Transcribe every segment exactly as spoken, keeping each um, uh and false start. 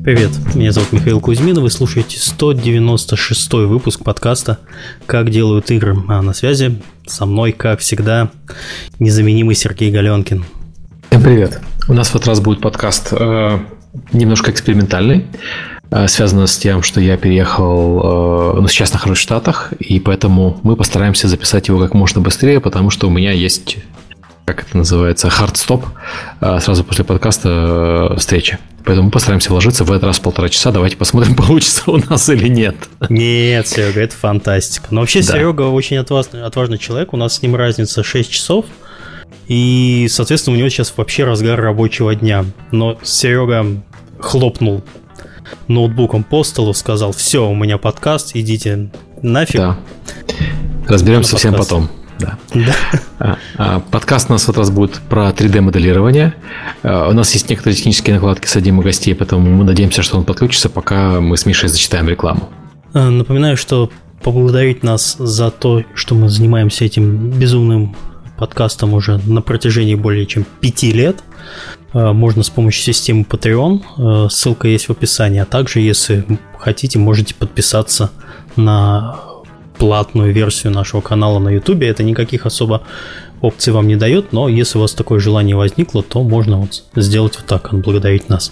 Привет, меня зовут Михаил Кузьмин, вы слушаете сто девяносто шестой выпуск подкаста «Как делают игры». А на связи со мной, как всегда, незаменимый Сергей Галенкин. Всем привет. У нас в этот раз будет подкаст э, немножко экспериментальный, э, связано с тем, что я переехал, э, ну, сейчас нахожусь в Штатах, и поэтому мы постараемся записать его как можно быстрее, потому что у меня есть, как это называется, хардстоп э, сразу после подкаста э, встречи. Поэтому мы постараемся вложиться в этот раз в полтора часа. Давайте посмотрим, получится у нас или нет. Нет, Серега, это фантастика. Но вообще да. Серега очень отважный, отважный человек. У нас с ним разница шесть часов. И, соответственно, у него сейчас вообще разгар рабочего дня. Но Серега хлопнул ноутбуком по столу, сказал: все, у меня подкаст, идите нафиг. Да. Разберемся совсем потом. Да. Да. А, подкаст у нас в этот раз будет про три дэ-моделирование. У нас есть некоторые технические накладки с одним из гостей, поэтому мы надеемся, что он подключится, пока мы с Мишей зачитаем рекламу. Напоминаю, что поблагодарить нас за то, что мы занимаемся этим безумным подкастом уже на протяжении более чем пяти лет, можно с помощью системы Patreon. Ссылка есть в описании. А также, если хотите, можете подписаться на платную версию нашего канала на YouTube. Это никаких особо опций вам не дает, но если у вас такое желание возникло, то можно вот сделать вот так, отблагодарить нас.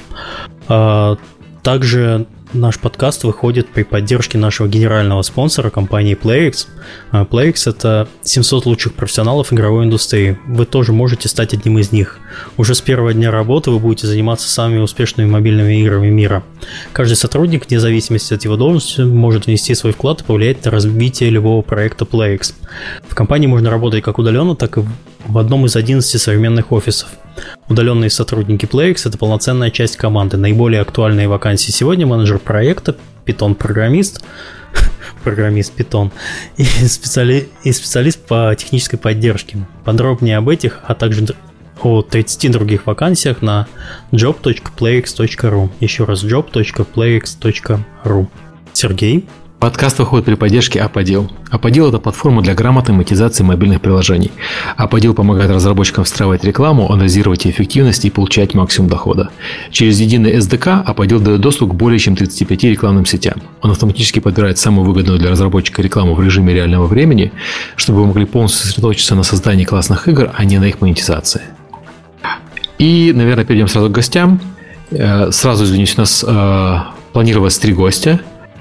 Также наш подкаст выходит при поддержке нашего генерального спонсора, компании PlayX. PlayX — это семьсот лучших профессионалов игровой индустрии. Вы тоже можете стать одним из них. Уже с первого дня работы вы будете заниматься самыми успешными мобильными играми мира. Каждый сотрудник, вне зависимости от его должности, может внести свой вклад и повлиять на развитие любого проекта PlayX. В компании можно работать как удаленно, так и в одном из одиннадцати современных офисов. Удаленные сотрудники PlayX — это полноценная часть команды. Наиболее актуальные вакансии сегодня: менеджер проекта, Python-программист, программист Python и, специали... и специалист по технической поддержке. Подробнее об этих, а также о тридцати других вакансиях на джоб точка плейикс точка ру. Еще раз, джоб точка плейикс точка ру. Сергей? Подкаст выходит при поддержке Аподил. Аподил – это платформа для грамотной монетизации мобильных приложений. Аподил помогает разработчикам встраивать рекламу, анализировать эффективность и получать максимум дохода. Через единый эс ди кей Аподил дает доступ к более чем тридцати пяти рекламным сетям. Он автоматически подбирает самую выгодную для разработчика рекламу в режиме реального времени, чтобы вы могли полностью сосредоточиться на создании классных игр, а не на их монетизации. И, наверное, перейдем сразу к гостям. Сразу извинюсь, у нас э, планировалось три гостя.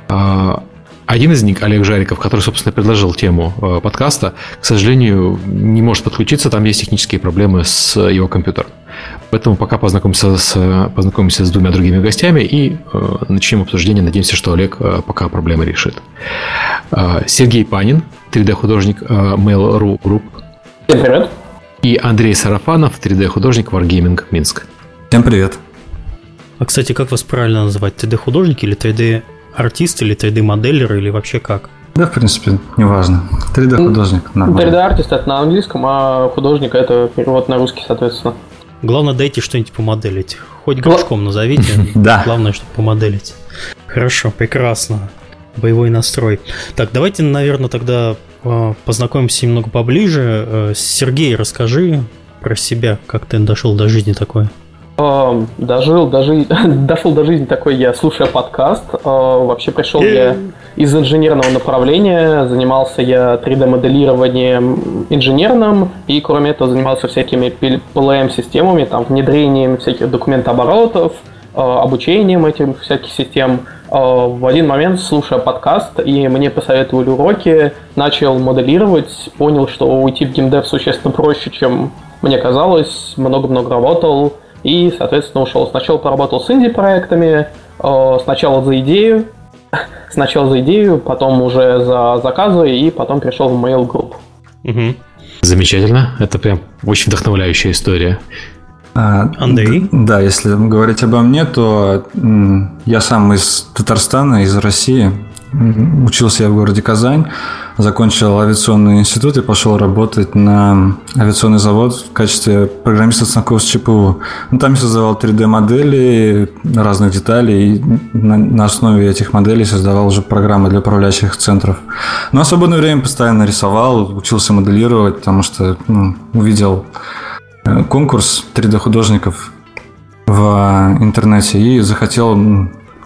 Один из них, Олег Жариков, который, собственно, предложил тему э, подкаста, к сожалению, не может подключиться, там есть технические проблемы с его компьютером. Поэтому пока познакомимся с, познакомимся с двумя другими гостями и э, начнем обсуждение. Надеемся, что Олег э, пока проблемы решит. Э, Сергей Панин, три дэ-художник э, Mail.ru Group. Всем привет. И Андрей Сарафанов, три дэ-художник Wargaming Минск. Всем привет. А, кстати, как вас правильно называть? три дэ-художник или три дэ-артист, или три дэ-моделлер, или вообще как? Да, в принципе, неважно. три дэ-художник нормально. три дэ-артист — это на английском, а художник — это перевод на русский, соответственно. Главное, дайте что-нибудь помоделить. Хоть горшком назовите, главное, чтобы помоделить. Хорошо, прекрасно. Боевой настрой. Так, давайте, наверное, тогда познакомимся немного поближе. Сергей, расскажи про себя, как ты дошел до жизни такой. Дожил, дожи... Дошел до жизни такой я, слушая подкаст. Вообще пришел я из инженерного направления. Занимался я три дэ-моделированием инженерным. И кроме этого занимался всякими пи эл эм-системами, там, внедрением всяких документооборотов, обучением этих всяких систем. В один момент, слушая подкаст, и мне посоветовали уроки, начал моделировать, понял, что уйти в геймдев существенно проще, чем мне казалось. Много-много работал. И, соответственно, ушел. Сначала поработал с инди-проектами, э, сначала за идею, сначала за идею, потом уже за заказы, и потом перешел в Mail Group. Угу. Замечательно. Это прям очень вдохновляющая история. А, Андрей? Да, если говорить обо мне, то я сам из Татарстана, из России. Учился я в городе Казань, закончил авиационный институт и пошел работать на авиационный завод в качестве программиста станков с ЧПУ. Ну, там я создавал три дэ-модели разных деталей, и на, на основе этих моделей создавал уже программы для управляющих центров. Но в свободное время постоянно рисовал, учился моделировать, потому что ну, увидел конкурс три дэ-художников в интернете и захотел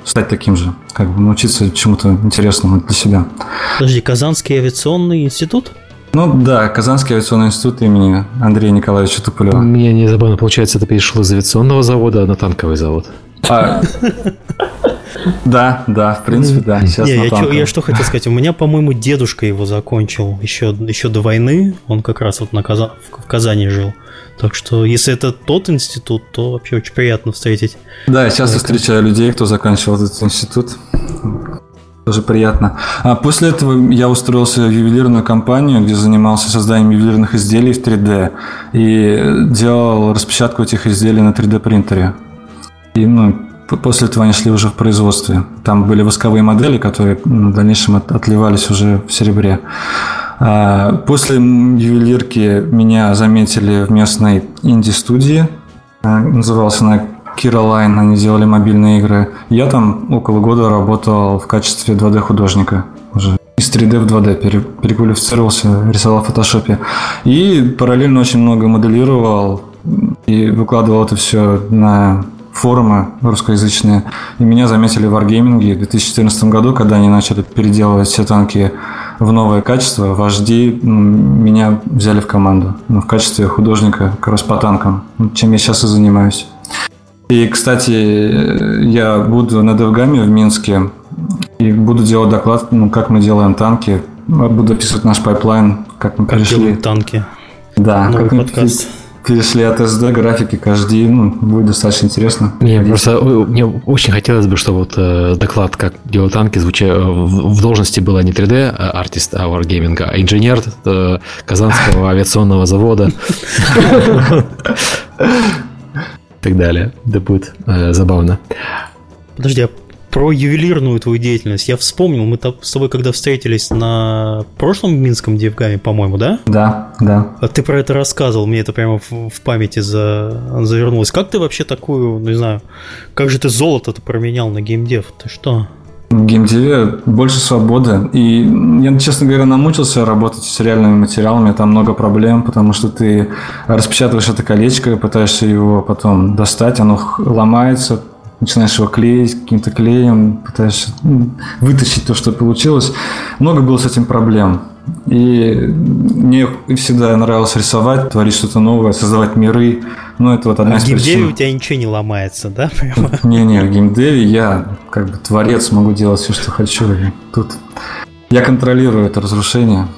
стать таким же, как бы научиться чему-то интересному для себя. Подожди, Казанский авиационный институт? Ну да, Казанский авиационный институт имени Андрея Николаевича Туполева. Мне не забавно, получается, ты перешел из авиационного завода на танковый завод. А, да, да, в принципе, да. Сейчас Не, на я, чё, танковом. я что хотел сказать, у меня, по-моему, дедушка его закончил еще, еще до войны, он как раз вот на Каза... в Казани жил. Так что, если это тот институт, то вообще очень приятно встретить. Да, я часто встречаю людей, кто заканчивал этот институт. Тоже приятно. А после этого я устроился в ювелирную компанию, где занимался созданием ювелирных изделий в три дэ и делал распечатку этих изделий на три дэ принтере. И ну, после этого они шли уже в производстве. Там были восковые модели, которые в дальнейшем от, отливались уже в серебре. А после ювелирки меня заметили в местной инди-студии. Назывался она Kiraline, они делали мобильные игры. Я там около года работал в качестве два дэ-художника. Уже из три дэ в два дэ переквалифицировался, рисовал в фотошопе. И параллельно очень много моделировал и выкладывал это все на форумы русскоязычные. И меня заметили в Wargaming в две тысячи четырнадцатом году, когда они начали переделывать все танки в новое качество. Вожди меня взяли в команду в качестве художника как раз по танкам, чем я сейчас и занимаюсь. И, кстати, я буду на DevGAM в Минске и буду делать доклад, ну, как мы делаем танки. Буду описывать наш пайплайн, как мы как перешли. делают танки. Да, новый как подкаст. мы перешли от эс ди графики к эйч ди. Ну, будет достаточно интересно. Мне просто мне очень хотелось бы, чтобы вот э, доклад, как делают танки, звуча, в, в должности была не три дэ-артист, а Wargaming, а инженер э, Казанского авиационного завода. И так далее. Это будет э, забавно. Подожди, а про ювелирную твою деятельность я вспомнил, мы с тобой когда встретились на прошлом Минском DevGAM, по-моему, да? Да, да. А ты про это рассказывал, мне это прямо в, в памяти за, завернулось. Как ты вообще такую, не знаю, как же ты золото-то променял на геймдев? Ты что? В геймдеве больше свободы. И я, честно говоря, намучился работать с реальными материалами. Там много проблем, потому что ты распечатываешь это колечко, пытаешься его потом достать, оно ломается, начинаешь его клеить каким-то клеем, пытаешься вытащить то, что получилось. Много было с этим проблем. И мне всегда нравилось рисовать, творить что-то новое, создавать миры. Ну, это вот одна а из причин. В геймдеве у тебя ничего не ломается, да? Не-не, в геймдеве я как бы творец, могу делать все, что хочу. И тут я контролирую это разрушение,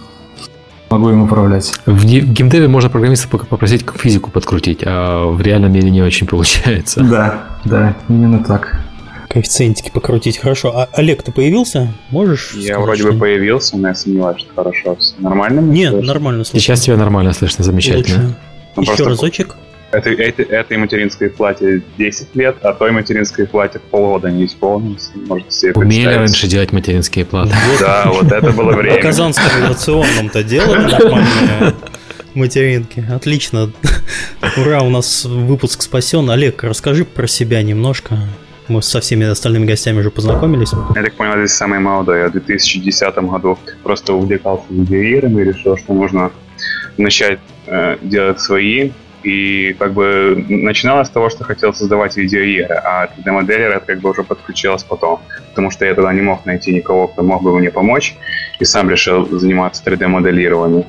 могу им управлять. В геймдеве можно программиста попросить физику подкрутить, а в реальном мире не очень получается. Да, да, именно так. Коэффициентики покрутить. Хорошо. А Олег, ты появился? Можешь Я сказать, вроде что... бы появился, но я сомневаюсь, что хорошо. Нормально? Нет, слышно? нормально слышно. Сейчас тебя нормально слышно, замечательно. Ну, Еще просто разочек. Этой, этой, этой материнской плате десять лет, а той материнской плате полгода не исполнилось. Можете себе Умели представить. раньше делать материнские платы. Да, вот это было В время. Казанском авиационном-то делали нормальные материнки. Отлично. Ура, у нас выпуск спасен. Олег, расскажи про себя немножко. Мы со всеми остальными гостями уже познакомились. Я так понял, здесь самый молодой. Я в две тысячи десятом году просто увлекался видеоиграми и решил, что нужно начать э, делать свои. И как бы начиналось с того, что хотел создавать видеоигры, а три дэ-моделер это как бы уже подключилось потом, потому что я тогда не мог найти никого, кто мог бы мне помочь, и сам решил заниматься три дэ-моделированием.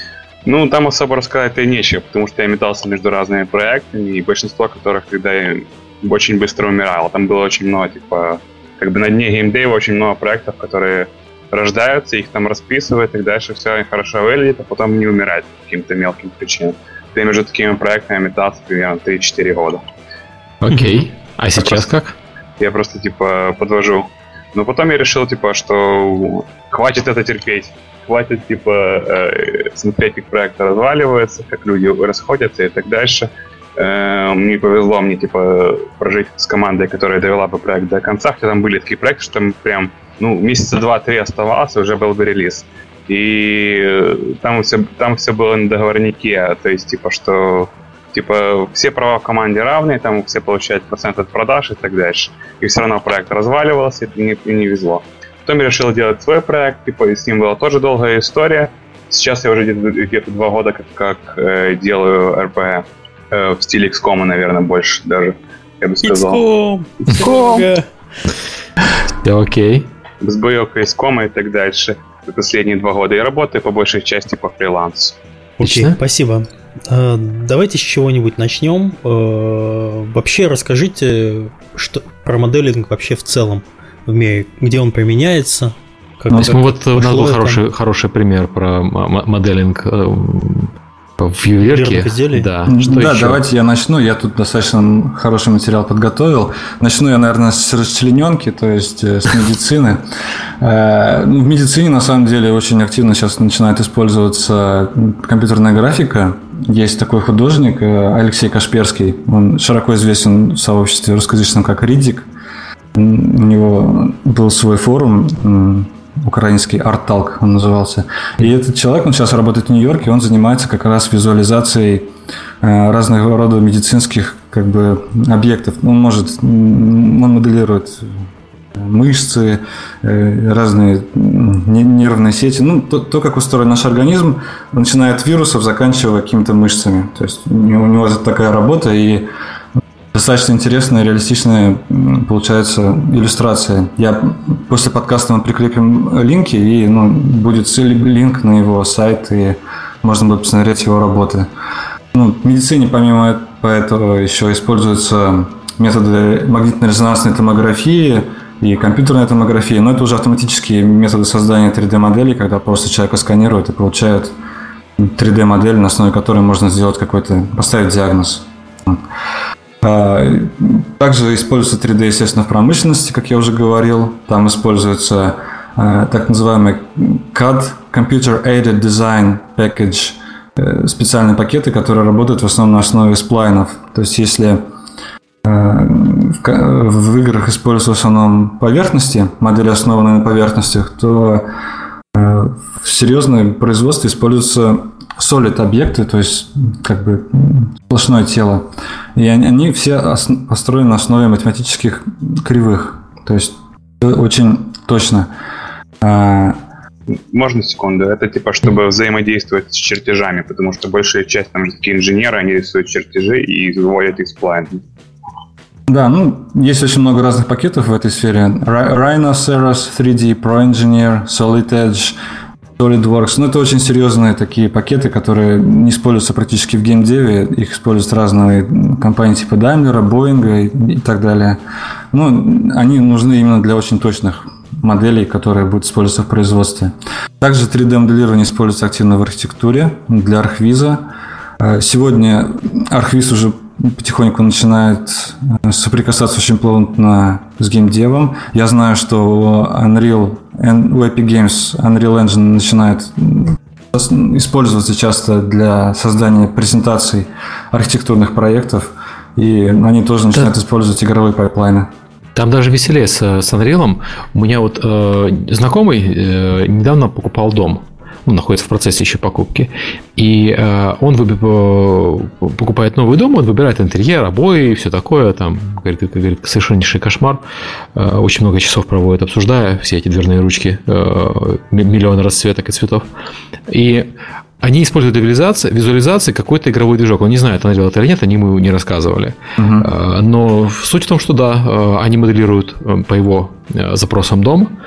Ну, там особо рассказать-то и нечего, потому что я метался между разными проектами, и большинство которых тогда очень быстро умирало. Там было очень много, типа, как бы на дне геймдева очень много проектов, которые рождаются, их там расписывают, и дальше все хорошо выглядит, а потом не умирает по каким-то мелким причинам. Я между такими проектами метался примерно три-четыре года. Окей. А сейчас как? Я просто, типа, подвожу. Но потом я решил, типа, что хватит это терпеть. Хватит, типа, э, смотреть, как проекты разваливаются, как люди расходятся и так дальше. Э, мне повезло, мне, типа, прожить с командой, которая довела бы проект до конца. Хотя там были такие проекты, что там прям, ну, месяца два-три оставалось, и уже был бы релиз. И там все, там все было на договорнике, то есть, типа, что типа все права в команде равные, там все получают процент от продаж и так дальше. И все равно проект разваливался, и не, и не везло. Потом я решил делать свой проект, типа, и с ним была тоже долгая история. Сейчас я уже где-то, где-то два года как, как э, делаю эр пи джи э, в стиле икс ком, наверное, больше даже, я бы сказал. икс ком! икс ком! Да, окей. С боевкой, с кома и так дальше. За последние два года. И работаю по большей части по фрилансу. Окей, okay, спасибо. Давайте с чего-нибудь начнем. Вообще расскажите что, про моделинг вообще в целом в мире, где он применяется. Как ну, мы вот у нас был хороший, хороший пример про моделинг в ювелирке. Да, что да давайте я начну. Я тут достаточно хороший материал подготовил. Начну я, наверное, с расчлененки, то есть с медицины. В медицине, на самом деле, очень активно сейчас начинает использоваться компьютерная графика. Есть такой художник Алексей Кашперский. Он широко известен в сообществе русскоязычном как Риддик. У него был свой форум, украинский Артталк он назывался. И этот человек, он сейчас работает в Нью-Йорке, он занимается как раз визуализацией разных рода медицинских как бы объектов. Он может, он моделирует мышцы, разные нервные сети. Ну, то, то, как устроен наш организм, начиная от вирусов, заканчивая какими-то мышцами. То есть у него такая работа, и достаточно интересная, реалистичная получается иллюстрация. Я после подкаста мы прикрепим линки, и ну, будет линк на его сайт, и можно будет посмотреть его работы. Ну, в медицине помимо этого еще используются методы магнитно-резонансной томографии и компьютерной томографии, но это уже автоматические методы создания три дэ-моделей, когда просто человека сканируют и получают три дэ-модель, на основе которой можно сделать какой-то, поставить диагноз. Также используется три дэ, естественно, в промышленности, как я уже говорил. Там используется так называемый си эй ди, Computer Aided Design Package, специальные пакеты, которые работают в основном на основе сплайнов. То есть, если в играх используются в основном поверхности, модели, основанные на поверхностях, то в серьезном производстве используются solid объекты, то есть как бы сплошное тело. И они, они все построены на основе математических кривых. То есть очень точно. Можно секунду? Это типа, чтобы взаимодействовать с чертежами, потому что большая часть, там же такие инженеры, они рисуют чертежи и выводят их сплайн. Да, ну, есть очень много разных пакетов в этой сфере. Rhinoceros, три дэ, ProEngineer, Solid Edge, SolidWorks. Ну, это очень серьезные такие пакеты, которые не используются практически в геймдеве. Их используют разные компании типа Daimler, Boeing и так далее. Ну, они нужны именно для очень точных моделей, которые будут использоваться в производстве. Также три дэ-моделирование используется активно в архитектуре для Архвиза. Сегодня Архвиз уже потихоньку начинает соприкасаться очень плотно с геймдевом. Я знаю, что у Unreal, у Epic Games Unreal Engine начинает использоваться часто для создания презентаций архитектурных проектов, и они тоже начинают да. использовать игровые пайплайны. Там даже веселее с, с Unreal. У меня вот э, знакомый э, недавно покупал дом. Ну, находится в процессе еще покупки. И э, он выб... покупает новый дом, он выбирает интерьер, обои и все такое. Там, говорит, говорит, совершеннейший кошмар. Э, очень много часов проводит, обсуждая все эти дверные ручки, э, миллион расцветок и цветов. И они используют для визуализации, визуализации какой-то игровой движок. Он не знает, Unreal это или нет, они ему не рассказывали. Uh-huh. Но суть в том, что да, они моделируют по его запросам дом,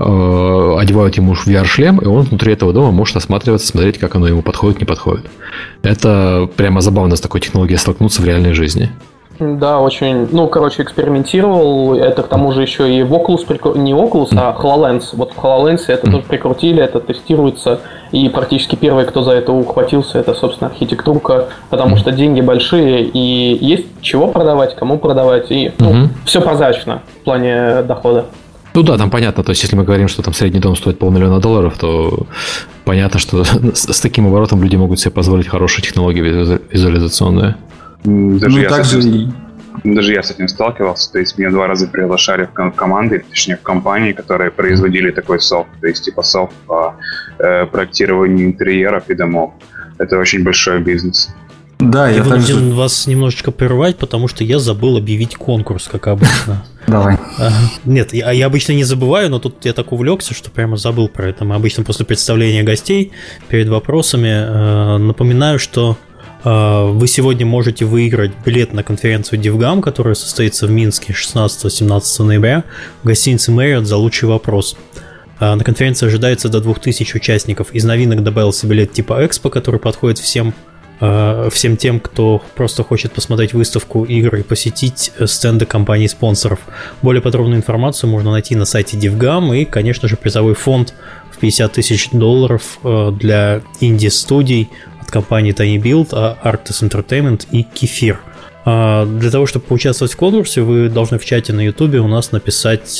одевают ему ви ар-шлем, и он внутри этого дома может осматриваться, смотреть, как оно ему подходит, не подходит. Это прямо забавно с такой технологией столкнуться в реальной жизни. Да, очень, ну, короче, экспериментировал. Это к тому же еще и в Oculus, прикру... не Oculus, а HoloLens. Вот в HoloLens это тоже прикрутили, это тестируется. И практически первый, кто за это ухватился, это, собственно, архитектурка, потому что деньги большие, и есть чего продавать, кому продавать, и ну, mm-hmm. все прозрачно в плане дохода. Ну да, там понятно, то есть если мы говорим, что там средний дом стоит полмиллиона долларов, то понятно, что с, с таким оборотом люди могут себе позволить хорошие технологии визуализационные. Даже, ну, я также... этим, даже я с этим сталкивался, то есть меня два раза приглашали в команды, точнее в компании, которые производили такой софт, то есть типа софт по э, проектированию интерьеров и домов. Это очень большой бизнес. Да, я, я вынужден также... вас немножечко прервать, потому что я забыл объявить конкурс, как обычно. Давай. Нет, я, я обычно не забываю, но тут я так увлекся, что прямо забыл про это. Мы обычно после представления гостей перед вопросами э, напоминаю, что Вы сегодня можете выиграть билет на конференцию DevGam, которая состоится в Минске шестнадцатого-семнадцатого ноября в гостинице Marriott за лучший вопрос. На конференции ожидается до двух тысяч участников. Из новинок добавился билет типа Экспо, который подходит всем, всем тем, кто просто хочет посмотреть выставку игр и посетить стенды компаний-спонсоров. Более подробную информацию можно найти на сайте DevGam и, конечно же, призовой фонд в пятьдесят тысяч долларов для инди-студий от компании Tiny Build, Arctis Entertainment и Кефир. Для того, чтобы поучаствовать в конкурсе, вы должны в чате на YouTube у нас написать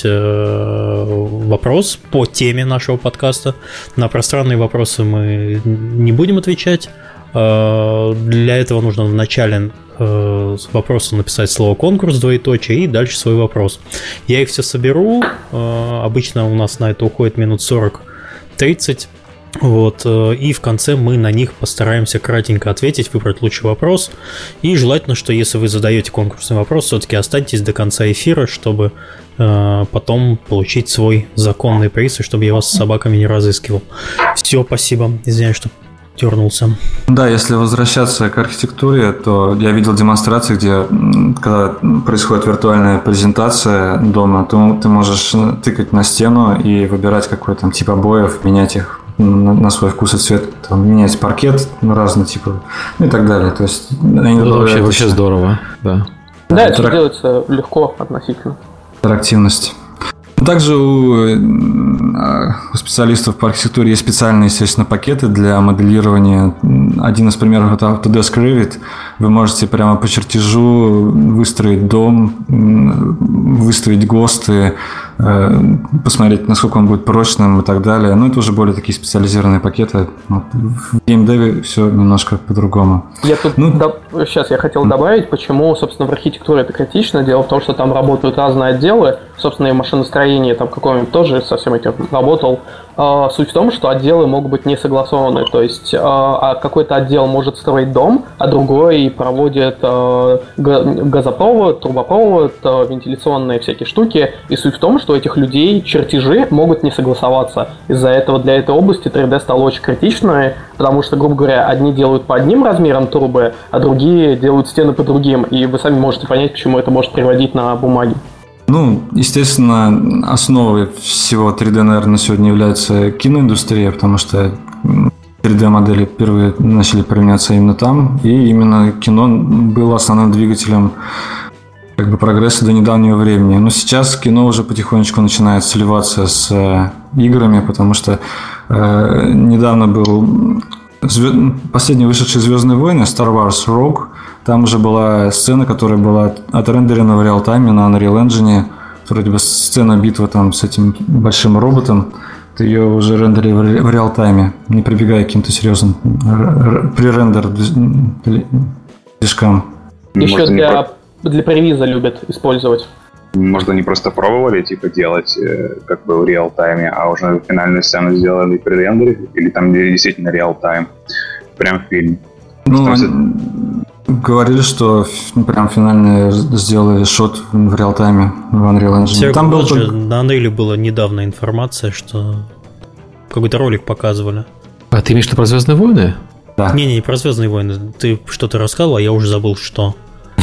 вопрос по теме нашего подкаста. На пространные вопросы мы не будем отвечать. Для этого нужно в начале вопроса написать слово «конкурс», двоеточие, и дальше свой вопрос. Я их все соберу. Обычно у нас на это уходит минут сорок-тридцать. Вот, и в конце мы на них постараемся кратенько ответить, выбрать лучший вопрос. И желательно, что если вы задаете конкурсный вопрос, все-таки останьтесь до конца эфира, чтобы э, потом получить свой законный приз, и чтобы я вас с собаками не разыскивал. Все, спасибо. Извиняюсь, что дернулся. Да, если возвращаться к архитектуре, то я видел демонстрации, где, когда происходит виртуальная презентация дома, то ты можешь тыкать на стену и выбирать какой там тип обоев, менять их на, на свой вкус и цвет, там, менять паркет разный типа и так далее. То есть они ну, вообще, вообще здорово, да. Да, это Интерак... делается легко относительно. Интерактивность. Также у, у специалистов по архитектуре есть специальные, естественно, пакеты для моделирования. Один из примеров – это Autodesk Revit. Вы можете прямо по чертежу выстроить дом, выставить ГОСТы, посмотреть, насколько он будет прочным и так далее. Но это уже более такие специализированные пакеты. В геймдеве все немножко по-другому. Я тут ну, до... Сейчас я хотел добавить, почему, собственно, в архитектуре это критично. Дело в том, что там работают разные отделы. Собственно, и машиностроение там какое-нибудь тоже со всем этим работал. Суть в том, что отделы могут быть не согласованы. То есть какой-то отдел может строить дом, а другой проводит газопровод, трубопровод, вентиляционные всякие штуки. И суть в том, что у этих людей чертежи могут не согласоваться. Из-за этого для этой области три дэ стало очень критичной, потому что, грубо говоря, одни делают по одним размерам трубы, а другие делают стены по другим. И вы сами можете понять, почему это может приводить на бумаге. Ну, естественно, основой всего три дэ, наверное, на сегодня является киноиндустрия, потому что три дэ-модели впервые начали применяться именно там, и именно кино было основным двигателем как бы прогресса до недавнего времени. Но сейчас кино уже потихонечку начинает сливаться с э, играми, потому что э, недавно был звезд... последний вышедший «Звездные войны» Star Wars Rogue. Там уже была сцена, которая была отрендерена в реал-тайме на Unreal Engine. Вроде бы сцена битвы там с этим большим роботом. Ты ее уже рендерили в реал-тайме, не прибегая к каким-то серьезным пререндер движкам. Еще для, для превиза любят использовать. Может, они просто пробовали типа делать как бы в реал-тайме, а уже финальную сцену сделали при рендере, или там действительно реал-тайм, прям фильм. Ну, они говорили, что прям финально сделали шот в реал-тайме в Unreal Engine. Там был только... На Unreal была недавно информация, что какой-то ролик показывали. А ты имеешь в виду про «Звездные войны»? Да. Не-не, не про «Звездные войны». Ты что-то рассказывал, а я уже забыл, что.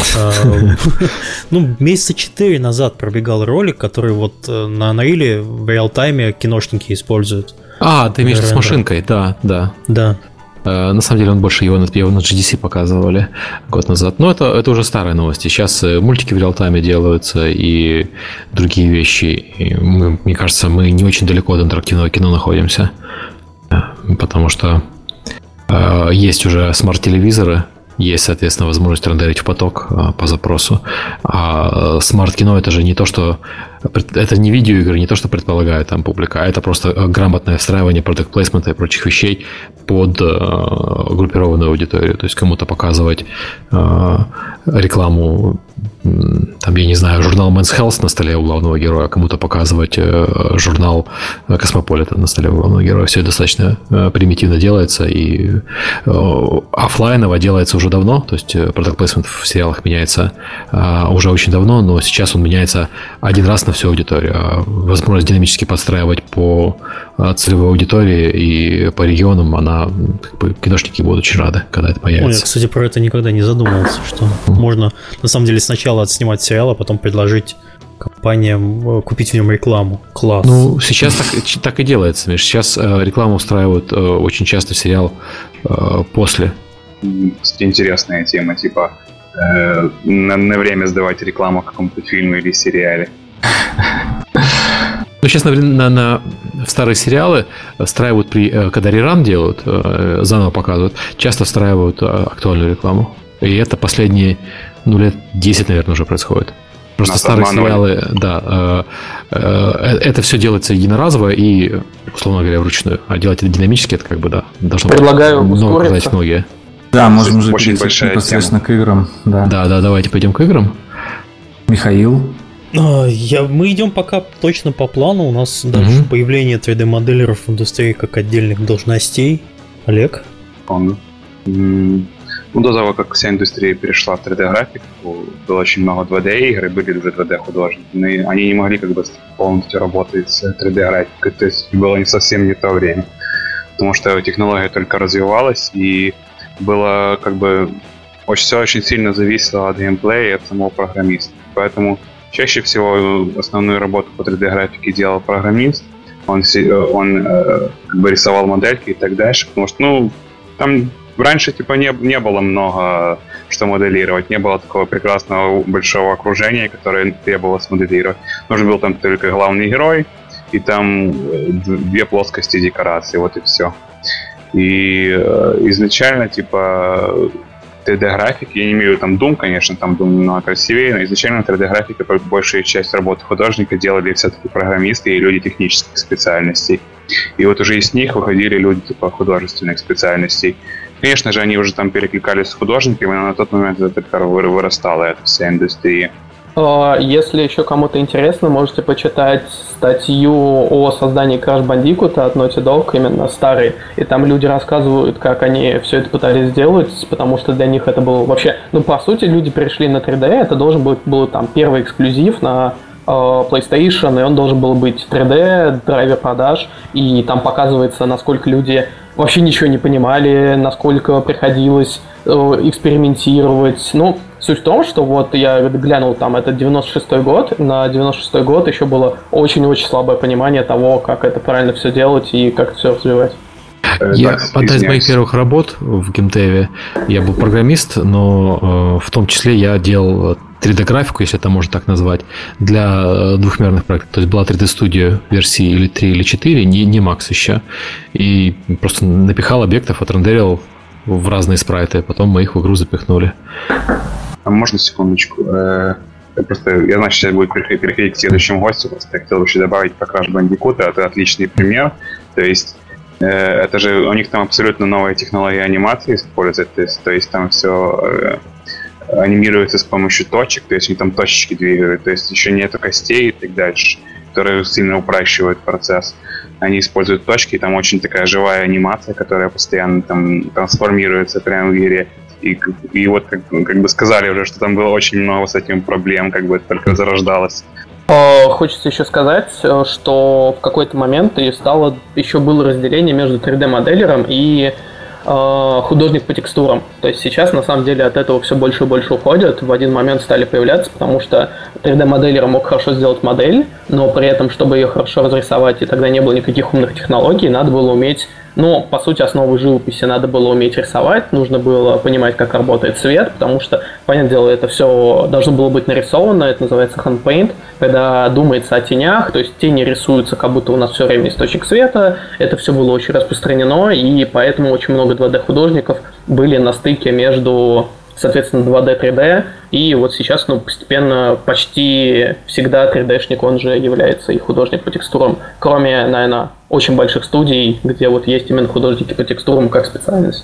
Ну, месяца четыре назад пробегал ролик, который вот на Unreal в реал-тайме киношники используют. А, ты имеешь в виду с машинкой, да, да. Да. На самом деле он больше его, его на джи ди си показывали год назад. Но это, это уже старые новости. Сейчас мультики в реал-тайме делаются и другие вещи. И мы, мне кажется, мы не очень далеко от интерактивного кино находимся. Потому что э, есть уже смарт-телевизоры, есть, соответственно, возможность рендерить в поток э, по запросу. А смарт-кино это же не то, что... Это не видеоигры, не то, что предполагает там публика, а это просто грамотное встраивание продакт-плейсмента и прочих вещей под э, группированную аудиторию. То есть кому-то показывать э, рекламу там, я не знаю, журнал Men's Health на столе у главного героя, кому-то показывать журнал Cosmopolitan на столе у главного героя. Все достаточно примитивно делается, и офлайново делается уже давно, то есть product placement в сериалах меняется уже очень давно, но сейчас он меняется один раз на всю аудиторию. Возможность динамически подстраивать по целевой аудитории и по регионам, она, как бы, киношники будут очень рады, когда это появится. Ой, я, кстати, про это никогда не задумывался, что mm-hmm. можно, на самом деле, сначала отснимать сериал, а потом предложить компаниям купить в нем рекламу. Класс. Ну, сейчас так, так и делается. Сейчас рекламу устраивают очень часто в сериал после. Кстати, интересная тема, типа э, на, на время сдавать рекламу в каком-то фильме или сериале. Ну, сейчас на, на, на, в старые сериалы встраивают, при, когда реран делают, заново показывают, часто встраивают актуальную рекламу. И это последние, ну, лет десять, наверное, уже происходит. Просто нас старые обманывали. Сериалы, да, это все делается единоразово и, условно говоря, вручную. А делать это динамически, это как бы, да, должно Предлагаю быть много технологии. Да, можем уже очень перейти непосредственно к играм. Да. да, да, давайте пойдем к играм. Михаил? Я, мы идем пока точно по плану. У нас mm-hmm. дальше появление три дэ-моделеров в индустрии как отдельных должностей. Олег? Он, м- ну, до того, как вся индустрия перешла в три дэ-графику, было очень много два дэ-игр, были уже два дэ-художники, но они не могли как бы полностью работать с три дэ-графикой, то есть было не совсем не то время, потому что технология только развивалась, и было как бы очень, все очень сильно зависело от геймплея и от самого программиста, поэтому чаще всего основную работу по три дэ-графике делал программист, он, он как бы рисовал модельки и так дальше, потому что, ну, там раньше типа не, не было много что моделировать, не было такого прекрасного большого окружения, которое требовалось моделировать. Нужен был там только главный герой и там две плоскости декорации, вот и все. И э, изначально типа три дэ-графики, я не имею там Doom, конечно, там Doom немного красивее, но изначально три дэ-графика, большая часть работы художника делали все-таки программисты и люди технических специальностей. И вот уже из них выходили люди типа художественных специальностей. Конечно же, они уже там перекликались с художниками, но на тот момент это только вырастала эта вся индустрия. Если еще кому-то интересно, можете почитать статью о создании Crash Bandicoot от Naughty Dog, именно старый. И там люди рассказывают, как они все это пытались сделать, потому что для них это было вообще... Ну, по сути, люди перешли на три дэ, это должен был, был там первый эксклюзив на э, PlayStation, и он должен был быть три дэ, драйвер продаж, и там показывается, насколько люди вообще ничего не понимали, насколько приходилось э, экспериментировать. Ну, суть в том, что вот я глянул, там, это девяносто шестой год, на девяносто шестой год еще было очень-очень слабое понимание того, как это правильно все делать и как это все развивать. Я, одна из моих первых работ в геймдеве, я был программист, но э, в том числе я делал три дэ-графику, если это можно так назвать, для двухмерных проектов. То есть была три дэ-студия версии или три, или четыре, не, не Max еще. И просто напихал объектов, отрендерил в разные спрайты, потом мы их в игру запихнули. А можно секундочку? Я просто, я знаю, сейчас будет переходить к следующему гостю, просто я хотел еще добавить про Crash Bandicoot, это отличный пример. То есть это же у них там абсолютно новая технология анимации используется, то есть, то есть там все анимируется с помощью точек, то есть они там точечки двигают, то есть еще нету костей и так дальше, которые сильно упрощивают процесс. Они используют точки, и там очень такая живая анимация, которая постоянно там трансформируется прямо в игре. И, и вот как, как бы сказали уже, что там было очень много с этим проблем, как бы это только зарождалось. Хочется еще сказать, что в какой-то момент и стало, еще было разделение между три дэ-моделером и художник по текстурам. То есть сейчас на самом деле от этого все больше и больше уходят. В один момент стали появляться, потому что три дэ-моделер мог хорошо сделать модель, но при этом, чтобы ее хорошо разрисовать, и тогда не было никаких умных технологий, надо было уметь, ну, по сути, основы живописи надо было уметь рисовать, нужно было понимать, как работает цвет, потому что, понятное дело, это все должно было быть нарисовано, это называется hand paint, когда думается о тенях, то есть тени рисуются, как будто у нас все время источник света, это все было очень распространено, и поэтому очень много два дэ-художников были на стыке между, соответственно, два дэ, три дэ, и вот сейчас, ну, постепенно почти всегда три дэ-шник, он же является и художник по текстурам, кроме, наверное, очень больших студий, где вот есть именно художники по текстурам как специальность.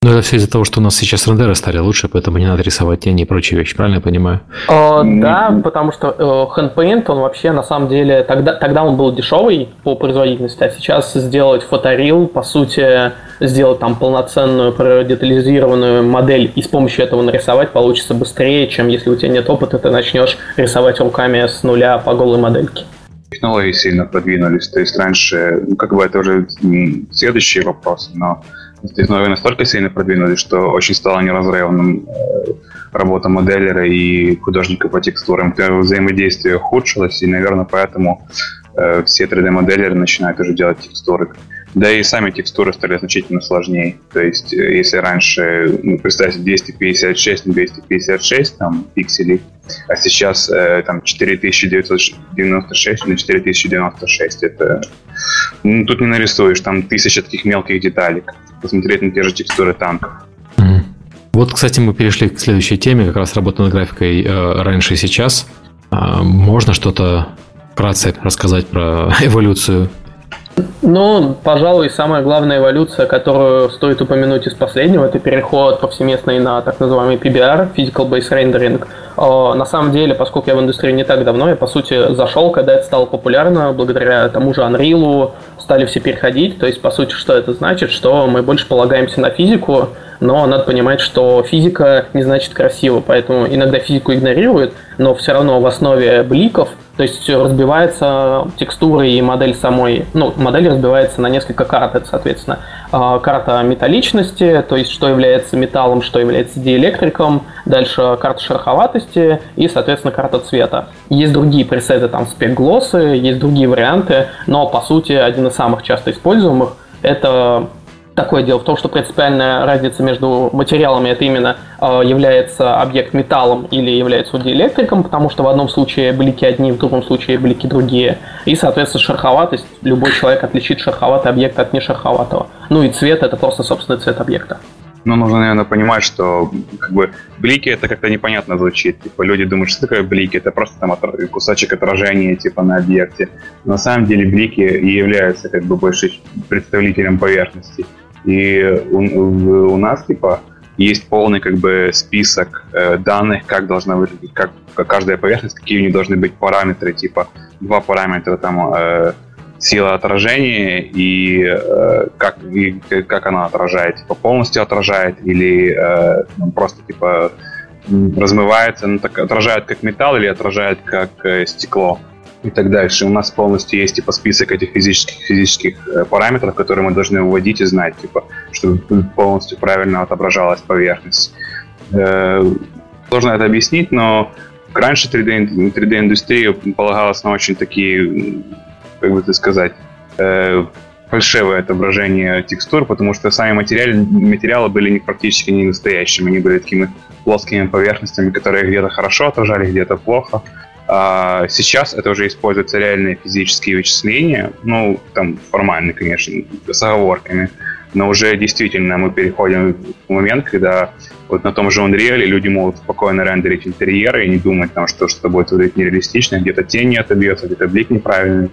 Но это все из-за того, что у нас сейчас рендеры стали лучше, поэтому не надо рисовать тени и прочие вещи, правильно я понимаю? Э, да, потому что э, HandPaint, он вообще на самом деле, тогда, тогда он был дешевый по производительности, а сейчас сделать фоторил, по сути, сделать там полноценную детализированную модель и с помощью этого нарисовать получится быстрее, чем если у тебя нет опыта, ты начнешь рисовать руками с нуля по голой модельке. Технологии сильно продвинулись, то есть раньше, ну как бы это уже следующий вопрос, но технологии настолько сильно продвинулись, что очень стало неразрывным э, работа моделлера и художника по текстурам. Взаимодействие ухудшилось, и, наверное, поэтому э, все три дэ-моделлеры начинают уже делать текстуры. Да и сами текстуры стали значительно сложнее. То есть, если раньше, ну, представьте, двести пятьдесят шесть на двести пятьдесят шесть там, пикселей, а сейчас э, там четыре тысячи девятьсот девяносто шесть на четыре тысячи девяносто шесть. Это, ну, тут не нарисуешь, там тысяча таких мелких деталек. Посмотреть на те же текстуры танков. Mm-hmm. Вот, кстати, мы перешли к следующей теме, как раз работа над графикой э, раньше и сейчас. А, можно что-то вкратце рассказать про эволюцию? Ну, пожалуй, самая главная эволюция, которую стоит упомянуть из последнего, это переход повсеместный на так называемый пи би ар, Physical Base Rendering. На самом деле, поскольку я в индустрии не так давно, я, по сути, зашел, когда это стало популярно, благодаря тому же Unreal стали все переходить. То есть, по сути, что это значит? Что мы больше полагаемся на физику, но надо понимать, что физика не значит красиво, поэтому иногда физику игнорируют, но все равно в основе бликов, то есть разбивается текстура и модель самой, ну, модель разбивается на несколько карт, это, соответственно, карта металличности, то есть что является металлом, что является диэлектриком, дальше карта шероховатости и, соответственно, карта цвета. Есть другие пресеты, там, спек-глоссы, есть другие варианты, но, по сути, один из самых часто используемых – это такое дело в том, что принципиальная разница между материалами это именно э, является объект металлом или является диэлектриком, потому что в одном случае блики одни, в другом случае блики другие. И, соответственно, шероховатость. Любой человек отличит шероховатый объект от нешероховатого. Ну и цвет – это просто собственный цвет объекта. Ну, нужно, наверное, понимать, что как бы блики это как-то непонятно звучит. Типа люди думают, что такое блики, это просто там кусочек отражения типа на объекте. Но на самом деле блики и являются как бы больше представителем поверхности. И у, у, у нас типа есть полный как бы список э, данных, как должна выглядеть, как, как каждая поверхность, какие у нее должны быть параметры, типа два параметра там э, сила отражения и, э, как, и как она отражает, типа полностью отражает или э, просто типа размывается, ну так отражает как металл или отражает как э, стекло. И так дальше. У нас полностью есть типа список этих физических физических э, параметров, которые мы должны вводить и знать, типа, чтобы полностью правильно отображалась поверхность. Э, сложно это объяснить, но раньше три дэ-индустрия полагалась на очень такие, как бы это сказать, э, фальшивое отображение текстур, потому что сами материалы, материалы были практически не настоящими, они были такими плоскими поверхностями, которые где-то хорошо отражали, где-то плохо. А сейчас это уже используются реальные физические вычисления, ну, там, формально, конечно, с оговорками, но уже действительно мы переходим в момент, когда вот на том же Unreal люди могут спокойно рендерить интерьеры и не думать, там, что что-то будет выглядеть нереалистично, где-то тень не отобьется, где-то блик неправильный.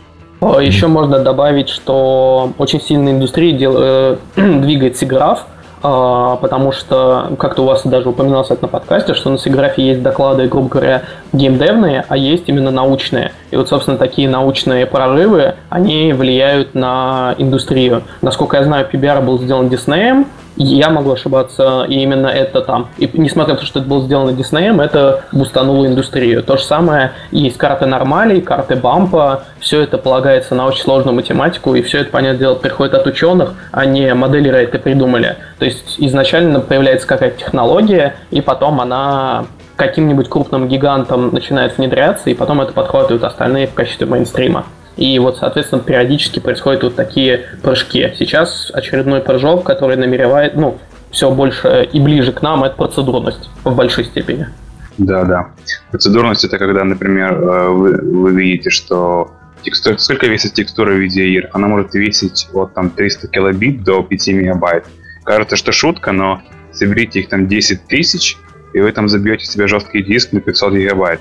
Еще можно добавить, что очень сильно индустрия дел... э, двигает сиграф, потому что, как-то у вас даже упоминалось это на подкасте, что на сиграфе есть доклады, грубо говоря, геймдевные, а есть именно научные. И вот, собственно, такие научные прорывы, они влияют на индустрию. Насколько я знаю, пи би ар был сделан Диснеем, я могу ошибаться, и именно это там, и несмотря на то, что это было сделано Диснеем, это бустануло индустрию. То же самое, есть карты нормалей, карты бампа, все это полагается на очень сложную математику, и все это, понятное дело, приходит от ученых, а не моделеры это придумали. То есть изначально появляется какая-то технология, и потом она каким-нибудь крупным гигантом начинает внедряться, и потом это подхватывают остальные в качестве мейнстрима. И вот, соответственно, периодически происходят вот такие прыжки. Сейчас очередной прыжок, который намеревает, ну, все больше и ближе к нам, это процедурность в большой степени. Да, да. Процедурность — это когда, например, вы, вы видите, что текстура, сколько весит текстура в виде ай ар? Она может весить от там триста килобит до пяти мегабайт. Кажется, что шутка, но соберите их там десять тысяч, и вы там забьете себе жесткий диск на пятьсот гигабайт.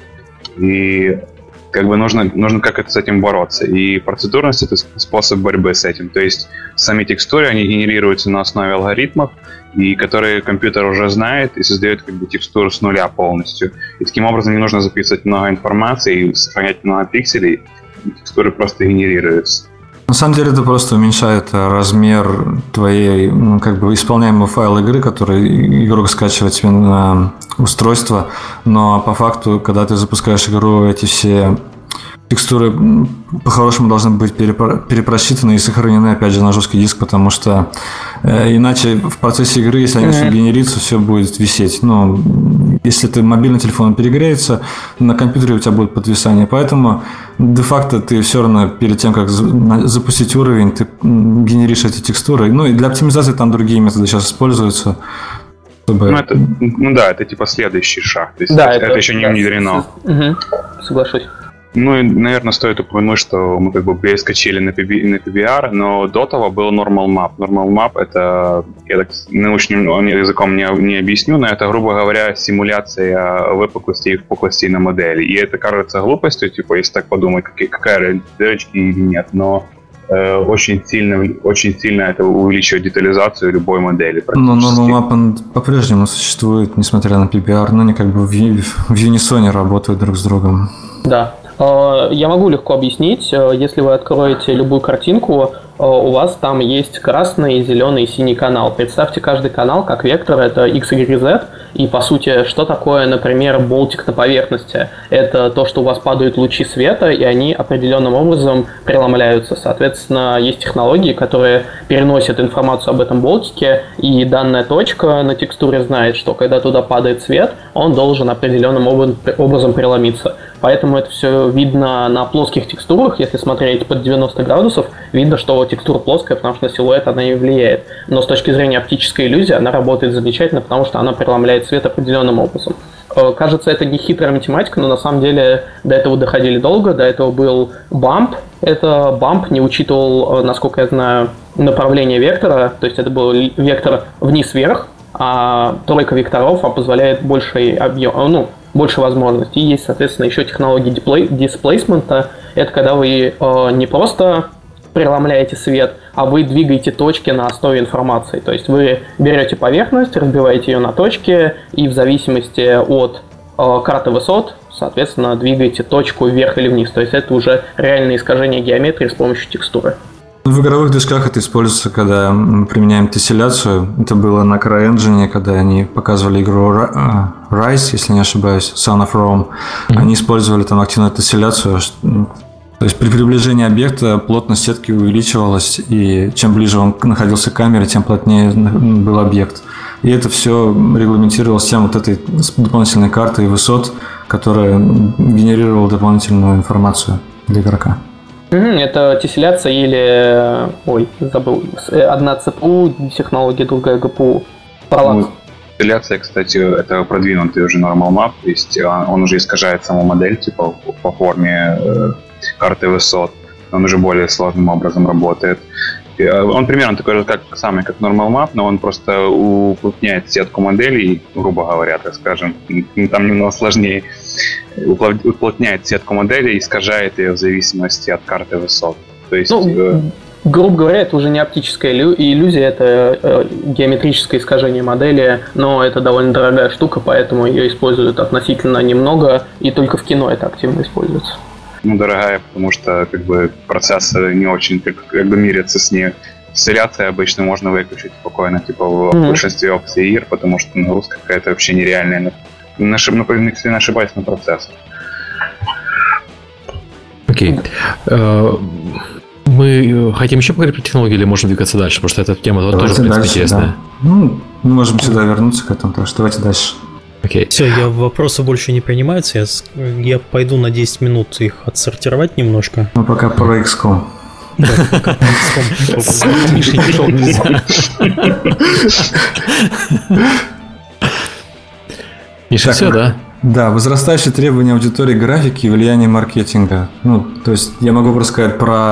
И как бы нужно, нужно как-то с этим бороться. И процедурность — это способ борьбы с этим. То есть сами текстуры, они генерируются на основе алгоритмов, и которые компьютер уже знает и создает как бы текстуру с нуля полностью. И таким образом не нужно записывать много информации и сохранять много пикселей, и текстуры просто генерируются. На самом деле это просто уменьшает размер твоей, ну, как бы исполняемого файла игры, который игрок скачивает себе на устройство, но по факту, когда ты запускаешь игру, эти все текстуры по-хорошему должны быть перепросчитаны и сохранены, опять же, на жесткий диск, потому что э, иначе в процессе игры, если они начнут генериться, все будет висеть. Ну, если ты мобильный телефон перегреется, на компьютере у тебя будет подвисание. Поэтому де-факто ты все равно перед тем, как запустить уровень, ты генеришь эти текстуры. Ну и для оптимизации там другие методы сейчас используются. Чтобы... Ну, это, ну да, это типа следующий шаг. То есть да, это, это, это еще не да, внедрено. Угу. Соглашусь. Ну и, наверное, стоит упомянуть, что мы как бы перескочили на, пи би, на пи би ар, но до того был Normal Map. Normal Map — это, я так научным языком не, не объясню, но это, грубо говоря, симуляция выпуклостей и впуклостей на модели. И это кажется глупостью, типа, если так подумать, какие, какая дырочки или нет, но э, очень, сильно, очень сильно это увеличивает детализацию любой модели. Но Normal Map он по-прежнему существует, несмотря на пи би ар, но они как бы в, в Unison работают друг с другом. Да. Я могу легко объяснить. Если вы откроете любую картинку, у вас там есть красный, зеленый и синий канал. Представьте каждый канал как вектор, это x, y, z. И, по сути, что такое, например, болтик на поверхности? Это то, что у вас падают лучи света, и они определенным образом преломляются. Соответственно, есть технологии, которые переносят информацию об этом болтике, и данная точка на текстуре знает, что когда туда падает свет, он должен определенным образом преломиться. Поэтому это все видно на плоских текстурах. Если смотреть под девяносто градусов, видно, что текстура плоская, потому что на силуэт она не влияет. Но с точки зрения оптической иллюзии она работает замечательно, потому что она преломляет свет определенным образом. Кажется, это не хитрая математика, но на самом деле до этого доходили долго. До этого был бамп. Это бамп не учитывал, насколько я знаю, направление вектора. То есть это был вектор вниз-вверх, а тройка векторов позволяет больший объем, ну, больше возможностей. И есть, соответственно, еще технологии дисплейсмента. Это когда вы э, не просто преломляете свет, а вы двигаете точки на основе информации. То есть вы берете поверхность, разбиваете ее на точки, и в зависимости от э, карты высот, соответственно, двигаете точку вверх или вниз. То есть это уже реальное искажение геометрии с помощью текстуры. В игровых движках это используется, когда мы применяем тессиляцию. Это было на CryEngine, когда они показывали игру Rise, если не ошибаюсь, Son of Rome. Mm-hmm. Они использовали там активную тессиляцию. То есть при приближении объекта плотность сетки увеличивалась, и чем ближе он находился к камере, тем плотнее был объект. И это все регламентировалось тем вот этой дополнительной картой высот, которая генерировала дополнительную информацию для игрока. Это тессиляция или... Ой, забыл. Одна си пи ю технология, другая джи пи ю. Ну, тессиляция, кстати, это продвинутый уже Normal Map, то есть он уже искажает саму модель, типа по форме э, карты высот. Он уже более сложным образом работает. Он примерно такой же, как, самый, как Normal Map, но он просто уплотняет сетку моделей, грубо говоря, так скажем. Там немного сложнее. Уплотняет сетку моделей и искажает ее в зависимости от карты высот. То есть, ну, э... грубо говоря, это уже не оптическая иллюзия, это э, геометрическое искажение модели, но это довольно дорогая штука, поэтому ее используют относительно немного, и только в кино это активно используется. Ну, дорогая, потому что как бы процессоры не очень как, как бы мирятся с ней. Тессиляция обычно можно выключить спокойно, типа в mm-hmm. большинстве опций ай ар, потому что нагрузка какая-то вообще нереальная. На, если не ошибаюсь, на процессор. Окей. Okay. Мы хотим еще поговорить про технологии или можем двигаться дальше? Потому что эта тема давайте тоже, в принципе, дальше, интересная. Да. Ну, мы можем всегда вернуться к этому, так что давайте дальше. Okay. Все, я вопросы больше не принимаются. Я, я пойду на десять минут их отсортировать немножко. Ну, пока про икс ком. Да, пока про икс ком. Миша не шел, нельзя. Миша, все, да? Да, возрастающие требования аудитории графики и влияние маркетинга. Ну, то есть я могу просто сказать про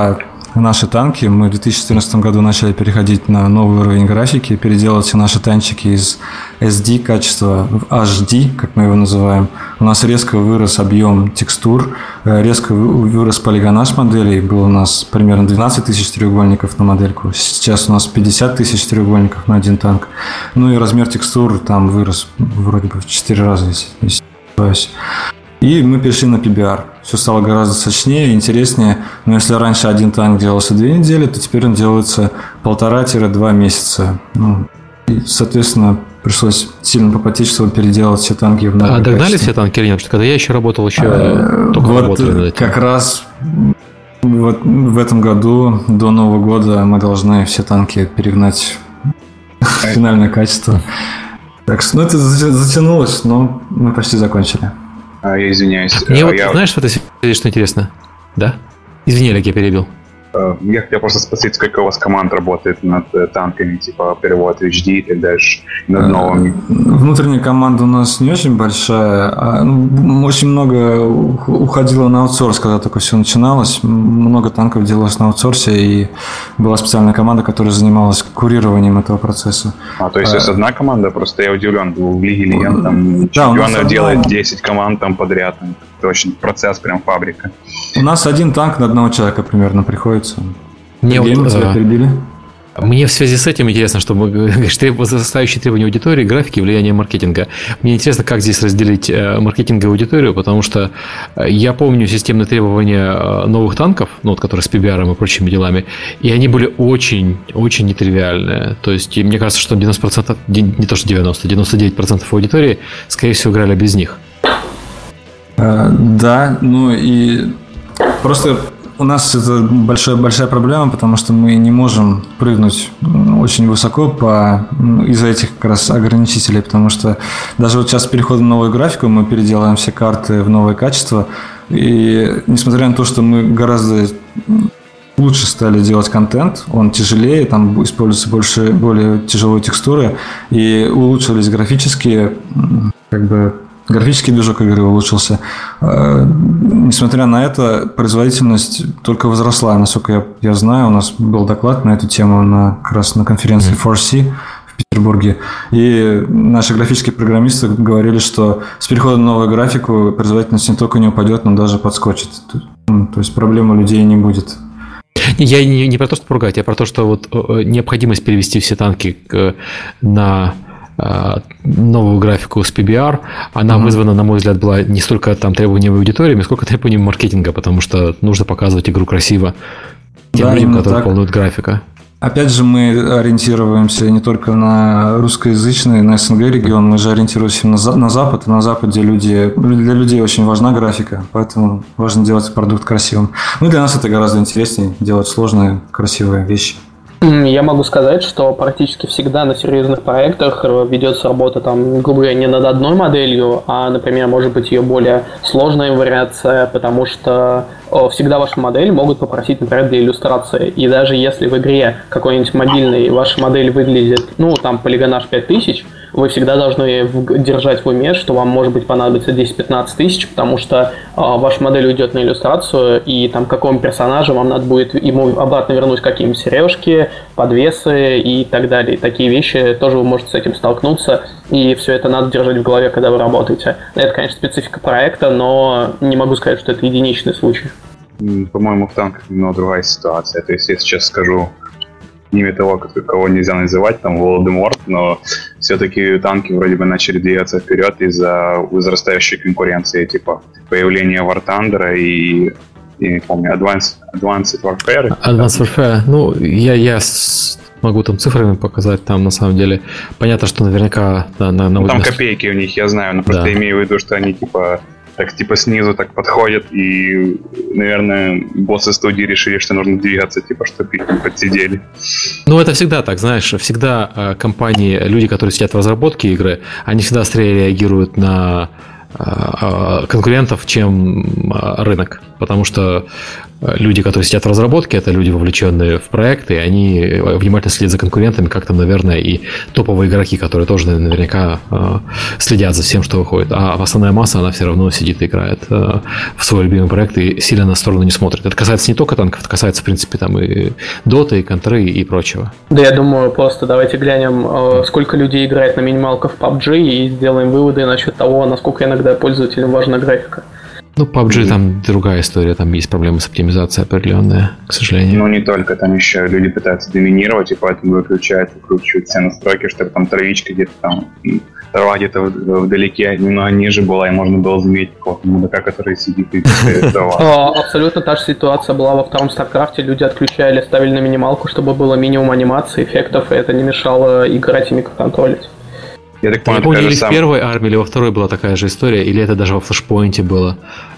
наши танки. Мы в две тысячи четырнадцатом году начали переходить на новый уровень графики, переделать все наши танчики из эс ди качества в эйч ди, как мы его называем. У нас резко вырос объем текстур, резко вырос полигонаж моделей. Было у нас примерно двенадцать тысяч треугольников на модельку. Сейчас у нас пятьдесят тысяч треугольников на один танк. Ну и размер текстур там вырос вроде бы в четыре раза, если не ошибаюсь. И мы перешли на пи би ар. Все стало гораздо сочнее, интереснее. Но если раньше один танк делался две недели, то теперь он делается полтора-два месяца. Ну, и, соответственно, пришлось сильно попотеть, чтобы переделать все танки в новое А догнали качество. все танки или нет? Потому что когда я еще работал, еще а, только вот работали над этим. Как раз вот в этом году, до Нового года, мы должны все танки перегнать в финальное качество. Так что, ну, это затянулось, но мы почти закончили. А, я извиняюсь. Мне а, вот, я... знаешь, в этой связи, что интересно? Да? Извини, Олег, я перебил. Я хотел просто спросить, сколько у вас команд работает над танками, типа перевод эйч ди и так дальше, над новыми? Внутренняя команда у нас не очень большая. А, ну, очень много уходило на аутсорс, когда только все начиналось. Много танков делалось на аутсорсе, и была специальная команда, которая занималась курированием этого процесса. А, то есть, а, есть одна команда? Просто я удивлен. В Лиге Легенд там да, чемпионов делает десять команд там подряд. Это очень процесс, прям фабрика. У нас один танк на одного человека примерно приходится. Мне, вот, тебя перебили? Мне в связи с этим интересно, что мы говорим, возрастающие требования аудитории, графики и влияние маркетинга. Мне интересно, как здесь разделить маркетинг и аудиторию, потому что я помню системные требования новых танков, ну, вот, которые с пи би ар и прочими делами, и они были очень-очень нетривиальные. То есть, мне кажется, что девяносто процентов, не то что девяносто, девяносто девять процентов аудитории, скорее всего, играли без них. Да, ну и просто у нас это большая, большая проблема, потому что мы не можем прыгнуть очень высоко по, из-за этих как раз ограничителей, потому что даже вот сейчас с переходом на новую графику мы переделаем все карты в новое качество, и несмотря на то, что мы гораздо лучше стали делать контент, он тяжелее, там используются больше, более тяжелые текстуры, и улучшились графические, как бы, графический движок игры улучшился. Несмотря на это, производительность только возросла. Насколько я, я знаю, у нас был доклад на эту тему на, как раз на конференции фор си в Петербурге. И наши графические программисты говорили, что с переходом на новую графику производительность не только не упадет, но даже подскочит. То есть проблем у людей не будет. Я не, не про то, что поругать, а про то, что вот необходимость перевести все танки на новую графику с пи би ар, она uh-huh. вызвана, на мой взгляд, была не столько там требованиями аудитории, сколько требованиями маркетинга, потому что нужно показывать игру красиво тем да, людям, которые так. волнуют графика. Опять же, мы ориентируемся не только на русскоязычный, на СНГ регион, мы же ориентируемся на, на Запад, и на Западе люди, для людей очень важна графика, поэтому важно делать продукт красивым. Ну, для нас это гораздо интереснее, делать сложные, красивые вещи. Я могу сказать, что практически всегда на серьезных проектах ведется работа, там, грубо говоря, не над одной моделью, а, например, может быть ее более сложная вариация, потому что всегда вашу модель могут попросить, например, для иллюстрации. И даже если в игре какой-нибудь мобильный ваша модель выглядит, ну, там, полигонаж пять тысяч, вы всегда должны держать в уме, что вам, может быть, понадобится десять-пятнадцать тысяч, потому что э, ваша модель уйдет на иллюстрацию, и там какому персонажу вам надо будет ему обратно вернуть какие-нибудь сережки, подвесы и так далее. Такие вещи тоже вы можете с этим столкнуться, и все это надо держать в голове, когда вы работаете. Это, конечно, специфика проекта, но не могу сказать, что это единичный случай. По-моему, в танках немного другая ситуация. То есть я сейчас скажу имя того, кого нельзя называть, там, Волдеморт, но все-таки танки вроде бы начали двигаться вперед из-за возрастающей конкуренции, типа появления War Thunder и, я не помню, Advanced, Advanced Warfare. Advanced Warfare, ну, я, я могу там цифрами показать, там на самом деле понятно, что наверняка... На, на, на ну, там копейки у них, я знаю, но просто да. имею в виду, что они типа... так типа снизу так подходят, и, наверное, боссы студии решили, что нужно двигаться, типа, чтобы их не подсидели. Ну, это всегда так, знаешь, всегда э, компании, люди, которые сидят в разработке игры, они всегда быстрее реагируют на э, конкурентов, чем э, рынок. потому что люди, которые сидят в разработке, это люди, вовлеченные в проекты, и они внимательно следят за конкурентами, как там, наверное, и топовые игроки, которые тоже наверняка следят за всем, что выходит. А основная масса, она все равно сидит и играет в свой любимый проект и сильно на сторону не смотрит. Это касается не только танков, это касается, в принципе, там и доты, и контры, и прочего. Да, я думаю, просто давайте глянем, сколько людей играет на минималках в пабг, и сделаем выводы насчет того, насколько иногда пользователям важна графика. Ну, пабг mm-hmm. там другая история, там есть проблемы с оптимизацией определенная, к сожалению. Ну, не только, там еще люди пытаются доминировать, и поэтому выключают, выкручивают все настройки, чтобы там травичка где-то там, трава где-то вдалеке, немного ниже была, и можно было заметить какого-то мудака, который сидит и пискает трава. Абсолютно та же ситуация была во втором Старкрафте, люди отключали, ставили на минималку, чтобы было минимум анимации, эффектов, и это не мешало играть и микроконтролить. Я так понял, я помню, или в первой армии, или во второй была такая же история, или это даже во флешпоинте было,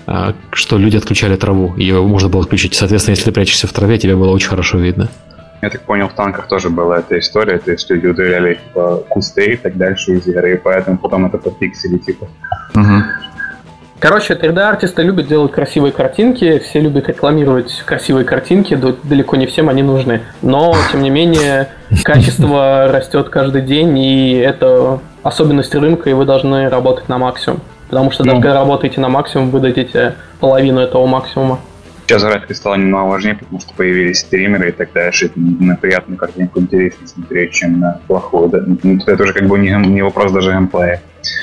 что люди отключали траву, ее можно было отключить. Соответственно, если ты прячешься в траве, тебе было очень хорошо видно. Я так понял, в танках тоже была эта история, то есть люди удаляли типа, кусты и так дальше из игры, и поэтому потом это пофиксили, типа. Угу. Короче, три дэ-артисты любят делать красивые картинки, все любят рекламировать красивые картинки, далеко не всем они нужны. Но, тем не менее, качество растет каждый день, и это особенность рынка, и вы должны работать на максимум. Потому что даже когда работаете на максимум, вы дадите половину этого максимума. Сейчас графика стала немного важнее, потому что появились стримеры и так дальше. На приятную картинку интереснее смотреть, чем на плохую. Да? Это уже как бы не, не вопрос даже геймплея.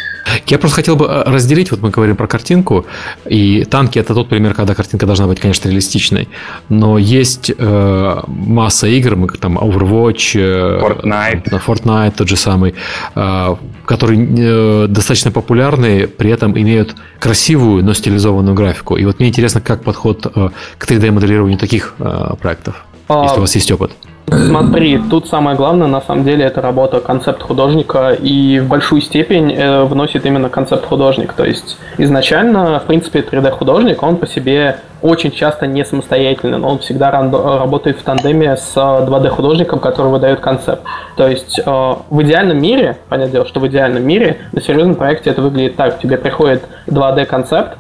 Я просто хотел бы разделить, вот мы говорим про картинку, и танки — это тот пример, когда картинка должна быть, конечно, реалистичной, но есть э, масса игр, мы там Overwatch, Fortnite, э, Fortnite тот же самый, э, которые э, достаточно популярны, при этом имеют красивую, но стилизованную графику. И вот мне интересно, как подход э, к три дэ-моделированию таких э, проектов, а... если у вас есть опыт. Смотри, тут самое главное, на самом деле, это работа концепт-художника, и в большую степень э, вносит именно концепт-художник. То есть изначально, в принципе, три дэ-художник, он по себе очень часто не самостоятельный, но он всегда рандо- работает в тандеме с два дэ-художником, который выдает концепт. То есть э, в идеальном мире, понятное дело, что в идеальном мире на серьезном проекте это выглядит так: тебе приходит два дэ-концепт,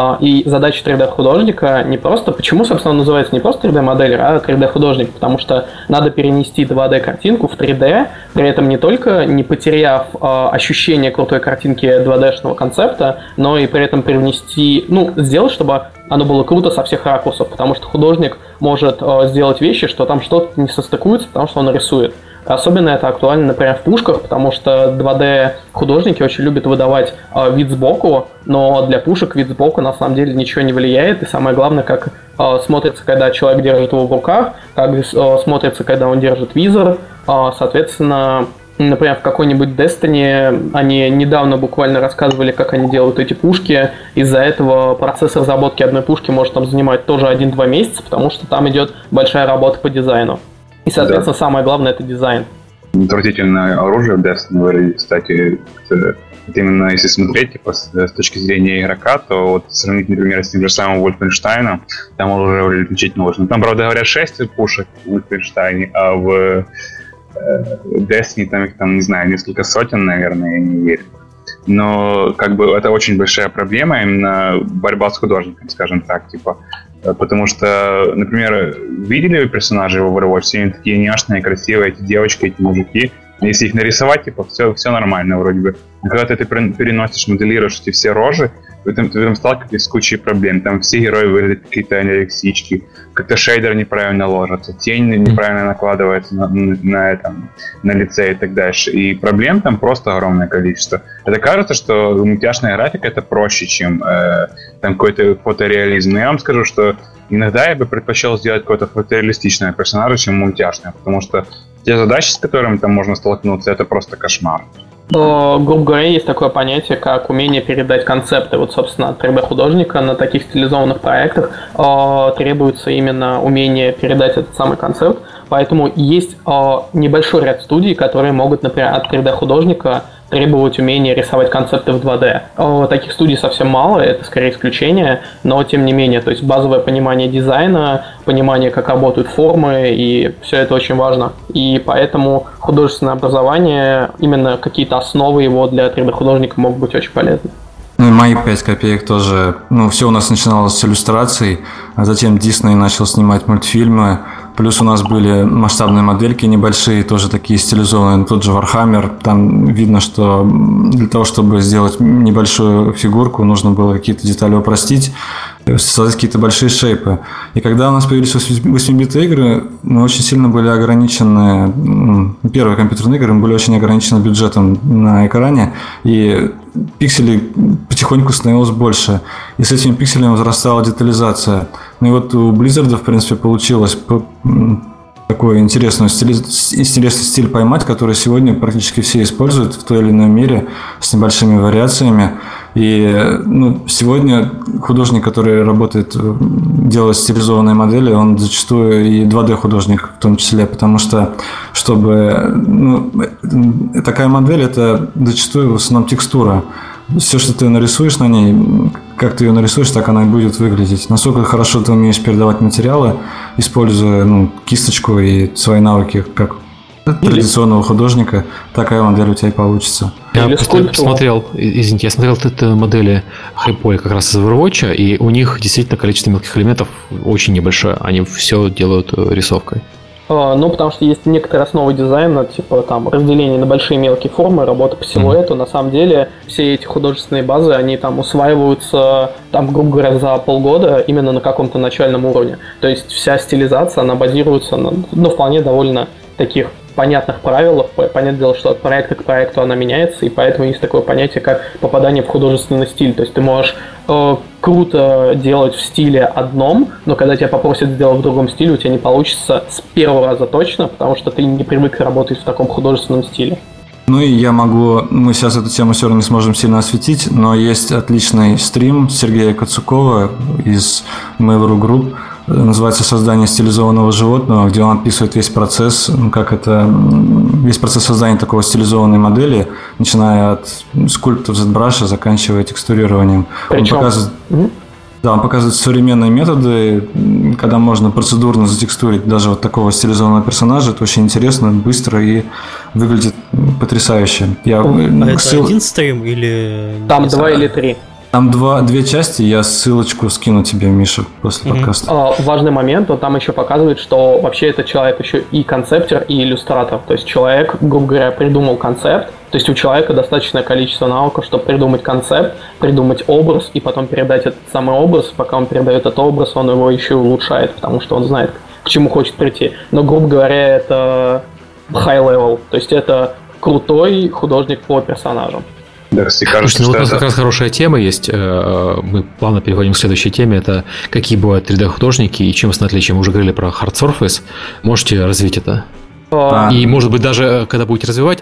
и задача три дэ-художника не просто... Почему, собственно, он называется не просто три дэ-моделер, а три дэ-художник? Потому что надо перенести два дэ-картинку в три дэ, при этом не только не потеряв э, ощущение крутой картинки два дэ-шного концепта, но и при этом перенести... Ну, сделать, чтобы оно было круто со всех ракурсов, потому что художник может э, сделать вещи, что там что-то не состыкуется, потому что он рисует. Особенно это актуально, например, в пушках, потому что два дэ-художники очень любят выдавать э, вид сбоку, но для пушек вид сбоку на самом деле ничего не влияет, и самое главное, как э, смотрится, когда человек держит его в руках, как э, смотрится, когда он держит визор, э, соответственно... Например, в какой-нибудь Destiny они недавно буквально рассказывали, как они делают эти пушки. Из-за этого процесс разработки одной пушки может там занимать тоже один-два месяца, потому что там идет большая работа по дизайну. И, соответственно, да. Самое главное — это дизайн. Отвратительное оружие в Destiny, кстати, это именно если смотреть типа, с, с точки зрения игрока, то вот сравнить, например, с тем же самым Wolfenstein, там уже лечить нужно. Там, правда, говорят, шесть пушек в Wolfenstein, а в Destiny, там их, там, не знаю, несколько сотен, наверное, я не верю. Но, как бы, это очень большая проблема, именно борьба с художником, скажем так, типа. Потому что, например, видели вы персонажей в Overwatch? Все они такие няшные, красивые, эти девочки, эти мужики. Если их нарисовать, типа, все, все нормально вроде бы. Но когда ты это переносишь, моделируешь эти все рожи, вы там, вы там сталкиваетесь с кучей проблем. Там все герои выглядят какие-то анорексички, как-то шейдер неправильно ложится, тень неправильно накладывается на, на, на, этом, на лице и так дальше. И проблем там просто огромное количество. Это кажется, что мультяшная графика это проще, чем э, там какой-то фотореализм. Но я вам скажу, что иногда я бы предпочел сделать какое-то фотореалистичное персонажа, чем мультяшное, потому что те задачи, с которыми там можно столкнуться, это просто кошмар. Грубо говоря, есть такое понятие, как умение передать концепты. Вот, собственно, от три дэ-художника на таких стилизованных проектах э, требуется именно умение передать этот самый концепт. Поэтому есть э, небольшой ряд студий, которые могут, например, от три дэ-художника требовать умения рисовать концепты в два дэ. Э, таких студий совсем мало, это скорее исключение, но тем не менее, то есть базовое понимание дизайна, понимание, как работают формы, и все это очень важно. И поэтому художественное образование, именно какие-то основы его для три дэ-художника могут быть очень полезны. Ну и мои пять копеек тоже. Ну, все у нас начиналось с иллюстраций, а затем Disney начал снимать мультфильмы. Плюс у нас были масштабные модельки небольшие, тоже такие стилизованные. Тот же Warhammer. Там видно, что для того, чтобы сделать небольшую фигурку, нужно было какие-то детали упростить, создать какие-то большие шейпы. И когда у нас появились восьмибитные игры, мы очень сильно были ограничены. Первые компьютерные игры были очень ограничены бюджетом на экране, и пикселей потихоньку становилось больше. И с этими пикселями возрастала детализация. Ну и вот у Blizzard, в принципе, получилось такой интересный стиль, интересный стиль поймать, который сегодня практически все используют в той или иной мере с небольшими вариациями. И ну, сегодня художник, который работает, делает стилизованные модели, он зачастую и два дэ художник в том числе, потому что чтобы ну, такая модель, это зачастую в основном текстура. Все, что ты нарисуешь на ней, как ты ее нарисуешь, так она и будет выглядеть. Насколько хорошо ты умеешь передавать материалы, используя ну, кисточку и свои навыки как традиционного художника, такая модель у тебя и получится. Я посмотрел, извините, я смотрел это модели Hypoi как раз из Overwatch, и у них действительно количество мелких элементов очень небольшое. Они все делают рисовкой. Ну, потому что есть некоторые основы дизайна, типа там разделение на большие и мелкие формы, работа по силуэту. Mm-hmm. На самом деле все эти художественные базы, они там усваиваются, там, грубо говоря, за полгода именно на каком-то начальном уровне. То есть вся стилизация, она базируется на, ну, вполне довольно таких понятных правилах. Понятное дело, что от проекта к проекту она меняется, и поэтому есть такое понятие, как попадание в художественный стиль. То есть ты можешь э, круто делать в стиле одном, но когда тебя попросят сделать в другом стиле, у тебя не получится с первого раза точно, потому что ты не привык работать в таком художественном стиле. Ну и я могу, мы сейчас эту тему все равно не сможем сильно осветить, но есть отличный стрим Сергея Кацукова из Mail.ru Group, называется «Создание стилизованного животного», где он описывает весь процесс, как это, весь процесс создания такого стилизованной модели, начиная от скульптов ZBrush, заканчивая текстурированием. Причем... Он показывает, да, он показывает современные методы, когда можно процедурно затекстурить даже вот такого стилизованного персонажа. Это очень интересно, быстро и выглядит потрясающе. Я, а это ссыл... один стрим или... Там два или три. Там два, две части, я ссылочку скину тебе, Миша, после mm-hmm. подкаста. А, важный момент, он там еще показывает, что вообще этот человек еще и концептер, и иллюстратор. То есть человек, грубо говоря, придумал концепт, то есть у человека достаточное количество навыков, чтобы придумать концепт, придумать образ, и потом передать этот самый образ. Пока он передает этот образ, он его еще улучшает, потому что он знает, к чему хочет прийти. Но, грубо говоря, это high level, то есть это крутой художник по персонажам. Да, кажется, Слушайте, ну вот у нас это... как раз хорошая тема есть. Мы плавно переходим к следующей теме. Это какие бывают три дэ-художники и чем основное отличие. Мы уже говорили про Hard Surface. Можете развить это? А... И, может быть, даже когда будете развивать,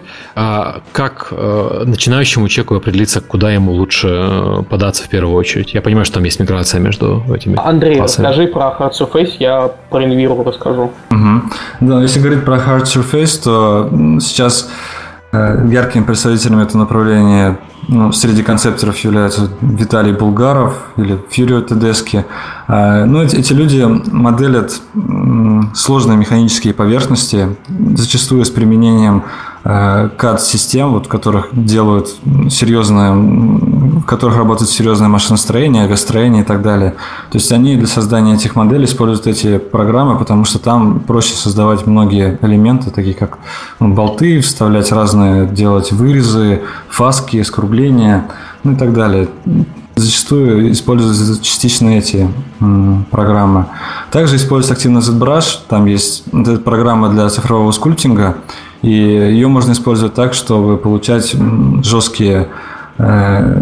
как начинающему человеку определиться, куда ему лучше податься в первую очередь? Я понимаю, что там есть миграция между этими Андрей, классами. Расскажи про Hard Surface, я про Enviro расскажу. Угу. Да, если говорить про Hard Surface, то сейчас... яркими представителями этого направления ну, среди концепторов являются Виталий Булгаров или Фьюрио Тедески. Ну, эти, эти люди моделят сложные механические поверхности, зачастую с применением кей эй ди-систем, вот, в которых делают серьезное, в которых работает серьезное машиностроение, авиастроение и так далее. То есть они для создания этих моделей используют эти программы, потому что там проще создавать многие элементы, такие как ну, болты, вставлять разные, делать вырезы, фаски, скругления, ну и так далее. Зачастую используются частично эти м, программы. Также используется активно ZBrush. Там есть вот эта программа для цифрового скульптинга, и ее можно использовать так, чтобы получать жесткие, э,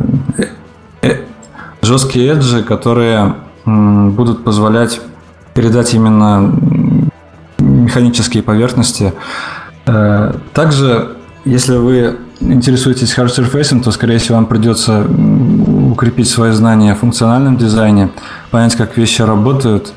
э, жесткие эджи, которые м, будут позволять передать именно механические поверхности. Э, также, если вы интересуетесь hard surface, то, скорее всего, вам придется укрепить свои знания о функциональном дизайне, понять, как вещи работают,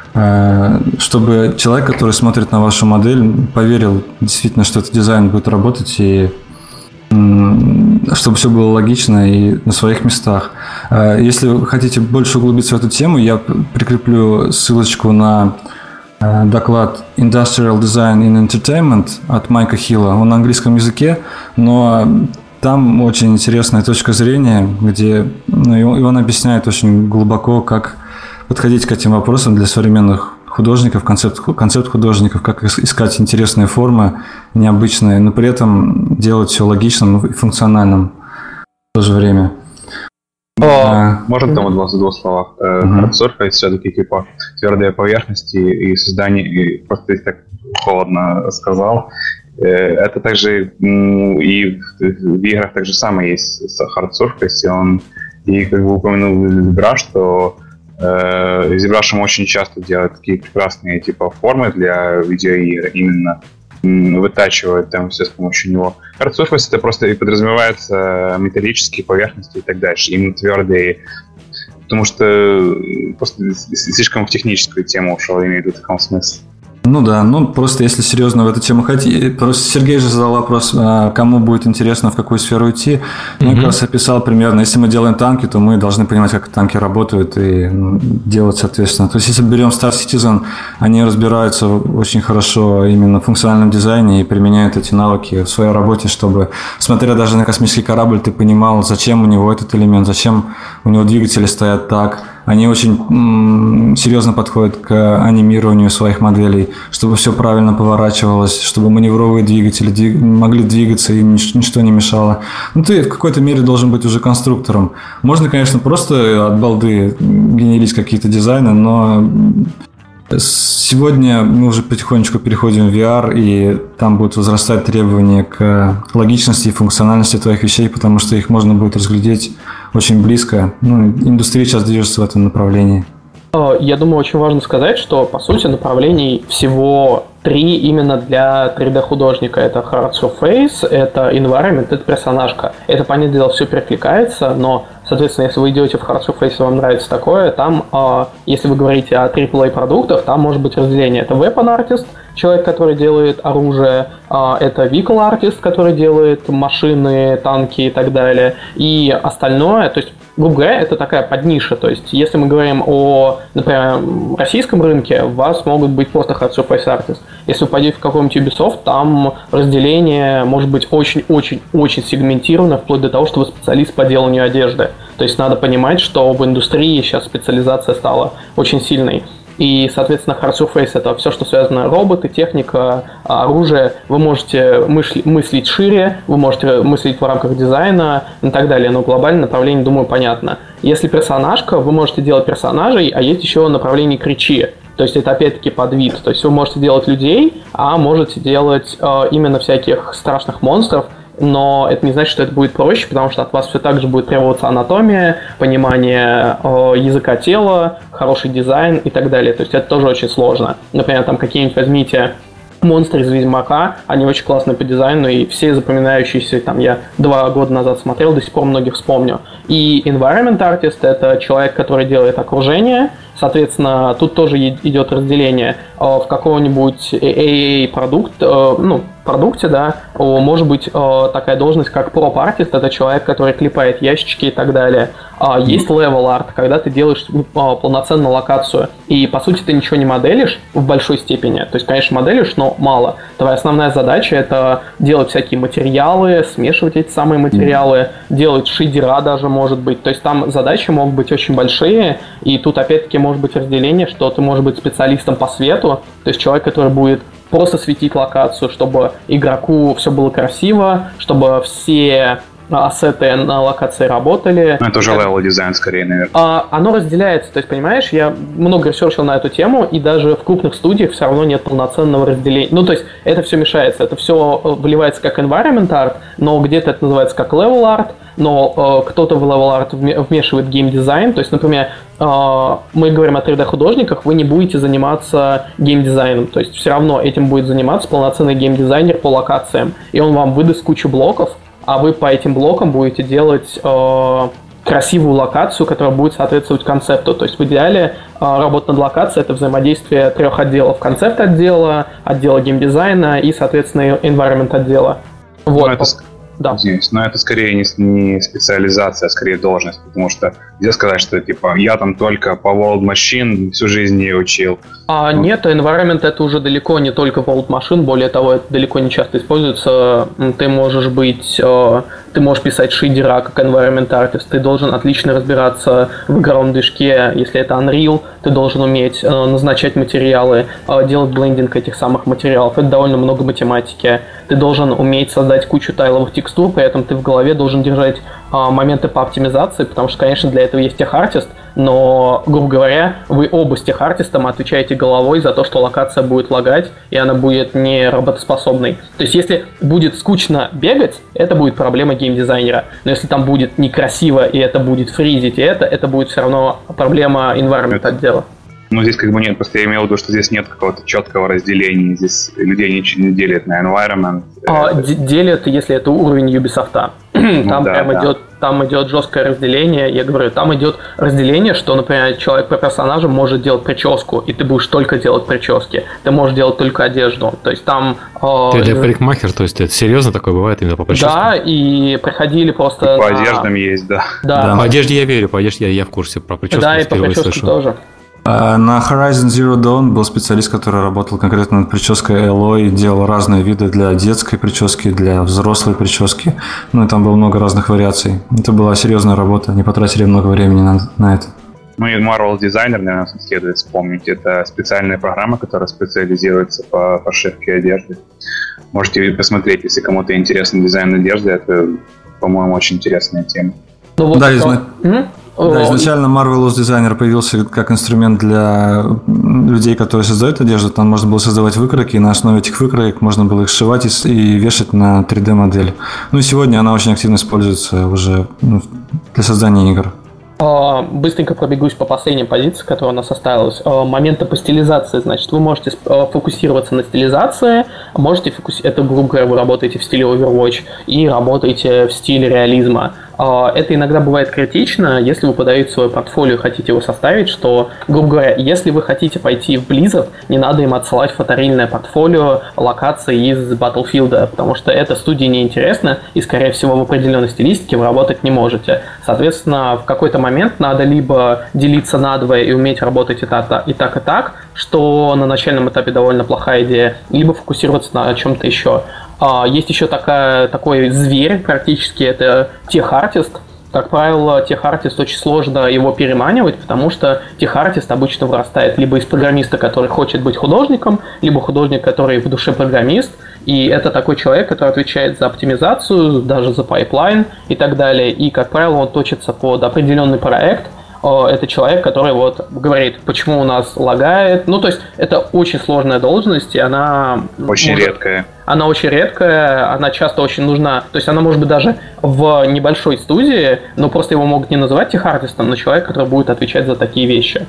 чтобы человек, который смотрит на вашу модель, поверил действительно, что этот дизайн будет работать, и чтобы все было логично и на своих местах. Если вы хотите больше углубиться в эту тему, я прикреплю ссылочку на доклад Industrial Design in Entertainment от Майка Хилла. Он на английском языке, но там очень интересная точка зрения, где ну, и он, и он объясняет очень глубоко, как подходить к этим вопросам для современных художников, концепт, концепт художников, как искать интересные формы, необычные, но при этом делать все логичным и функциональным в то же время. А, можно там в двух, двух словах? Hard-surface все-таки типа твердые поверхности и создание, и просто если так холодно сказал, это также и в играх так же самое есть с Hard-surface, и он и как бы упомянул ZBrush, что э, ZBrush очень часто делает такие прекрасные типа формы для видеоигр, именно вытачивает там все с помощью него. Hard-surface это просто и подразумевается металлические поверхности и так дальше, именно твердые, потому что просто слишком в техническую тему ушел, имею в виду в таком смысле. Ну да, ну просто если серьезно в эту тему хотите, просто Сергей же задал вопрос, кому будет интересно, в какую сферу идти. Mm-hmm. Я как раз описал примерно, если мы делаем танки, то мы должны понимать, как танки работают и ну, делать соответственно. То есть если берем Star Citizen, они разбираются очень хорошо именно в функциональном дизайне и применяют эти навыки в своей работе, чтобы, смотря даже на космический корабль, ты понимал, зачем у него этот элемент, зачем у него двигатели стоят так. Они очень м- серьезно подходят к анимированию своих моделей, чтобы все правильно поворачивалось, чтобы маневровые двигатели двиг- могли двигаться, им нич- ничто не мешало. Ну, ты в какой-то мере должен быть уже конструктором. Можно, конечно, просто от балды генерить какие-то дизайны, но сегодня мы уже потихонечку переходим в ви ар, и там будут возрастать требования к логичности и функциональности твоих вещей, потому что их можно будет разглядеть очень близко. Ну, индустрия сейчас движется в этом направлении. Я думаю, очень важно сказать, что, по сути, направлений всего три именно для три дэ-художника. Это Hard Surface, это Environment, это персонажка. Это, понятное дело, все перекликается, но, соответственно, если вы идете в Hard Surface и вам нравится такое, там, если вы говорите о трипл эй продуктах, там может быть разделение. Это Weapon Artist, человек, который делает оружие, это Vehicle Artist, который делает машины, танки и так далее. И остальное, то есть, грубо говоря, это такая подниша. То есть, если мы говорим о, например, российском рынке, у вас могут быть просто Hard Surface Artist. Если вы пойдете в какой-нибудь Ubisoft, там разделение может быть очень-очень-очень сегментировано, вплоть до того, что вы специалист по деланию одежды. То есть, надо понимать, что в индустрии сейчас специализация стала очень сильной. И, соответственно, Hard Surface — это все, что связано роботы, техника, оружие. Вы можете мыслить шире, вы можете мыслить в рамках дизайна и так далее, но глобальное направление, думаю, понятно. Если персонажка, вы можете делать персонажей, а есть еще направление кричи. То есть это опять-таки подвид. То есть вы можете делать людей, а можете делать э, именно всяких страшных монстров, но это не значит, что это будет проще, потому что от вас все так же будет требоваться анатомия, понимание э, языка тела, хороший дизайн и так далее. То есть это тоже очень сложно. Например, там какие-нибудь возьмите монстры из Ведьмака, они очень классные по дизайну, и все запоминающиеся, там, я два года назад смотрел, до сих пор многих вспомню. И Environment Artist — это человек, который делает окружение, соответственно, тут тоже идет разделение. В каком-нибудь эй эй продукт, ну, продукте, да, может быть такая должность, как Prop-Artist, это человек, который клепает ящички и так далее. Есть Level Art, когда ты делаешь полноценную локацию, и, по сути, ты ничего не моделишь в большой степени, то есть, конечно, моделишь, но мало. Твоя основная задача — это делать всякие материалы, смешивать эти самые материалы, mm-hmm. делать шейдера даже, может быть, то есть там задачи могут быть очень большие, и тут, опять-таки, может быть разделение, что ты можешь быть специалистом по свету, то есть человек, который будет просто светить локацию, чтобы игроку все было красиво, чтобы все ассеты на локации работали. Ну, это уже level дизайн скорее, наверное. А, оно разделяется, то есть, понимаешь, я много ресерчил на эту тему, и даже в крупных студиях все равно нет полноценного разделения. Ну, то есть, это все мешается, это все выливается как environment art, но где-то это называется как level art, но э, кто-то в level art вмешивает геймдизайн, то есть, например, э, мы говорим о три дэ-художниках, вы не будете заниматься геймдизайном, то есть, все равно этим будет заниматься полноценный геймдизайнер по локациям, и он вам выдаст кучу блоков, а вы по этим блокам будете делать э, красивую локацию, которая будет соответствовать концепту. То есть в идеале э, работа над локацией — это взаимодействие трех отделов. Концепт отдела, отдела геймдизайна и, соответственно, environment отдела. Вот. Ну, это... Да. Извините, но это скорее не, не специализация, а скорее должность, потому что нельзя сказать, что типа я там только по World Machine всю жизнь не учил. А ну. Нет, environment — это уже далеко не только World Machine, более того, это далеко не часто используется. Ты можешь быть э, ты можешь писать шейдера как environment artist, ты должен отлично разбираться в игровом движке, если это Unreal, ты должен уметь э, назначать материалы, э, делать блендинг этих самых материалов, это довольно много математики, ты должен уметь создать кучу тайловых текстур, при этом ты в голове должен держать э, моменты по оптимизации, потому что, конечно, для этого есть техартист, но, грубо говоря, вы оба с техартистом отвечаете головой за то, что локация будет лагать, и она будет не работоспособной. То есть, если будет скучно бегать, это будет проблема геймдизайнера. Но если там будет некрасиво, и это будет фризить, и это, это будет все равно проблема environment отдела. Ну, здесь как бы нет, просто я имел в виду, что здесь нет какого-то четкого разделения, здесь людей ничего не делят на environment. А, д- делят, если это уровень Ubisoft. Ну, там да, прям да. идет, там идет жесткое разделение. Я говорю, там идет разделение, что, например, человек по персонажу может делать прическу, и ты будешь только делать прически. Ты можешь делать только одежду. То есть там... Ты для парикмахер, то есть это серьезно такое бывает именно по прическам? Да, и приходили просто... И по на... одеждам есть, да. Да. Да. По одежде я верю, по одежде я, я в курсе, про прическу Да, и по впервые прическе слышу. тоже. На Horizon Zero Dawn был специалист, который работал конкретно над прической Элой, делал разные виды для детской прически, для взрослой прически. Ну и там было много разных вариаций. Это была серьезная работа, не потратили много времени на, на это. Ну и Marvel Designer, наверное, следует вспомнить. Это специальная программа, которая специализируется по пошивке одежды. Можете посмотреть, если кому-то интересен дизайн одежды. Это, по-моему, очень интересная тема. Ну, вот Да, это... изна... М? да, изначально Marvelous Designer появился как инструмент для людей, которые создают одежду. Там можно было создавать выкройки, и на основе этих выкроек можно было их сшивать и, и вешать на три дэ-модель. Ну и сегодня она очень активно используется уже ну, для создания игр. Быстренько пробегусь по последней позиции, которая у нас осталась. Моменты по стилизации, значит, вы можете фокусироваться на стилизации, можете фокусироваться, это, грубо говоря, вы работаете в стиле Overwatch и работаете в стиле реализма. Это иногда бывает критично, если вы подаете свое портфолио и хотите его составить, что, грубо говоря, если вы хотите пойти в Blizzard, не надо им отсылать фоторильное портфолио локации из Battlefield, потому что это студии неинтересно, и, скорее всего, в определенной стилистике вы работать не можете. Соответственно, в какой-то момент надо либо делиться надвое и уметь работать и так, и так, и так, что на начальном этапе довольно плохая идея, либо фокусироваться на чем-то еще. Есть еще такая, такой зверь практически, это техартист. Как правило, техартист очень сложно его переманивать, потому что техартист обычно вырастает либо из программиста, который хочет быть художником, либо художник, который в душе программист. И это такой человек, который отвечает за оптимизацию, даже за пайплайн и так далее. И, как правило, он точится под определенный проект. Это человек, который вот говорит, почему у нас лагает. Ну, то есть, это очень сложная должность, и она... Очень может... редкая. Она очень редкая, она часто очень нужна. То есть, она может быть даже в небольшой студии, но просто его могут не называть техартистом, но человек, который будет отвечать за такие вещи.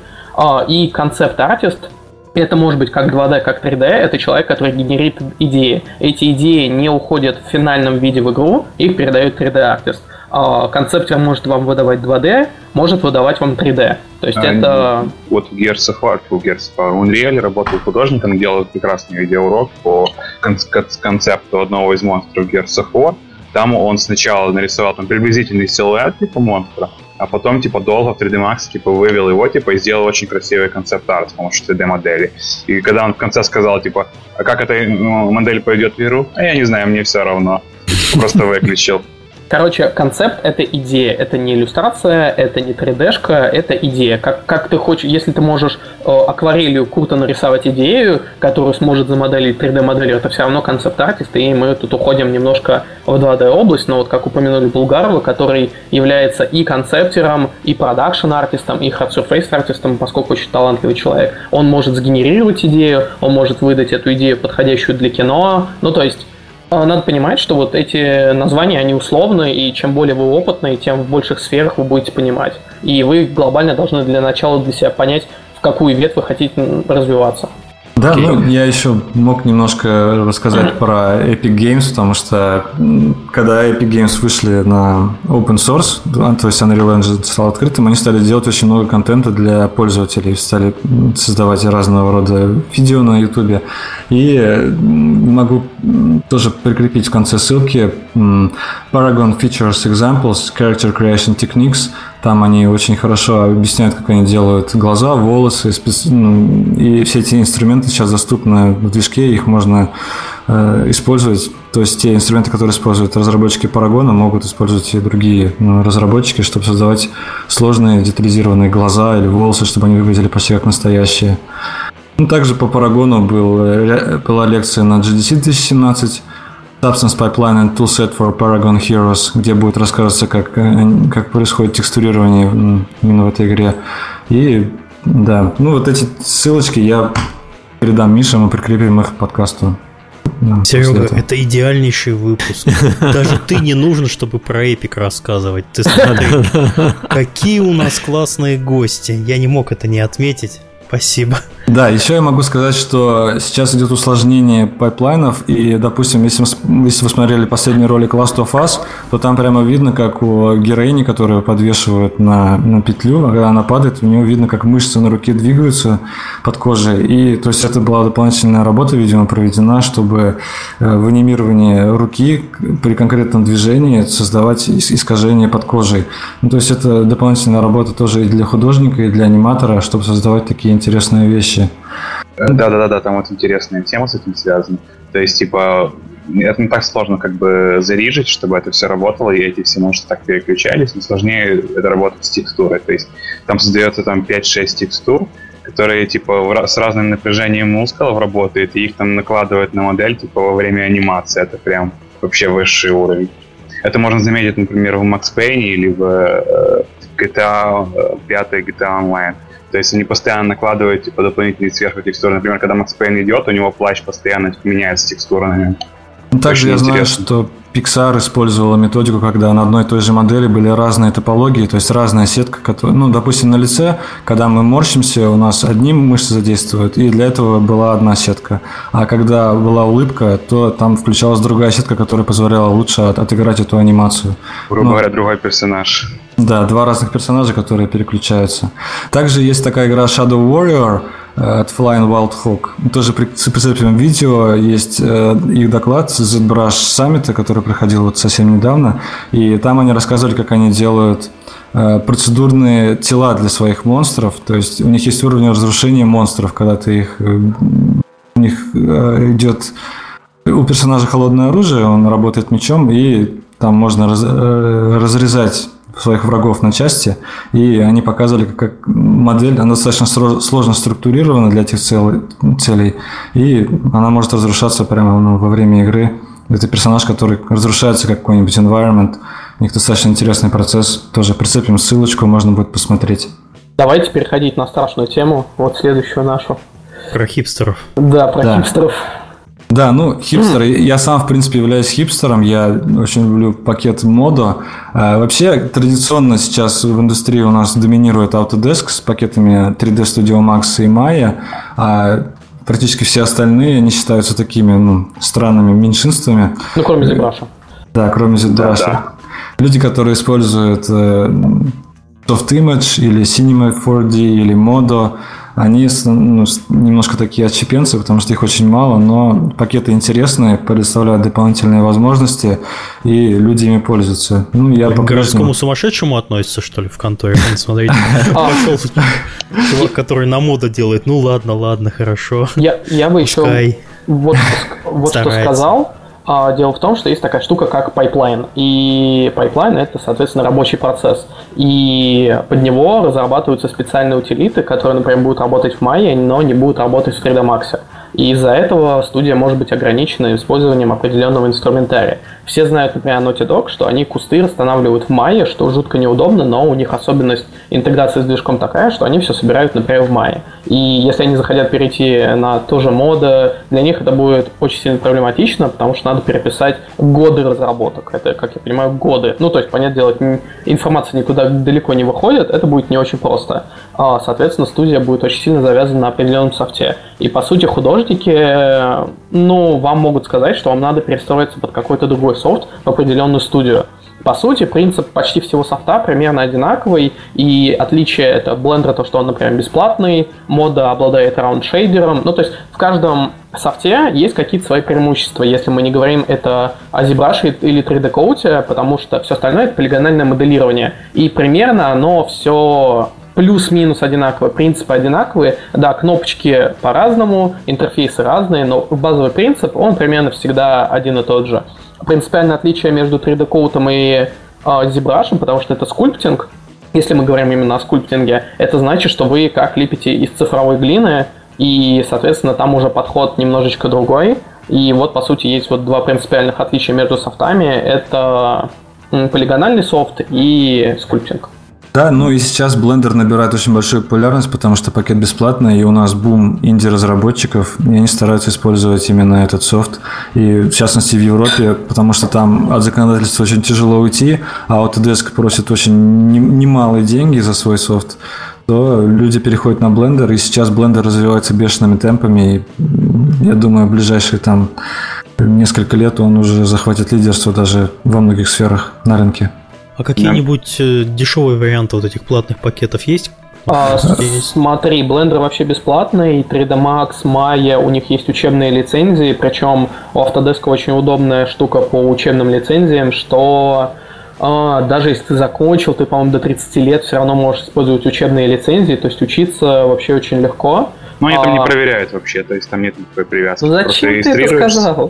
И концепт-артист, это может быть как два дэ, как три дэ, это человек, который генерит идеи. Эти идеи не уходят в финальном виде в игру, их передает три дэ-артист. Концептер может вам выдавать два дэ, может выдавать вам три дэ. То есть а, это... Вот в Gears of War, в Gears of War, в Unreal работал художником, делал прекрасный видеоурок по кон- концепту одного из монстров Gears of War. Там он сначала нарисовал там приблизительный силуэт типа монстра, а потом типа долго в три дэ Max типа вывел его типа и сделал очень красивый концепт-арт с помощью три дэ-модели. И когда он в конце сказал типа, а как эта ну, модель пойдет в игру? А я не знаю, мне все равно. Просто выключил. Короче, концепт — это идея, это не иллюстрация, это не три дэ-шка, это идея. Как, как ты хочешь, если ты можешь э, акварелью круто нарисовать идею, которую сможет замоделить три дэ-моделью, это все равно концепт-артист, и мы тут уходим немножко в два дэ-область, но вот как упомянули Булгарова, который является и концептером, и продакшн-артистом, и hard-surface-артистом, поскольку очень талантливый человек. Он может сгенерировать идею, он может выдать эту идею, подходящую для кино, ну то есть надо понимать, что вот эти названия, они условны, и чем более вы опытны, тем в больших сферах вы будете понимать. И вы глобально должны для начала для себя понять, в какую ветвь вы хотите развиваться. Да, ну я еще мог немножко рассказать про Epic Games, потому что когда Epic Games вышли на open source, то есть Unreal Engine стал открытым, они стали делать очень много контента для пользователей, стали создавать разного рода видео на YouTube. И могу тоже прикрепить в конце ссылки Paragon Features Examples, Character Creation Techniques. Там они очень хорошо объясняют, как они делают глаза, волосы, специ... и все эти инструменты сейчас доступны в движке, их можно э, использовать. То есть те инструменты, которые используют разработчики Paragon, могут использовать и другие ну, разработчики, чтобы создавать сложные детализированные глаза или волосы, чтобы они выглядели почти как настоящие. Ну, также по Paragon был, была лекция на джи ди си две тысячи семнадцать Substance Pipeline and Toolset for Paragon Heroes, где будет рассказываться, как, как происходит текстурирование именно в этой игре. И да, ну вот эти ссылочки я передам Мише, мы прикрепим их к подкасту. Серега, это идеальнейший выпуск. Даже ты не нужен, чтобы про Эпик рассказывать. Ты смотри, какие у нас классные гости. Я не мог это не отметить. Спасибо. Да, еще я могу сказать, что сейчас идет усложнение пайплайнов, и, допустим, если, если вы смотрели последний ролик Last of Us, то там прямо видно, как у героини, которую подвешивают на, на петлю, когда она падает, у нее видно, как мышцы на руке двигаются под кожей, и то есть это была дополнительная работа, видимо, проведена, чтобы в анимировании руки при конкретном движении создавать искажения под кожей. Ну, то есть это дополнительная работа тоже и для художника, и для аниматора, чтобы создавать такие интересные вещи. Да-да-да, там вот интересная тема с этим связана. То есть, типа, это не так сложно как бы зариджить, чтобы это все работало, и эти все монстры так переключались, но сложнее это работать с текстурой. То есть, там создается там пять-шесть текстур, которые, типа, с разным напряжением мускулов работают, и их там накладывают на модель, типа, во время анимации. Это прям вообще высший уровень. Это можно заметить, например, в Max Payne или в джи ти эй пять, джи ти эй Online. То есть они постоянно накладывают типа дополнительные сверху текстуры. Например, когда Max Payne идет, у него плащ постоянно типа, меняется текстурами. Также я знаю, что Pixar использовала методику, когда на одной и той же модели были разные топологии, то есть разная сетка, которая, ну, допустим, на лице, когда мы морщимся, у нас одни мышцы задействуют, и для этого была одна сетка. А когда была улыбка, то там включалась другая сетка, которая позволяла лучше от, отыграть эту анимацию. Грубо говоря, другой персонаж. Да, два разных персонажа, которые переключаются. Также есть такая игра Shadow Warrior от Flying Wild Hog. Тоже прицеплено видео, есть их доклад с ZBrush Summit, который проходил вот совсем недавно, и там они рассказывали, как они делают процедурные тела для своих монстров, то есть у них есть уровень разрушения монстров, когда ты их, у них идет у персонажа холодное оружие, он работает мечом, и там можно раз, разрезать своих врагов на части, и они показывали, как модель, она достаточно сложно структурирована для этих целей, и она может разрушаться прямо ну, во время игры. Это персонаж, который разрушается как какой-нибудь environment. У них достаточно интересный процесс. Тоже прицепим ссылочку, можно будет посмотреть. Давайте переходить на страшную тему, вот следующую нашу. Про хипстеров. Да, про да. хипстеров. Да, ну, хипстеры. Mm. Я сам, в принципе, являюсь хипстером. Я очень люблю пакет Modo. А, вообще, традиционно сейчас в индустрии у нас доминирует Autodesk с пакетами три дэ Studio Max и Maya. А практически все остальные, они считаются такими ну, странными меньшинствами. Ну, кроме ZBrush. Да, кроме ZBrush. Да, да. Люди, которые используют э, SoftImage или Cinema фор ди или Modo, они ну, немножко такие отщепенцы, потому что их очень мало, но пакеты интересные, предоставляют дополнительные возможности, и люди ими пользуются. Ну, я к городскому сумасшедшему относится, что ли, в конторе? Смотрите, чувак, который на моду делает. Ну ладно, ладно, хорошо. Я бы еще вот что сказал. Дело в том, что есть такая штука, как пайплайн. И пайплайн – это, соответственно, рабочий процесс. И под него разрабатываются специальные утилиты, которые, например, будут работать в Maya, но не будут работать в три дэ Max. И из-за этого студия может быть ограничена использованием определенного инструментария. Все знают, например, Naughty Dog, что они кусты расстанавливают в Maya, что жутко неудобно, но у них особенность интеграции с движком такая, что они все собирают, например, в Maya. И если они захотят перейти на то же мода, для них это будет очень сильно проблематично, потому что надо переписать годы разработок. Это, как я понимаю, годы. Ну, то есть, понятное дело, информация никуда далеко не выходит, это будет не очень просто. Соответственно, студия будет очень сильно завязана на определенном софте. И, по сути, художники, ну, вам могут сказать, что вам надо перестроиться под какой-то другой софт в определенную студию. По сути, принцип почти всего софта примерно одинаковый, и отличие это Blender, то, что он, например, бесплатный, мода обладает раунд-шейдером, ну, то есть в каждом софте есть какие-то свои преимущества, если мы не говорим это о ZBrush или три дэ Coat, потому что все остальное это полигональное моделирование, и примерно оно все... плюс-минус одинаковые, принципы одинаковые. Да, кнопочки по-разному, интерфейсы разные, но базовый принцип, он примерно всегда один и тот же. Принципиальное отличие между три дэ Coat и э, ZBrush, потому что это скульптинг. Если мы говорим именно о скульптинге, это значит, что вы как лепите из цифровой глины, и, соответственно, там уже подход немножечко другой. И вот, по сути, есть вот два принципиальных отличия между софтами. Это полигональный софт и скульптинг. Да, ну и сейчас Blender набирает очень большую популярность, потому что пакет бесплатный, и у нас бум инди-разработчиков, и они стараются использовать именно этот софт. И в частности в Европе, потому что там от законодательства очень тяжело уйти, а Autodesk просит очень немалые деньги за свой софт, то люди переходят на Blender, и сейчас Blender развивается бешеными темпами, и я думаю, в ближайшие там несколько лет он уже захватит лидерство даже во многих сферах на рынке. А какие-нибудь да. дешевые варианты вот этих платных пакетов есть? А, смотри, Blender вообще бесплатный, три дэ Max, Maya, у них есть учебные лицензии, причем у Autodesk очень удобная штука по учебным лицензиям, что а, даже если ты закончил, ты, по-моему, до тридцати лет все равно можешь использовать учебные лицензии, то есть учиться вообще очень легко. Но они а... там не проверяют вообще, то есть там нет никакой привязки. Ну зачем ты это сказал?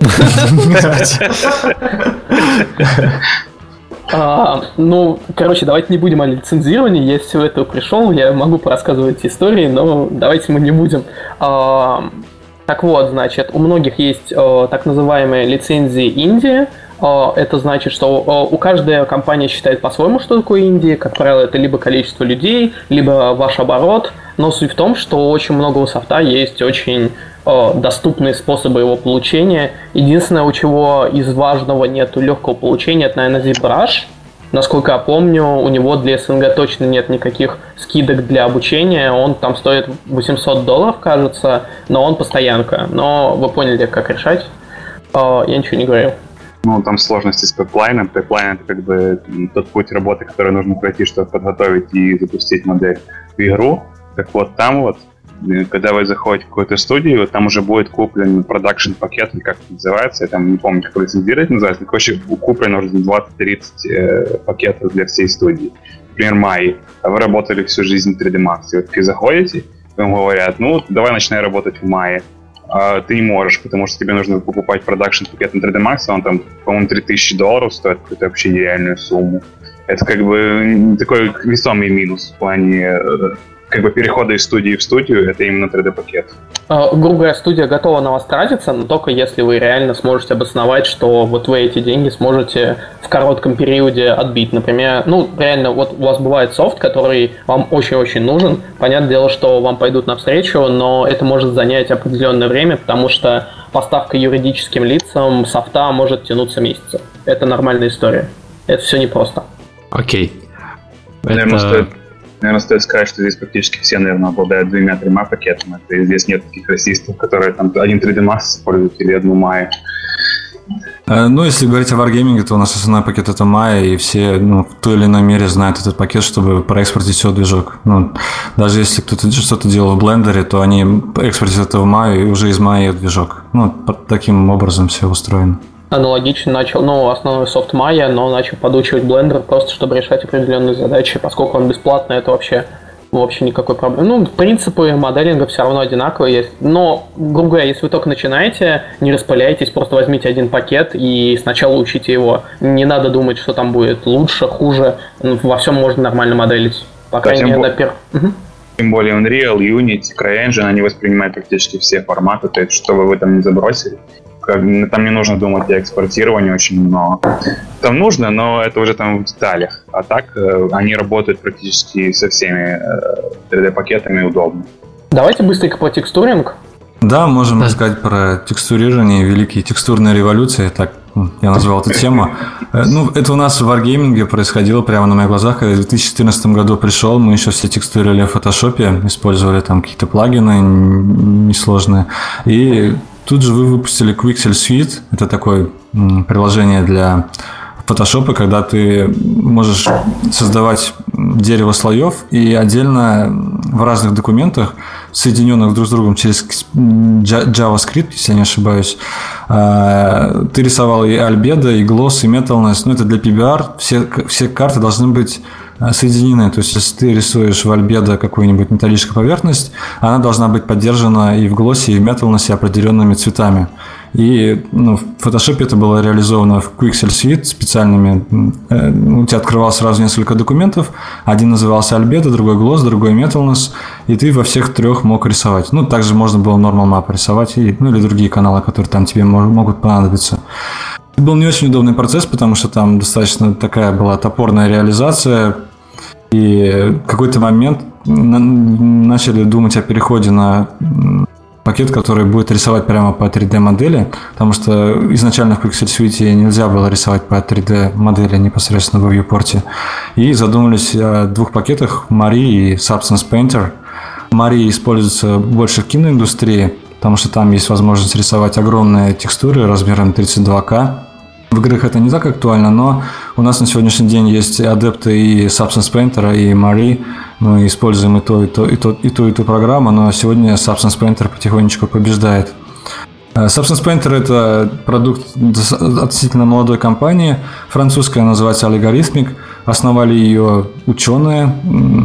А, ну, короче, давайте не будем о лицензировании. Я с всего этого пришел, я могу порассказывать истории, но давайте мы не будем. А, так вот, значит, у многих есть а, так называемые лицензии инди. А, это значит, что а, у каждой компании считает по-своему, что такое инди. Как правило, это либо количество людей, либо ваш оборот. Но суть в том, что очень много у софта есть очень доступные способы его получения. Единственное, у чего из важного нету легкого получения, это, наверное, ZBrush. Насколько я помню, у него для СНГ точно нет никаких скидок для обучения. Он там стоит восемьсот долларов, кажется, но он постоянка. Но вы поняли, как решать. Я ничего не говорил. Ну, там сложности с пайплайном. Пайплайн — это как бы тот путь работы, который нужно пройти, чтобы подготовить и запустить модель в игру. Так вот, там вот когда вы заходите в какую-то студию, там уже будет куплен продакшн-пакет, как это называется, я там не помню, как лицензировать называется, но, короче, куплен уже двадцать-тридцать э, пакетов для всей студии. Например, Maya. А вы работали всю жизнь в три дэ Max, и вот вы заходите, вам говорят, ну, давай начинай работать в Maya. А ты не можешь, потому что тебе нужно покупать продакшн-пакет на три дэ Max, он там, по-моему, три тысячи долларов стоит, какую-то вообще нереальную сумму. Это как бы такой весомый минус в плане как бы перехода из студии в студию, это именно три дэ пакет. Грубо говоря, студия готова на вас тратиться, но только если вы реально сможете обосновать, что вот вы эти деньги сможете в коротком периоде отбить. Например, ну, реально, вот у вас бывает софт, который вам очень-очень нужен. Понятное дело, что вам пойдут навстречу, но это может занять определенное время, потому что поставка юридическим лицам софта может тянуться месяцы. Это нормальная история. Это все непросто. Окей. Наверное, это... стоит... Наверное, стоит сказать, что здесь практически все, наверное, обладают двумя-тремя пакетами. Это, здесь нет таких российских, которые там один три дэ Max используют или одну Maya. Ну, если говорить о Wargaming, то у нас основной пакет это Maya, и все ну, в той или иной мере знают этот пакет, чтобы проэкспортить все движок. Ну, даже если кто-то что-то делал в Blender, то они экспортят это в Maya, и уже из Maya движок. Ну, таким образом все устроено. Аналогично начал, ну, основной софт Maya, но начал подучивать Blender просто, чтобы решать определенные задачи, поскольку он бесплатный, это вообще, вообще никакой проблемы. Ну, принципы моделинга все равно одинаковые есть, но, грубо говоря, если вы только начинаете, не распыляйтесь, просто возьмите один пакет и сначала учите его. Не надо думать, что там будет лучше, хуже, во всем можно нормально моделить. По крайней мере, на первом. Угу. Тем более Unreal, Unity, CryEngine, они воспринимают практически все форматы, то есть, что бы вы там не забросили. Там не нужно думать о экспортировании очень много. Там нужно, но это уже там в деталях. А так они работают практически со всеми три дэ пакетами удобно. Давайте быстренько про текстуринг. Да, можем да. рассказать про текстурирование, великие текстурные революции, так я назвал эту тему. Ну, это у нас в Wargaming происходило прямо на моих глазах. Когда в две тысячи четырнадцатом году пришел, мы еще все текстурили в фотошопе, использовали там какие-то плагины несложные. И тут же вы выпустили Quixel Suite. Это такое приложение для фотошопы, когда ты можешь создавать дерево слоев и отдельно в разных документах, соединенных друг с другом через JavaScript, если я не ошибаюсь, ты рисовал и альбедо, и глосс, и металнес. Ну, это для пи би ар. Все, все карты должны быть соединены. То есть, если ты рисуешь в альбедо какую-нибудь металлическую поверхность, она должна быть поддержана и в глоссе, и в металнесе определенными цветами. И ну, в Photoshop это было реализовано в Quixel Suite специальными. У тебя открывалось сразу несколько документов. Один назывался альбедо, другой глосс, другой металнес. И ты во всех трех мог рисовать. Ну, также можно было Normal Map рисовать, и, ну, или другие каналы, которые там тебе могут понадобиться. Это был не очень удобный процесс, потому что там достаточно такая была топорная реализация. И в какой-то момент начали думать о переходе на пакет, который будет рисовать прямо по три дэ-модели, потому что изначально в Quixel Suite нельзя было рисовать по три дэ-модели непосредственно в viewport. И задумались о двух пакетах, Mari и Substance Painter. Mari используется больше в киноиндустрии, потому что там есть возможность рисовать огромные текстуры размером тридцать два ка. В играх это не так актуально, но у нас на сегодняшний день есть адепты и Substance Painter, и Mari. Мы используем и то, и то, и то, и ту, и ту программу, но сегодня Substance Painter потихонечку побеждает. Substance Painter – это продукт относительно молодой компании, французская, называется Algorithmic. Основали ее ученые.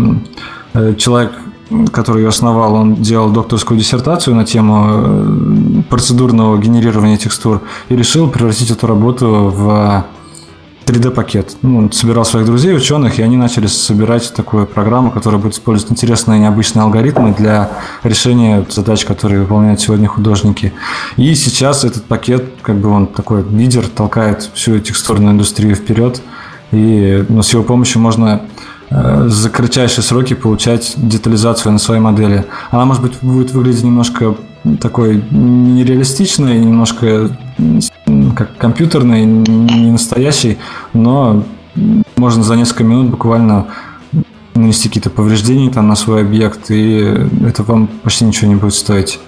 Человек, который ее основал, он делал докторскую диссертацию на тему процедурного генерирования текстур и решил превратить эту работу в три дэ-пакет. Ну, он собирал своих друзей, ученых, и они начали собирать такую программу, которая будет использовать интересные и необычные алгоритмы для решения задач, которые выполняют сегодня художники. И сейчас этот пакет, как бы он такой лидер, толкает всю текстурную индустрию вперед, и ну, с его помощью можно за кратчайшие сроки получать детализацию на своей модели. Она, может быть, будет выглядеть немножко такой нереалистичной, немножко как компьютерной, не настоящей, но можно за несколько минут буквально нанести какие-то повреждения там на свой объект, и это вам почти ничего не будет стоить.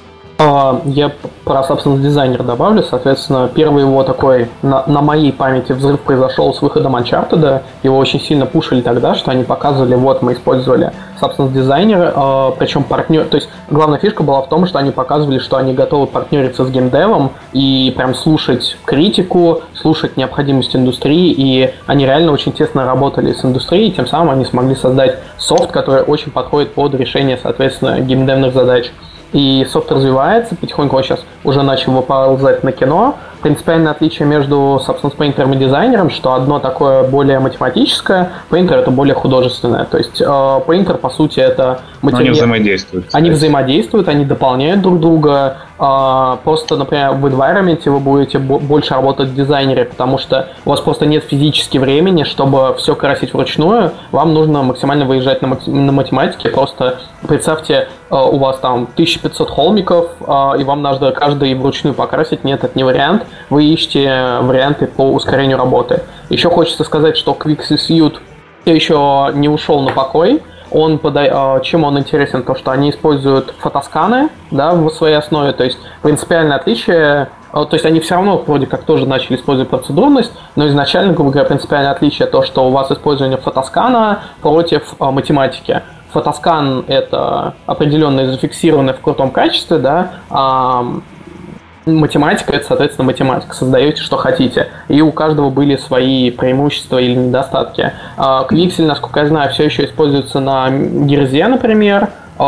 Я про Substance Designer добавлю. Соответственно, первый его такой, на, на моей памяти, взрыв произошел с выходом Uncharted. Его очень сильно пушили тогда, что они показывали, вот мы использовали Substance Designer, причем партнер... То есть главная фишка была в том, что они показывали, что они готовы партнериться с геймдевом и прям слушать критику, слушать необходимость индустрии, и они реально очень тесно работали с индустрией, и тем самым они смогли создать софт, который очень подходит под решение, соответственно, геймдевных задач. И софт развивается, потихоньку он сейчас уже начал выползать на кино. Принципиальное отличие между Substance Painter и дизайнером, что одно такое более математическое, Painter это более художественное. То есть Painter, по сути, это материал... Они взаимодействуют. Они взаимодействуют, они дополняют друг друга. Просто, например, в environment вы будете больше работать в дизайнере, потому что у вас просто нет физически времени, чтобы все красить вручную. Вам нужно максимально выезжать на, на математике. Просто представьте, у вас там тысяча пятьсот холмиков, и вам надо каждый вручную покрасить. Нет, это не вариант. Вы ищете варианты по ускорению работы. Еще хочется сказать, что Quixel Suite все еще не ушел на покой. Он пода... Чем он интересен? То, что они используют фотосканы, да, в своей основе. То есть принципиальное отличие... То есть они все равно вроде как тоже начали использовать процедурность, но изначально, грубо говоря, принципиальное отличие то, что у вас использование фотоскана против математики. Фотоскан — это определенное зафиксированное в крутом качестве, да, а математика — это, соответственно, математика. Создаете, что хотите. И у каждого были свои преимущества или недостатки. Quixel, насколько я знаю, все еще используется на Герзе, например.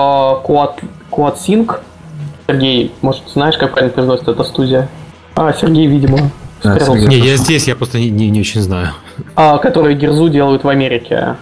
Quad, QuadSync. Сергей, может, знаешь, как правильно произносится эта студия? А, Сергей, видимо. Да, Сергей. Не, я здесь, я просто не, не, не очень знаю. А, которые Герзу делают в Америке.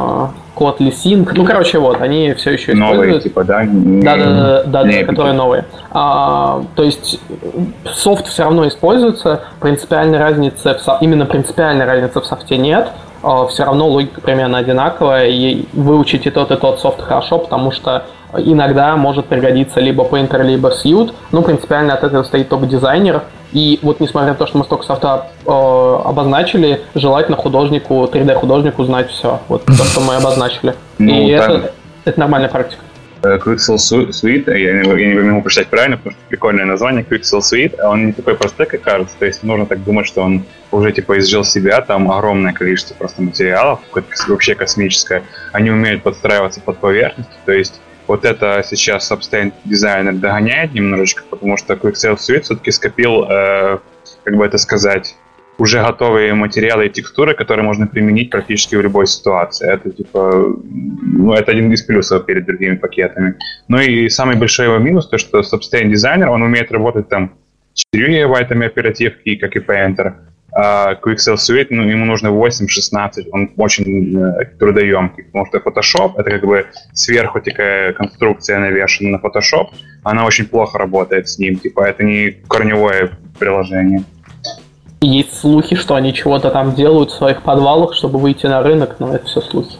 Kotlin Sync. Ну, короче, вот, они все еще используют. Новые, типа, да? Да, да, да, да, да, которые новые. А, то есть софт все равно используется, принципиальной разницы, в со... именно принципиальной разницы в софте нет. А, все равно логика примерно одинаковая, и выучить и тот, и тот софт хорошо, потому что иногда может пригодиться либо Painter, либо Suite. Ну, принципиально от этого стоит только дизайнер. И вот несмотря на то, что мы столько софта э, обозначили, желательно художнику, три дэ-художнику знать все. Вот то, что мы обозначили. Ну, и там... это, это нормальная практика. Quixel Suite, я не, я не могу прочитать правильно, потому что прикольное название, Quixel Suite, он не такой простой, как кажется, то есть нужно так думать, что он уже типа изжил себя, там огромное количество просто материалов, вообще космическое, они умеют подстраиваться под поверхность, то есть вот это сейчас Substance дизайнер догоняет немножечко, потому что Quixel Suite все-таки скопил, э, как бы это сказать, уже готовые материалы и текстуры, которые можно применить практически в любой ситуации. Это типа, ну, это один из плюсов перед другими пакетами. Ну и самый большой его минус, то что Substance дизайнер, он умеет работать там с четырьмя гигабайтами оперативки, как и Painter, а Quixel Suite, ну, ему нужно восемь-шестнадцать, он очень э, трудоемкий, потому что Photoshop, это как бы сверху такая конструкция навешена на Photoshop, она очень плохо работает с ним, типа это не корневое приложение. Есть слухи, что они чего-то там делают в своих подвалах, чтобы выйти на рынок, но это все слухи.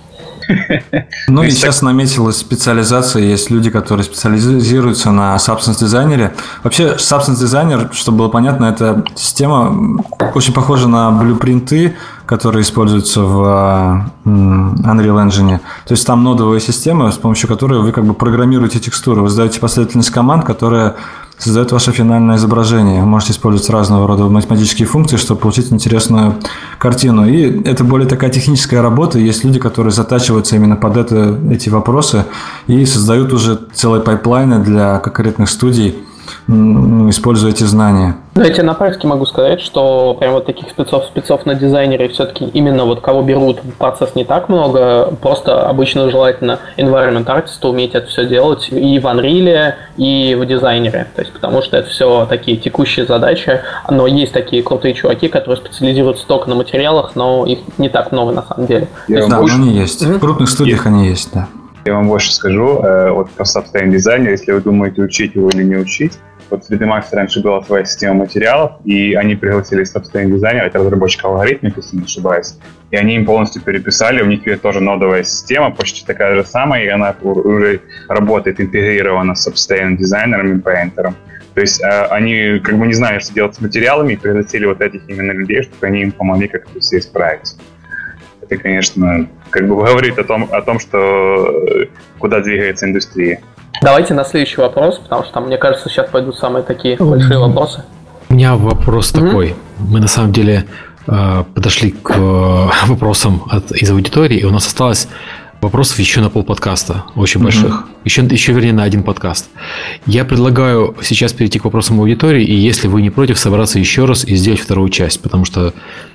Ну и сейчас наметилась специализация, есть люди, которые специализируются на Substance дизайнере. Вообще Substance дизайнер, чтобы было понятно, это система очень похожа на блюпринты, которые используются в Unreal Engine. То есть там нодовая система, с помощью которой вы как бы программируете текстуру, вы задаете последовательность команд, которая создает ваше финальное изображение. Вы можете использовать разного рода математические функции, чтобы получить интересную картину. И это более такая техническая работа. Есть люди, которые затачиваются именно под это, эти вопросы и создают уже целые пайплайны для конкретных студий, используя эти знания. Ну, я тебе на практике могу сказать, что прям вот таких спецов, спецов на дизайнере все-таки именно вот кого берут в процесс не так много, просто обычно желательно environment artist уметь это все делать и в Unreal, и в дизайнере, то есть потому что это все такие текущие задачи, но есть такие крутые чуваки, которые специализируются только на материалах, но их не так много на самом деле. Я да, больше... они есть, mm-hmm. в крупных студиях yeah. они есть, да. Я вам больше скажу, э, вот про Substance дизайнер, если вы думаете, учить его или не учить, вот в три дэ Max раньше была своя система материалов, и они пригласили Substance дизайнера, это разработчик алгоритмов, если не ошибаюсь, и они им полностью переписали, у них тоже нодовая система, почти такая же самая, и она уже работает интегрирована с Substance дизайнером и Painter. То есть э, они как бы не знали, что делать с материалами, и пригласили вот этих именно людей, чтобы они им помогли как-то все исправить. Это, конечно, как бы говорит о том, о том, что куда двигается индустрия. Давайте на следующий вопрос, потому что там, мне кажется, сейчас пойдут самые такие большие вопросы. У меня вопрос mm-hmm. такой. Мы на самом деле э, подошли к э, вопросам от, из аудитории, и у нас осталось вопросов еще на полподкаста, очень mm-hmm. больших. Еще, еще, вернее, на один подкаст. Я предлагаю сейчас перейти к вопросам аудитории, и если вы не против, собраться еще раз и сделать вторую часть, потому что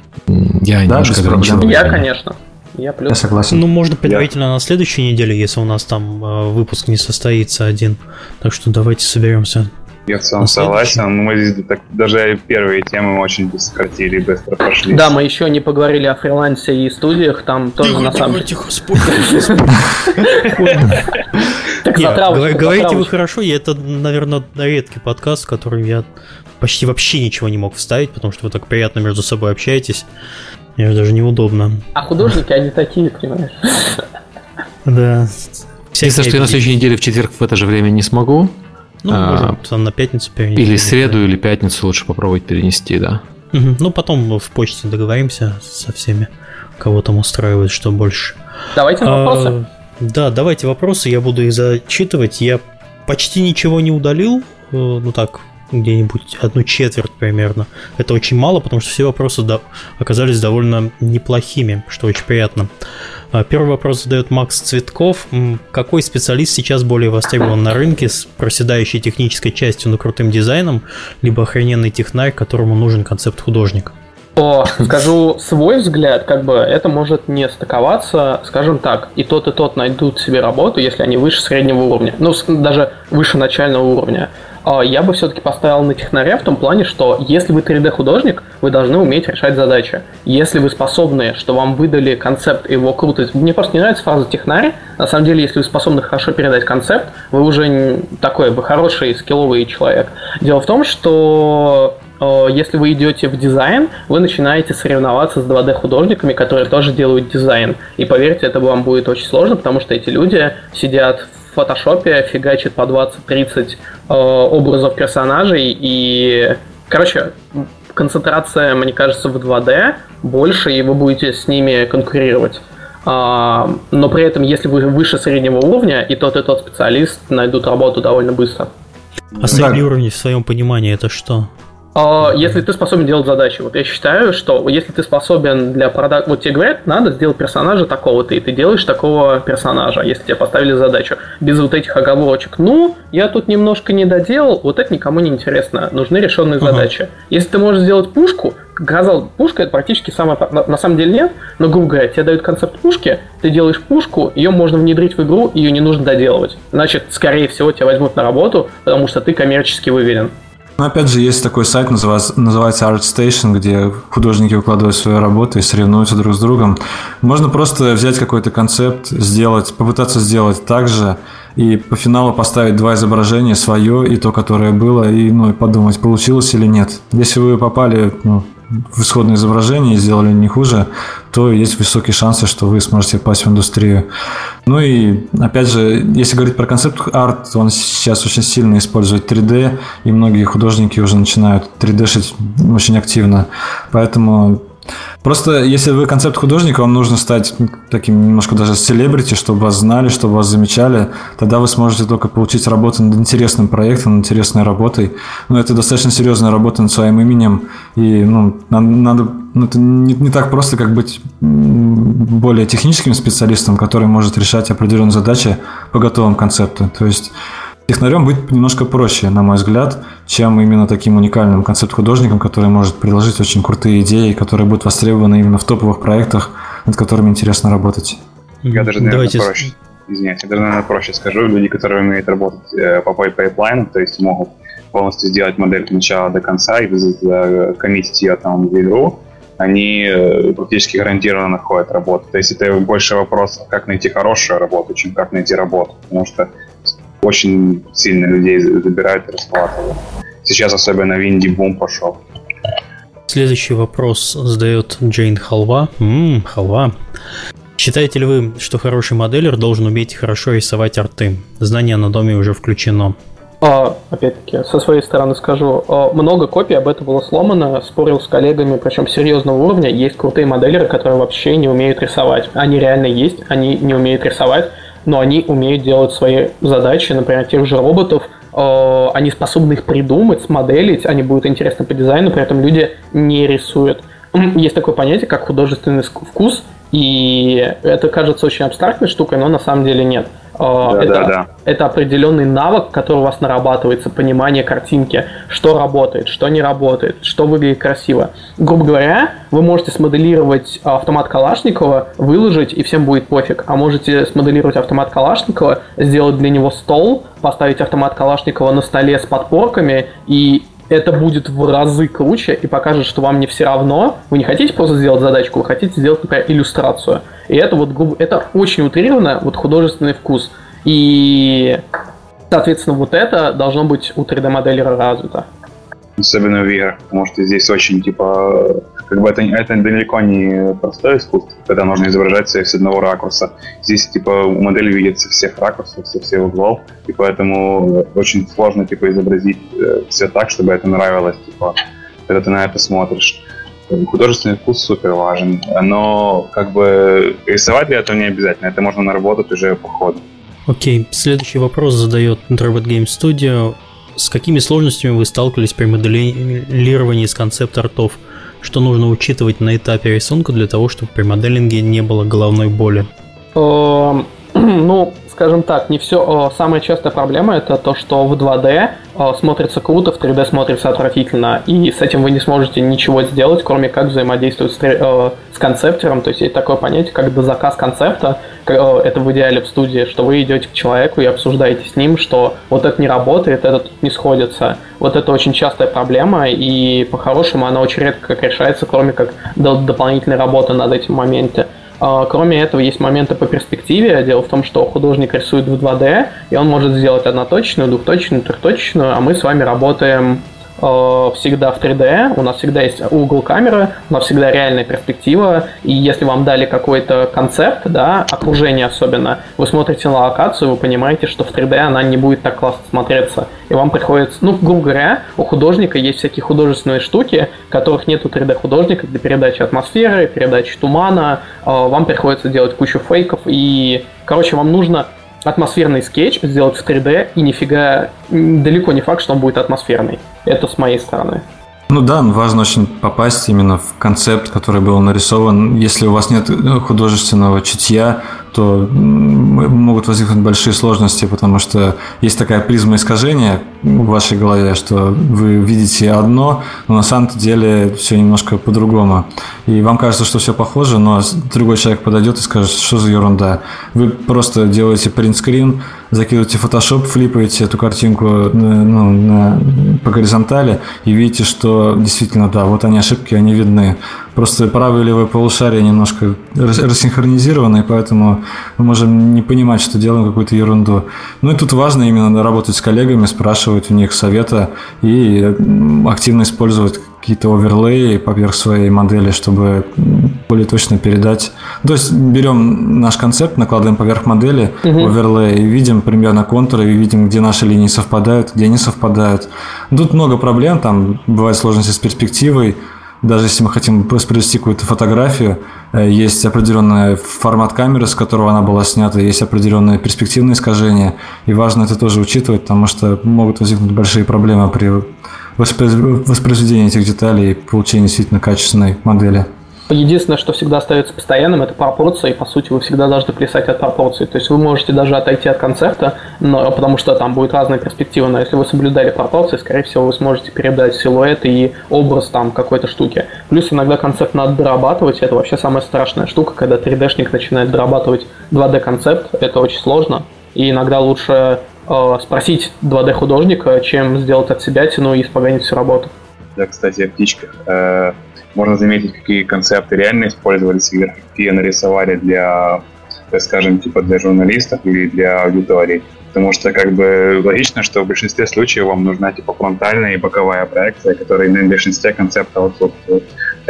я да, немножко ограничен. Я, конечно. Я, плюс. Я согласен. Ну, можно предварительно я. на следующей неделе, если у нас там э, выпуск не состоится один. Так что давайте соберемся. Я в целом согласен. Мы здесь так, даже первые темы очень сократили, быстро пошли. Да, мы еще не поговорили о фрилансе и студиях. Там тоже на самом деле. Говорите вы хорошо. Это, наверное, редкий подкаст, в котором я почти вообще ничего не мог вставить, потому что вы так приятно между собой общаетесь. Мне даже неудобно. А художники, они такие, понимаешь? Да. Если что, я на следующей неделе в четверг в это же время не смогу. Ну, а, можно на пятницу перенести. Или среду, да. или пятницу лучше попробовать перенести, да. Угу. Ну, потом в почте договоримся со всеми, кого там устраивает, что больше. Давайте а, вопросы. Да, давайте вопросы, я буду их зачитывать. Я почти ничего не удалил, ну так, где-нибудь одну четверть примерно. Это очень мало, потому что все вопросы до... оказались довольно неплохими, что очень приятно. Первый вопрос задает Макс Цветков. Какой специалист сейчас более востребован на рынке, с проседающей технической частью, но крутым дизайном, либо охрененный технарь, которому нужен концепт-художник? О, скажу свой взгляд, как бы это может не стыковаться, скажем так, и тот, и тот найдут себе работу, если они выше среднего уровня, ну, даже выше начального уровня. Я бы все-таки поставил на технаря в том плане, что если вы три дэ-художник, вы должны уметь решать задачи. Если вы способны, что вам выдали концепт и его круто... Мне просто не нравится фраза технарь. На самом деле, если вы способны хорошо передать концепт, вы уже такой бы хороший, скилловый человек. Дело в том, что если вы идете в дизайн, вы начинаете соревноваться с два дэ-художниками, которые тоже делают дизайн. И поверьте, это вам будет очень сложно, потому что эти люди сидят в фотошопе, фигачат по двадцать-тридцать э, образов персонажей, и, короче, концентрация, мне кажется, в два дэ больше, и вы будете с ними конкурировать. но при этом, если вы выше среднего уровня, и тот, и тот специалист найдут работу довольно быстро. А средний уровень в своем понимании это что? Если ты способен делать задачи. Вот я считаю, что если ты способен для продаж... Вот тебе говорят, надо сделать персонажа такого-то, и ты делаешь такого персонажа, если тебе поставили задачу. Без вот этих оговорочек. Ну, я тут немножко не доделал, вот это никому не интересно. Нужны решенные uh-huh. задачи. Если ты можешь сделать пушку, казалось, пушка это практически самое... На самом деле нет, но, грубо говоря, тебе дают концепт пушки, ты делаешь пушку, ее можно внедрить в игру, ее не нужно доделывать. Значит, скорее всего, тебя возьмут на работу, потому что ты коммерчески выверен. Ну, опять же, есть такой сайт, называется, называется ArtStation, где художники выкладывают свои работы и соревнуются друг с другом. Можно просто взять какой-то концепт, сделать, попытаться сделать так же, и по финалу поставить два изображения, свое и то, которое было, и, ну, и подумать, получилось или нет. Если вы попали, ну, в исходное изображение и сделали не хуже, то есть высокие шансы, что вы сможете попасть в индустрию. Ну и, опять же, если говорить про концепт-арт, он сейчас очень сильно использует три дэ, и многие художники уже начинают три дэ-шить очень активно. Поэтому просто если вы концепт-художник, вам нужно стать таким немножко даже селебрити, чтобы вас знали, чтобы вас замечали. Тогда вы сможете только получить работу над интересным проектом, над интересной работой. Но это достаточно серьезная работа над своим именем. И ну, надо, ну, это не, не так просто, как быть более техническим специалистом, который может решать определенные задачи по готовым концепту. То есть технарем быть немножко проще, на мой взгляд, чем именно таким уникальным концепт-художником, который может предложить очень крутые идеи, которые будут востребованы именно в топовых проектах, над которыми интересно работать. Я даже, наверное, Давайте... проще, извиняюсь, я даже, наверное, проще скажу. Люди, которые умеют работать по пайплайну, то есть могут полностью сделать модель от начала до конца и коммитить ее там в игру, они практически гарантированно находят работу. То есть это больше вопрос, как найти хорошую работу, чем как найти работу, потому что очень сильно людей забирают и расхватывают. Сейчас особенно в инди-бум пошел. Следующий вопрос задает Джейн Халва. Ммм, Халва. Считаете ли вы, что хороший моделер должен уметь хорошо рисовать арты? Знание анатомии уже включено. А, опять-таки, со своей стороны скажу, много копий об этом было сломано, спорил с коллегами, причем серьезного уровня. Есть крутые моделеры, которые вообще не умеют рисовать. Они реально есть, они не умеют рисовать, но они умеют делать свои задачи, например, тех же роботов, э, они способны их придумать, смоделить, они будут интересны по дизайну, при этом люди не рисуют. Есть такое понятие, как художественный вкус, и это кажется очень абстрактной штукой, но на самом деле нет. Да, это, да, да. это определенный навык, который у вас нарабатывается, понимание картинки, что работает, что не работает, что выглядит красиво. Грубо говоря, вы можете смоделировать автомат Калашникова, выложить, и всем будет пофиг. А можете смоделировать автомат Калашникова, сделать для него стол, поставить автомат Калашникова на столе с подпорками, и это будет в разы круче и покажет, что вам не все равно. Вы не хотите просто сделать задачку, вы хотите сделать, например, иллюстрацию. И это вот это очень утрированно, вот художественный вкус. И, соответственно, вот это должно быть у три дэ-моделера развито. Особенно в играх, потому что здесь очень, типа, как бы это, это далеко не простое искусство, когда нужно изображать все с одного ракурса. Здесь, типа, модель видит со всех ракурсов, со всех углов, и поэтому очень сложно, типа, изобразить все так, чтобы это нравилось, типа, когда ты на это смотришь. Художественный вкус супер важен, но, как бы, рисовать для этого не обязательно, это можно наработать уже по ходу. Окей, следующий вопрос задает Robot Game Studio. С какими сложностями вы сталкивались при моделировании с концепт-артов? Что нужно учитывать на этапе рисунка для того, чтобы при моделинге не было головной боли? Ну, скажем так, не все. Самая частая проблема — это то, что в два дэ смотрится круто, в три дэ смотрится отвратительно, и с этим вы не сможете ничего сделать, кроме как взаимодействовать с, с концептером. То есть есть такое понятие, как дозаказ концепта. Это в идеале в студии, что вы идете к человеку и обсуждаете с ним, что вот это не работает, это тут не сходится. Вот это очень частая проблема, и по-хорошему она очень редко как решается, кроме как дополнительной работы над этим моментом. Кроме этого, есть моменты по перспективе. Дело в том, что художник рисует в два дэ, и он может сделать одноточную, двухточную, трехточную, а мы с вами работаем всегда в три дэ, у нас всегда есть угол камеры, у нас всегда реальная перспектива, и если вам дали какой-то концепт, да, окружение особенно, вы смотрите на локацию, вы понимаете, что в три дэ она не будет так классно смотреться, и вам приходится, ну, грубо говоря, у художника есть всякие художественные штуки, которых нет у три дэ-художника для передачи атмосферы, передачи тумана, вам приходится делать кучу фейков, и, короче, вам нужно атмосферный скетч сделать в три дэ, и нифига, далеко не факт, что он будет атмосферный. Это с моей стороны. Ну да, важно очень попасть именно в концепт, который был нарисован. Если у вас нет художественного чутья, то могут возникнуть большие сложности, потому что есть такая призма искажения в вашей голове, что вы видите одно, но на самом деле все немножко по-другому. И вам кажется, что все похоже, но другой человек подойдет и скажет, что за ерунда. Вы просто делаете принтскрин, закидываете в Photoshop, флипаете эту картинку ну, на, по горизонтали и видите, что действительно, да, вот они ошибки, они видны. Просто правое и левое полушарие немножко рассинхронизированы, и поэтому мы можем не понимать, что делаем какую-то ерунду. Ну и тут важно именно работать с коллегами, спрашивать у них совета и активно использовать какие-то оверлеи поверх своей модели, чтобы более точно передать. То есть берем наш концепт, накладываем поверх модели uh-huh. оверлей, и видим примерно контуры, и видим, где наши линии совпадают, где не совпадают. Тут много проблем, там бывают сложности с перспективой. Даже если мы хотим воспроизвести какую-то фотографию, есть определенный формат камеры, с которого она была снята, есть определенные перспективные искажения, и важно это тоже учитывать, потому что могут возникнуть большие проблемы при воспроизведении этих деталей и получении действительно качественной модели. Единственное, что всегда остается постоянным, это пропорция, и по сути вы всегда должны плясать от пропорций. То есть вы можете даже отойти от концепта, но, потому что там будет разная перспектива, но если вы соблюдали пропорции, скорее всего вы сможете передать силуэт и образ там какой-то штуки. Плюс иногда концепт надо дорабатывать, это вообще самая страшная штука, когда три дэ-шник начинает дорабатывать два дэ-концепт, это очень сложно, и иногда лучше э, спросить два дэ-художника, чем сделать от себя тяну и испоганить всю работу. Да, кстати, о птичках. Можно заметить, какие концепты реально использовались, или какие нарисовали для, так скажем, типа для журналистов или для аудитории. Потому что как бы логично, что в большинстве случаев вам нужна типа фронтальная и боковая проекция, которые на большинстве концептов отсутствуют.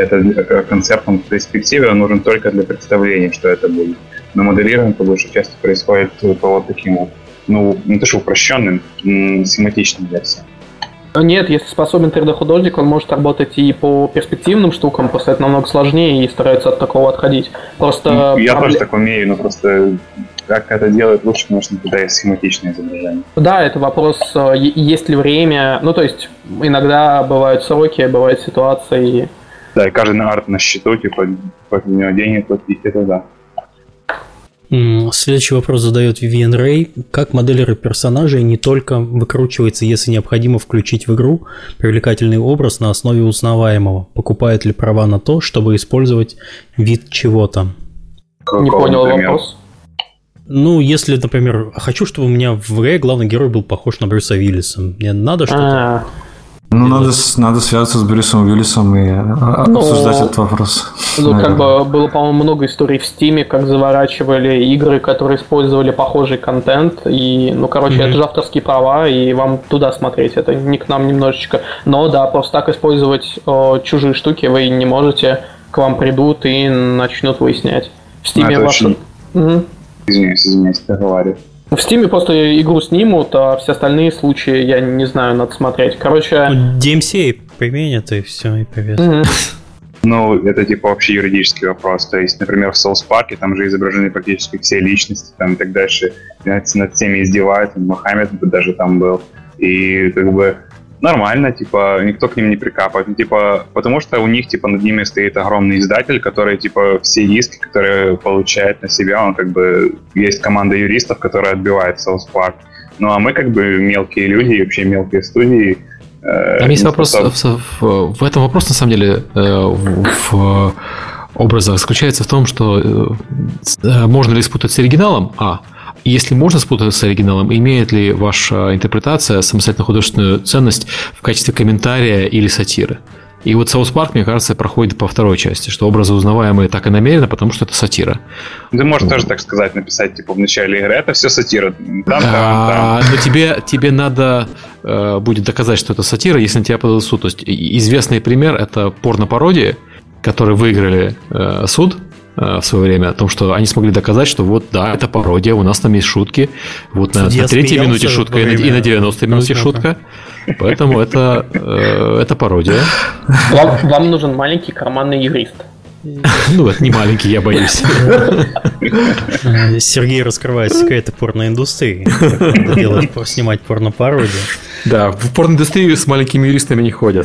Это концепт в перспективе нужен только для представления, что это будет. Но моделирование по большей части происходит по вот таким вот, ну, не то что упрощенным, схематичным версиям. Нет, если способен три дэ-художник, он может работать и по перспективным штукам, просто это намного сложнее и старается от такого отходить. Просто ну, я проблем... тоже так умею, но просто как это делать лучше, конечно, когда есть схематичное изображение. Да, это вопрос, есть ли время, ну то есть иногда бывают сроки, бывают ситуации. Да, и каждый арт на счету, типа, по него деньги платить, это да. Следующий вопрос задает Vivian Ray. Как моделер персонажей не только выкручивается, если необходимо включить в игру привлекательный образ на основе узнаваемого? Покупает ли права на то, чтобы использовать вид чего-то? Не понял вопрос. Ну, если, например, хочу, чтобы у меня в игре главный герой был похож на Брюса Уиллиса. Мне надо что-то... А-а-а. Ну, надо, надо связаться с Брюсом Уиллисом и ну, обсуждать этот вопрос. Ну, как бы было, по-моему, много историй в Стиме, как заворачивали игры, которые использовали похожий контент. И, ну, короче, mm-hmm. это же авторские права, и вам туда смотреть. Это не к нам немножечко. Но да, просто так использовать о, чужие штуки вы не можете. К вам придут и начнут выяснять. В Стиме ну, ваши... очень... Угу. Извиняюсь, извиняюсь, я говорю. В Steam просто игру снимут, а все остальные случаи, я не знаю, надо смотреть. Короче... Ну, ди эм си применят, и все, и привет. Mm-hmm. Ну, это типа вообще юридический вопрос. То есть, например, в Souls Park там же изображены практически все личности там, и так дальше. Над, над всеми издеваются, Мохаммед даже там был. И как бы нормально, типа, никто к ним не прикапывает. Ну, типа, потому что у них, типа, над ними стоит огромный издатель, который, типа, все иски, которые получает на себя, он, как бы, есть команда юристов, которая отбивает South Park. Ну, а мы, как бы, мелкие люди, и вообще мелкие студии. Э, Там есть вопрос, в, в, в этом вопрос, на самом деле, э, в, в образах заключается в том, что э, можно ли спутать с оригиналом, а, если можно спутать с оригиналом, имеет ли ваша интерпретация самостоятельно художественную ценность в качестве комментария или сатиры? И вот South Park, мне кажется, проходит по второй части, что образы узнаваемые так и намеренно, потому что это сатира. Ты можешь тоже так сказать, написать, типа, в начале игры, это все сатира. Там, там, а, там. Но тебе, тебе надо э, будет доказать, что это сатира, если на тебя подадут в суд. То есть известный пример – это порно-пародии, которые выиграли э, суд э, в свое время, о том, что они смогли доказать, что вот, да, это пародия, у нас там есть шутки, вот на, на третьей минуте шутка и на, и на девяностой минуте шутка. Поэтому это, э, это пародия. Вам, вам нужен маленький карманный юрист. Ну, это не маленький, я боюсь. Сергей раскрывает секреты порноиндустрии. Надо делать, снимать порно-пародию. Да, в порноиндустрию с маленькими юристами не ходят.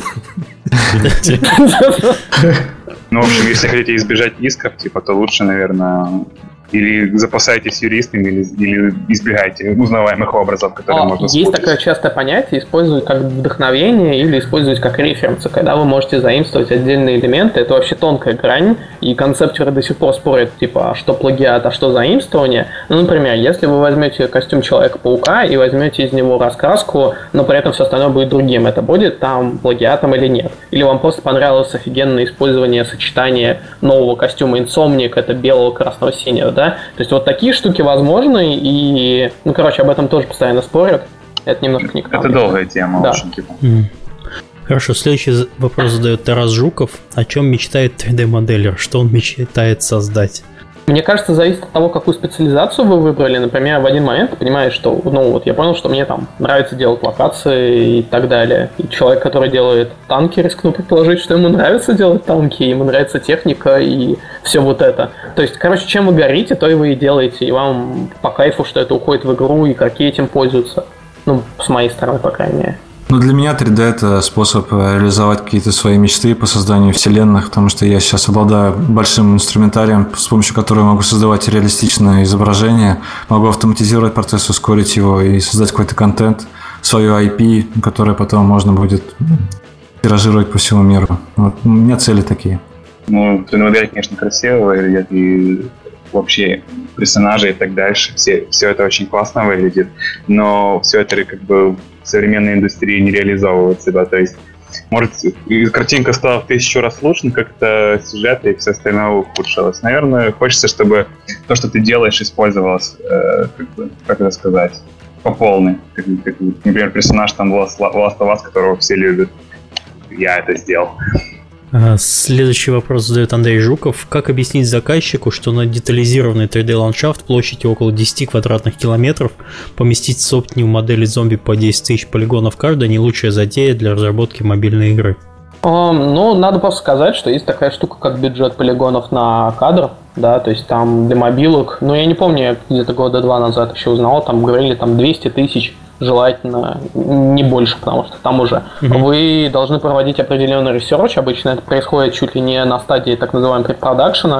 Ну, в общем, если хотите избежать исков, типа, то лучше, наверное, или запасайтесь юристами, или, или избегайте узнаваемых образов, которые а, можно есть спутать. такое частое понятие, использовать как вдохновение или использовать как референсы, когда вы можете заимствовать отдельные элементы. Это вообще тонкая грань, и концептеры до сих пор спорят, типа, а что плагиат, а что заимствование. Ну, например, если вы возьмете костюм Человека-паука и возьмете из него раскраску, но при этом все остальное будет другим, это будет там плагиатом или нет? Или вам просто понравилось офигенное использование сочетания нового костюма Insomniac, это белого, красного, синего, да? То есть вот такие штуки возможны, и, ну, короче, об этом тоже постоянно спорят. Это немножко не к нам. Это долгая тема, да. очень, типа. Mm. Хорошо, следующий вопрос задает Тарас Жуков. О чем мечтает три дэ-моделер? Что он мечтает создать? Мне кажется, зависит от того, какую специализацию вы выбрали. Например, в один момент ты понимаешь, что, ну, вот я понял, что мне там нравится делать локации и так далее. И человек, который делает танки, рискну предположить, что ему нравится делать танки, ему нравится техника и все вот это. То есть, короче, чем вы горите, то и вы и делаете. И вам по кайфу, что это уходит в игру, и какие этим пользуются. Ну, с моей стороны, по крайней мере. Ну, для меня три дэ – это способ реализовать какие-то свои мечты по созданию вселенных, потому что я сейчас обладаю большим инструментарием, с помощью которого могу создавать реалистичное изображение, могу автоматизировать процесс, ускорить его и создать какой-то контент, свою ай пи, которое потом можно будет тиражировать по всему миру. Вот. У меня цели такие. Ну, три дэ-модель, конечно, красиво выглядит, и вообще персонажи и так дальше, все, все это очень классно выглядит, но все это как бы в современной индустрии не реализовывает себя, то есть может картинка стала в тысячу раз лучше, но как-то сюжет и все остальное ухудшилось. Наверное, хочется, чтобы то, что ты делаешь, использовалось, э, как бы, как это сказать, по полной. Как, как, например, персонаж там Last of Us, которого все любят. Я это сделал. Следующий вопрос задает Андрей Жуков. Как объяснить заказчику, что на детализированный три дэ-ландшафт площадью около десять квадратных километров поместить сотню моделей зомби по десять тысяч полигонов каждая не лучшая затея для разработки мобильной игры? Um, ну, надо просто сказать, что есть такая штука, как бюджет полигонов на кадр, да, то есть там для мобилок, ну, я не помню, я где-то года два назад еще узнал, там говорили там двести тысяч, желательно не больше, потому что там уже mm-hmm. вы должны проводить определенный ресерч, обычно это происходит чуть ли не на стадии так называемого предпродакшена.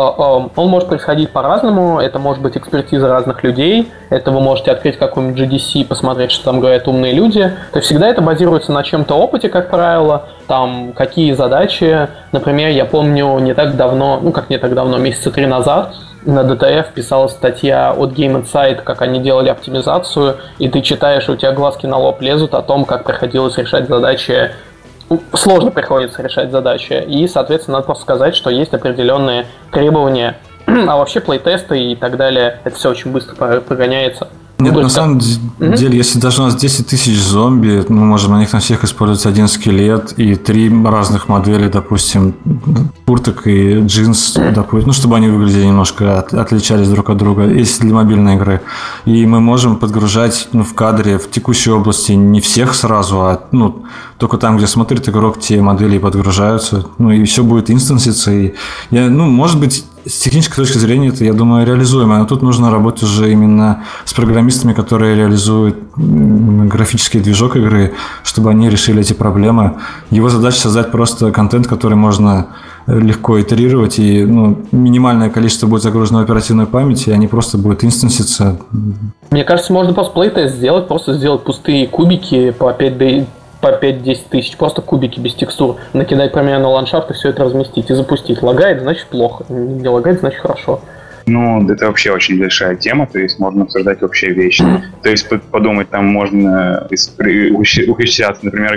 Он может происходить по-разному, это может быть экспертиза разных людей, это вы можете открыть какой-нибудь джи ди си, посмотреть, что там говорят умные люди. То есть всегда это базируется на чем-то опыте, как правило, там какие задачи. Например, я помню не так давно, ну как не так давно, месяца три назад, на ди ти эф писалась статья от Game Insight, как они делали оптимизацию, и ты читаешь, у тебя глазки на лоб лезут о том, как приходилось решать задачи. Сложно приходится решать задачи. И, соответственно, надо просто сказать, что есть определенные требования. А вообще плейтесты и так далее, это все очень быстро прогоняется. Нет, на самом деле, mm-hmm. если даже у нас десять тысяч зомби, мы можем на них на всех использовать один скелет и три разных модели, допустим, курток и джинс, допустим, ну, чтобы они выглядели немножко, от, отличались друг от друга, если для мобильной игры. И мы можем подгружать ну, в кадре, в текущей области не всех сразу, а ну, только там, где смотрит игрок, те модели подгружаются, ну, и все будет инстанситься. И я, ну, может быть, с технической точки зрения это, я думаю, реализуемо, но тут нужно работать уже именно с программистами, которые реализуют графический движок игры, чтобы они решили эти проблемы. Его задача создать просто контент, который можно легко итерировать, и ну, минимальное количество будет загружено в оперативную память, и они просто будут инстанситься. Мне кажется, можно просто плейтест сделать, просто сделать пустые кубики по пять дэ, по пять-десять тысяч, просто кубики без текстур, накидать примерно на ландшафт и все это разместить и запустить. Лагает, значит плохо, не лагает, значит хорошо. Ну, это вообще очень большая тема, то есть можно обсуждать вообще вещи. То есть подумать, там можно ухищряться, например,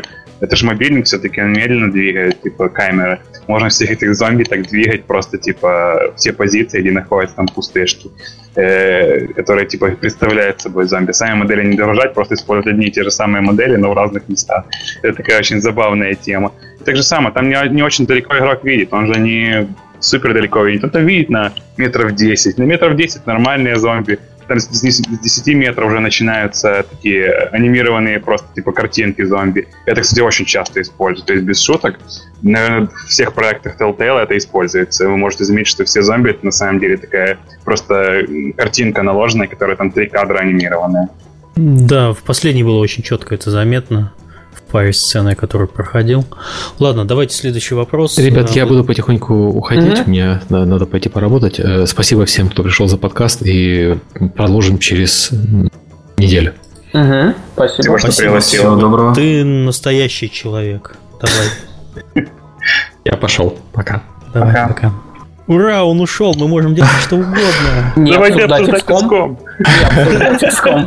это же мобильник, все-таки он медленно двигает, типа, камеры. Можно всех этих зомби так двигать, просто, типа, все позиции, где находятся там пустышки, э, которые, типа, представляют собой зомби. Сами модели не дорожать, просто использовать одни и те же самые модели, но в разных местах. Это такая очень забавная тема. И так же самое, там не, не очень далеко игрок видит, он же не супер далеко видит, он там видит на метров десять. На метров десять нормальные зомби. Там с десяти метров уже начинаются такие анимированные просто типа картинки зомби. Это, кстати, очень часто используют. То есть без шуток, наверное, в всех проектах Telltale это используется. Вы можете заметить, что все зомби это на самом деле такая просто картинка наложенная, которая там три кадра анимированная. Да, в последней было очень четко это заметно. В паре сцены, который проходил. Ладно, давайте следующий вопрос. Ребят, я буду потихоньку уходить. Mm-hmm. Мне надо, надо пойти поработать. Спасибо всем, кто пришел за подкаст. И продолжим через неделю. Mm-hmm. Спасибо, что пригласил. Всего доброго. Ты настоящий человек. Давай. Я пошел. Пока. Давай, пока. пока. Ура, он ушел, мы можем делать что угодно. Не обсуждать икс-ком. Не обсуждать икс-ком.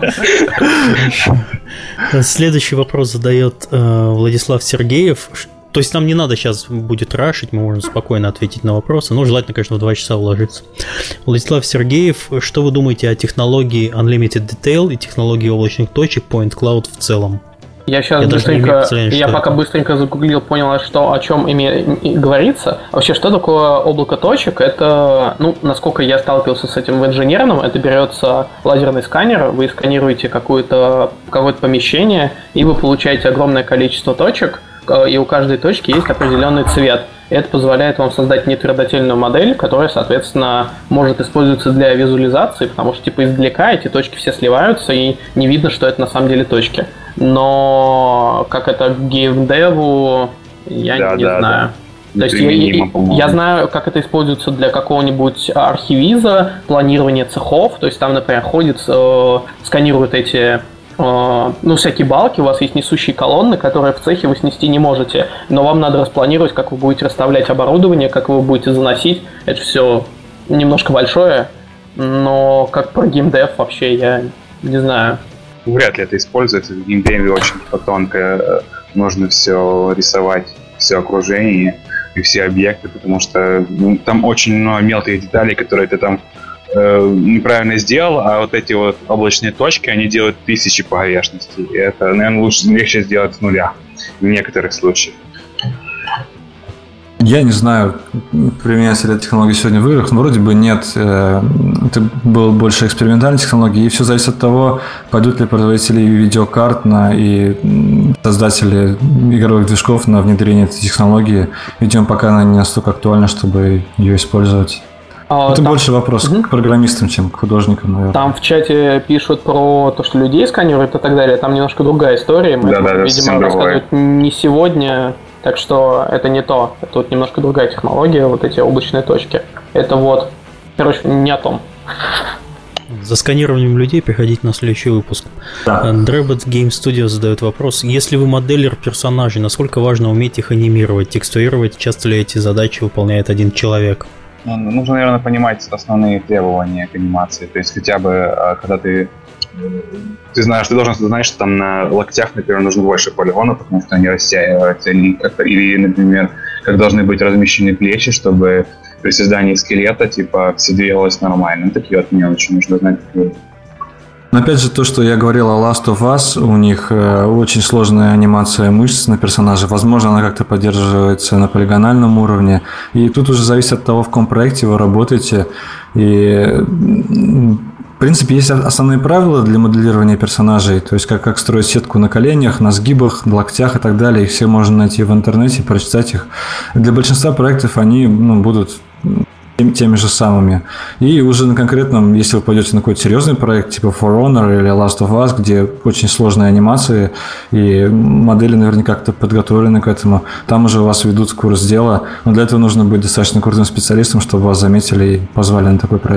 Следующий вопрос задает э, Владислав Сергеев. То есть нам не надо сейчас будет рашить, мы можем спокойно ответить на вопросы. Ну, желательно, конечно, в два часа уложиться. Владислав Сергеев, что вы думаете о технологии Unlimited Detail и технологии облачных точек Point Cloud в целом? Я сейчас я быстренько, я пока это. быстренько загуглил, понял, что о чем ими говорится. Вообще, что такое облако точек? Это, ну, насколько я сталкивался с этим в инженерном, это берется лазерный сканер, вы сканируете какое-то, какое-то помещение, и вы получаете огромное количество точек, и у каждой точки есть определенный цвет. Это позволяет вам создать нетвердотельную модель, которая, соответственно, может использоваться для визуализации, потому что, типа, издалека эти точки все сливаются, и не видно, что это на самом деле точки. Но как это к геймдеву, я да, не да, знаю. Да. То есть я, я, я знаю, как это используется для какого-нибудь архивиза, планирования цехов. То есть там, например, ходит, э, сканируют эти... ну, всякие балки, у вас есть несущие колонны, которые в цехе вы снести не можете, но вам надо распланировать, как вы будете расставлять оборудование, как вы будете заносить. Это все немножко большое, но как про геймдев вообще я не знаю. Вряд ли это используется. В геймдеве очень тонко нужно все рисовать, все окружение и все объекты, потому что ну, там очень много мелких деталей, которые ты там неправильно сделал, а вот эти вот облачные точки, они делают тысячи поверхностей. И это, наверное, лучше, легче сделать с нуля в некоторых случаях. Я не знаю, применяется ли эта технология сегодня в играх, но вроде бы нет. Это был больше экспериментальной технологии, и все зависит от того, пойдут ли производители видеокарт на и создатели игровых движков на внедрение этой технологии. Видимо, пока она не настолько актуальна, чтобы ее использовать. А, это там... больше вопрос угу. к программистам, чем к художникам, наверное. Там в чате пишут про то, что людей сканируют и так далее. Там немножко другая история. Мы, да, да, видимо, рассказывать не сегодня, так что это не то. Это вот немножко другая технология, вот эти облачные точки. Это вот, короче, не о том. За сканированием людей приходите на следующий выпуск. Да. Drabbit Game Studio задает вопрос. Если вы моделер персонажей, насколько важно уметь их анимировать, текстурировать? Часто ли эти задачи выполняет один человек? Ну, нужно, наверное, понимать основные требования к анимации. То есть хотя бы, когда ты... Ты знаешь, ты должен знать, что там на локтях, например, нужно больше полигонов, потому что они растягиваются. Или, например, как должны быть размещены плечи, чтобы при создании скелета, типа, все двигалось нормально. Ну, такие вот мелочи нужно знать. Но опять же, то, что я говорил о Last of Us, у них э, очень сложная анимация мышц на персонаже. Возможно, она как-то поддерживается на полигональном уровне. И тут уже зависит от того, в каком проекте вы работаете. И, в принципе, есть основные правила для моделирования персонажей. То есть, как, как строить сетку на коленях, на сгибах, на локтях и так далее. Их все можно найти в интернете, прочитать их. Для большинства проектов они ну, будут... теми же самыми. И уже на конкретном, если вы пойдете на какой-то серьезный проект, типа For Honor или Last of Us, где очень сложные анимации, и модели наверняка как-то подготовлены к этому, там уже вас ведут в курс дела. Но для этого нужно быть достаточно крутым специалистом, чтобы вас заметили и позвали на такой проект.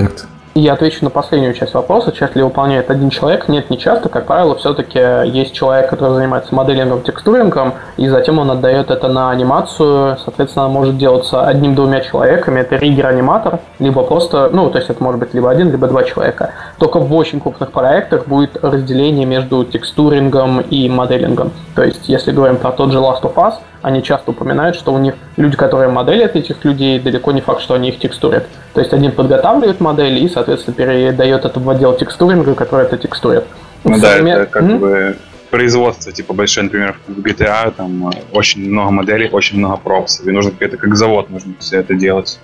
Я отвечу на последнюю часть вопроса. Часто ли выполняет один человек? Нет, не часто. Как правило, все-таки есть человек, который занимается моделингом, текстурингом, и затем он отдает это на анимацию. Соответственно, она может делаться одним-двумя человеками. Это риггер-аниматор, либо просто, ну, то есть это может быть либо один, либо два человека. Только в очень крупных проектах будет разделение между текстурингом и моделингом. То есть, если говорим про тот же Last of Us, они часто упоминают, что у них люди, которые моделят этих людей, далеко не факт, что они их текстурят. То есть один подготавливает модель и, соответственно, передает это в отдел текстуринга, который это текстурит. Ну да, Современ... это как mm-hmm. бы производство, типа большое, например, в джи ти эй, там очень много моделей, очень много пропсов, и нужно это как завод, нужно все это делать.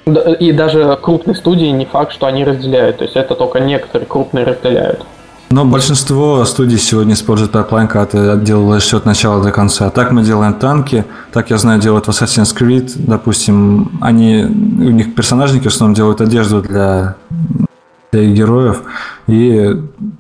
И даже крупные студии не факт, что они разделяют, то есть это только некоторые крупные разделяют. Но большинство студий сегодня используют пайплайн, когда ты делаешь все от начала до конца. Так мы делаем танки, так, я знаю, делают в Assassin's Creed, допустим, они, у них персонажники в основном делают одежду для, для их героев, и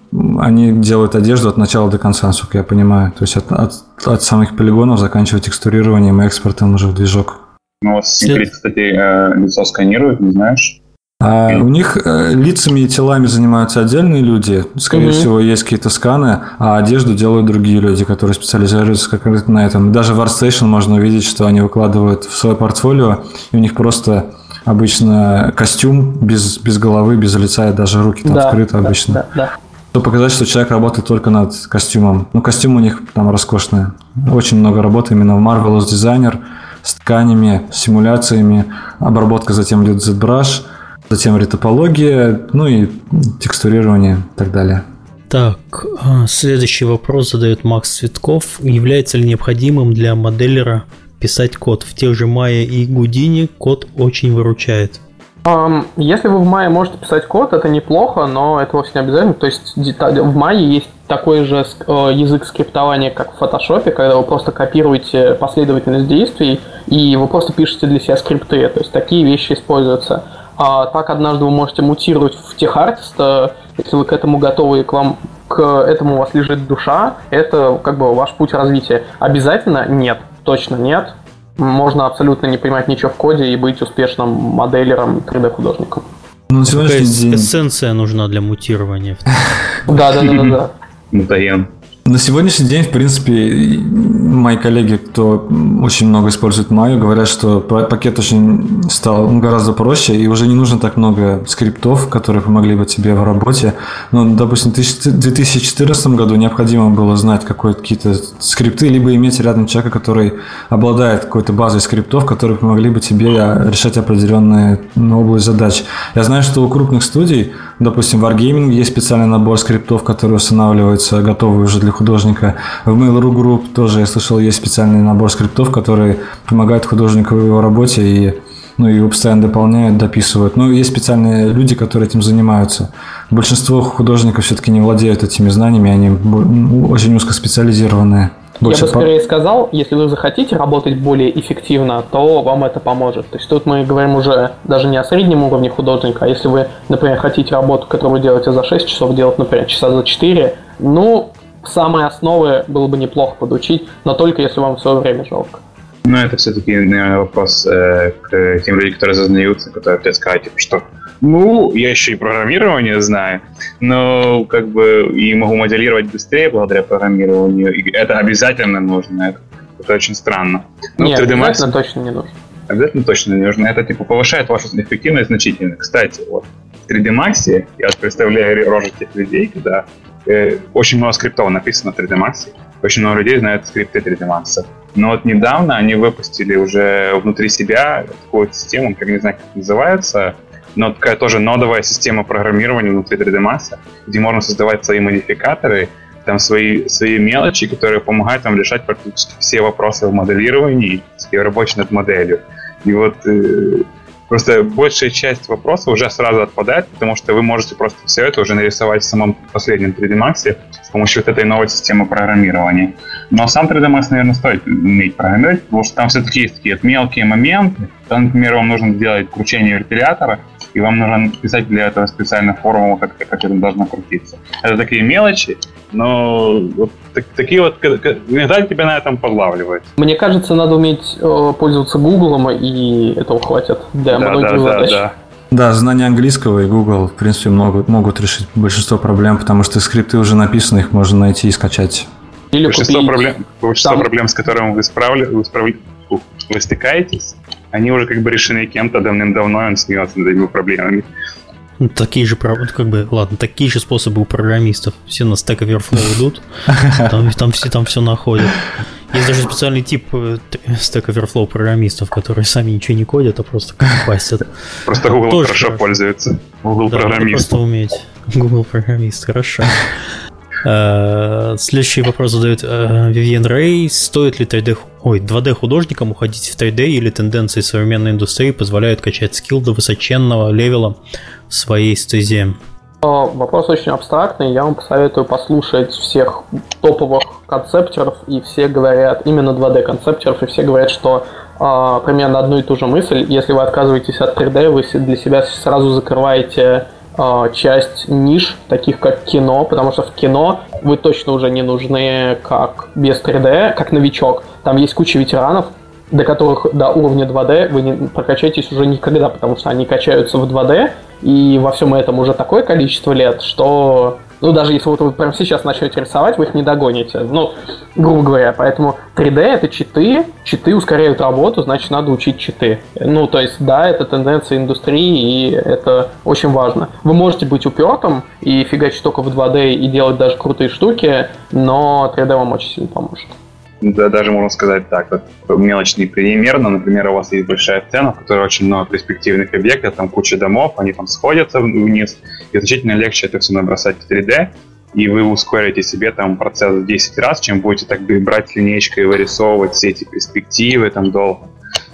они делают одежду от начала до конца, насколько я понимаю. То есть от, от, от самых полигонов заканчивая текстурированием и экспортом уже в движок. Ну, у вас Assassin's Creed, кстати, лицо сканируют, не знаешь? А у них э, лицами и телами занимаются отдельные люди. Скорее mm-hmm. всего, есть какие-то сканы, а одежду делают другие люди, которые специализируются как раз на этом. Даже в ArtStation можно увидеть, что они выкладывают в свое портфолио, и у них просто обычно костюм без, без головы, без лица, и даже руки там да, скрыты да, обычно. Да, да. Чтобы показать, что человек работает только над костюмом. Ну, костюм у них там роскошный. Очень много работы именно в Marvelous Designer с тканями, с симуляциями. Обработка затем идет в ZBrush. Затем ретопология, ну и текстурирование и так далее. Так, следующий вопрос задает Макс Цветков. Является ли необходимым для моделлера писать код? В тех же Maya и Houdini код очень выручает. Um, если вы в Maya можете писать код, это неплохо, но это вовсе не обязательно. То есть в Maya есть такой же язык скриптования, как в Photoshop, когда вы просто копируете последовательность действий, и вы просто пишете для себя скрипты. То есть такие вещи используются. А так однажды вы можете мутировать в техартиста, если вы к этому готовы и к вам к этому у вас лежит душа, это как бы ваш путь развития. Обязательно нет, точно нет. Можно абсолютно не понимать ничего в коде и быть успешным моделером, три дэ-художником. Ну, какая эссенция нужна для мутирования? Да, да, да, да. Мутаген. На сегодняшний день, в принципе, мои коллеги, кто очень много использует Maya, говорят, что пакет очень стал гораздо проще, и уже не нужно так много скриптов, которые помогли бы тебе в работе. Ну, допустим, в две тысячи четырнадцатом году необходимо было знать какие-то скрипты, либо иметь рядом человека, который обладает какой-то базой скриптов, которые помогли бы тебе решать определенные ну, область задач. Я знаю, что у крупных студий, допустим, в Wargaming есть специальный набор скриптов, которые устанавливаются, готовые уже для художника. В Mail.ru Group тоже, я слышал, есть специальный набор скриптов, которые помогают художнику в его работе и, ну, его постоянно дополняют, дописывают. Но есть специальные люди, которые этим занимаются. Большинство художников все-таки не владеют этими знаниями, они очень узкоспециализированные. Больше Я бы скорее по... сказал, если вы захотите работать более эффективно, то вам это поможет. То есть тут мы говорим уже даже не о среднем уровне художника, а если вы, например, хотите работу, которую вы делаете за шесть часов, делать, например, часа за четыре, ну, самые основы было бы неплохо подучить, но только если вам в свое время жалко. Ну, это все-таки, наверное, вопрос э, к тем людям, которые зазнаются, которые опять скажут, типа, что ну, я еще и программирование знаю, но как бы и могу моделировать быстрее благодаря программированию, и это обязательно нужно, это, это очень странно. Но Нет, три дэ Max обязательно точно не нужно. Обязательно точно не нужно, это типа повышает вашу эффективность значительно. Кстати, вот в три дэ Max я вот представляю рожи тех людей, когда э, очень много скриптов написано в три дэ Max, очень много людей знают скрипты три дэ Max. Но вот недавно они выпустили уже внутри себя такую систему, как не знаю, как называется, но такая тоже нодовая система программирования внутри три дэ Max, где можно создавать свои модификаторы, там свои, свои мелочи, которые помогают вам решать практически все вопросы в моделировании и в работе над моделью. И вот э, просто большая часть вопросов уже сразу отпадает, потому что вы можете просто все это уже нарисовать в самом последнем три дэ Max с помощью вот этой новой системы программирования. Но сам три дэ Max, наверное, стоит уметь программировать, потому что там все-таки есть такие мелкие моменты. Там, например, вам нужно сделать кручение вентилятора, и вам нужно писать для этого специальную формулу, как, как это должно крутиться. Это такие мелочи, но вот так, такие вот, иногда тебя на этом подлавливают. Мне кажется, надо уметь э, пользоваться Гуглом, и этого хватит для да, многих да, задач. Да, да. Да, знание английского и Google, в принципе, могут, могут решить большинство проблем, потому что скрипты уже написаны, их можно найти и скачать. Или большинство, купить... проблем, большинство проблем, с которыми вы, справля... вы, справля... вы стыкаетесь, они уже как бы решены кем-то давным-давно, и он смеется над этими проблемами. Такие же, как бы, ладно, такие же способы у программистов. Все на Stack Overflow идут, там, там, все, там все находят. Есть даже специальный тип Stack Overflow программистов, которые сами ничего не кодят, а просто компастят. Просто Google тоже хорошо хорошо пользуется. Google да, программист. Просто уметь. Google программист, хорошо. Следующий вопрос задает Вивьен Рэй. Стоит ли три дэ, ой, два дэ художникам уходить в три дэ, или тенденции современной индустрии позволяют качать скилл до высоченного левела в своей стезе? Вопрос очень абстрактный. Я вам посоветую послушать всех топовых концептеров, и все говорят, именно два дэ концептеров, и все говорят, что э, примерно одну и ту же мысль. Если вы отказываетесь от три дэ, вы для себя сразу закрываете э, часть ниш, таких как кино, потому что в кино вы точно уже не нужны как без три дэ, как новичок. Там есть куча ветеранов, до которых до уровня два дэ вы не прокачаетесь уже никогда, потому что они качаются в два дэ, и во всем этом уже такое количество лет, что, ну, даже если вот вы прямо сейчас начнете рисовать, вы их не догоните. Ну, грубо говоря, поэтому три дэ — это читы, читы ускоряют работу, значит, надо учить читы. Ну, то есть, да, это тенденция индустрии, и это очень важно. Вы можете быть упертым и фигачить только в два дэ и делать даже крутые штуки, но три дэ вам очень сильно поможет. Да, даже можно сказать так, вот мелочный пример, но, например, у вас есть большая сцена, в которой очень много перспективных объектов, там куча домов, они там сходятся вниз, и значительно легче это все набросать в три дэ, и вы ускорите себе там процесс в десять раз, чем будете так брать линейкой и вырисовывать все эти перспективы там долго.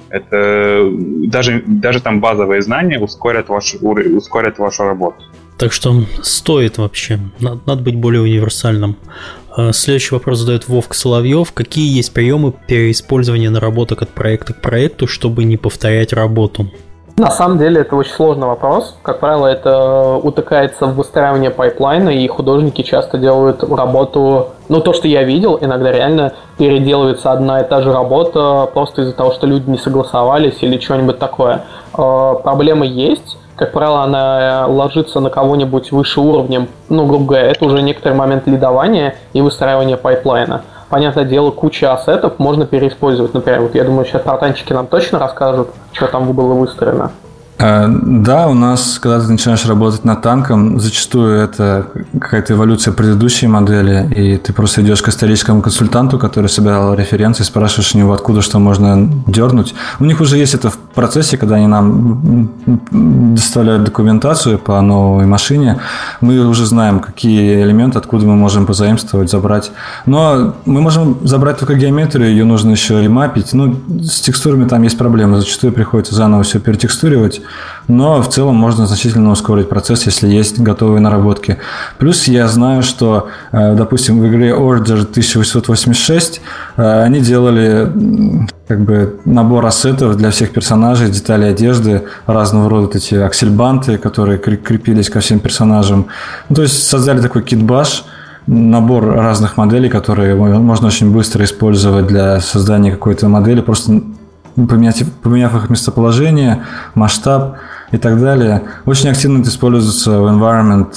Это даже, даже там базовые знания ускорят вашу, ускорят вашу работу. Так что стоит вообще, надо, надо быть более универсальным. Следующий вопрос задает Вовк Соловьев. Какие есть приемы переиспользования наработок от проекта к проекту, чтобы не повторять работу? На самом деле это очень сложный вопрос. Как правило, это утыкается в выстраивание пайплайна, и художники часто делают работу... Ну, то, что я видел, иногда реально переделывается одна и та же работа просто из-за того, что люди не согласовались или что-нибудь такое. Проблема есть. Как правило, она ложится на кого-нибудь выше уровнем. Ну, грубо говоря, это уже некоторый момент лидования и выстраивания пайплайна. Понятное дело, куча ассетов можно переиспользовать. Например, вот я думаю, сейчас тартанчики нам точно расскажут, что там было выстроено. Да, у нас, когда ты начинаешь работать над танком, зачастую это какая-то эволюция предыдущей модели, и ты просто идешь к историческому консультанту, который собирал референции, спрашиваешь у него, откуда что можно дернуть. У них уже есть это в процессе, когда они нам доставляют документацию по новой машине, мы уже знаем, какие элементы, откуда мы можем позаимствовать, забрать. Но мы можем забрать только геометрию, ее нужно еще ремапить. Ну, с текстурами там есть проблемы, зачастую приходится заново все перетекстуривать. Но в целом можно значительно ускорить процесс, если есть готовые наработки. Плюс я знаю, что, допустим, в игре Order тысяча восемьсот восемьдесят шесть они делали как бы набор ассетов для всех персонажей, детали одежды, разного рода вот эти аксельбанты, которые крепились ко всем персонажам. Ну, то есть создали такой кит-баш, набор разных моделей, которые можно очень быстро использовать для создания какой-то модели, просто поменять, поменяв их местоположение, масштаб и так далее. Очень активно это используется в environment,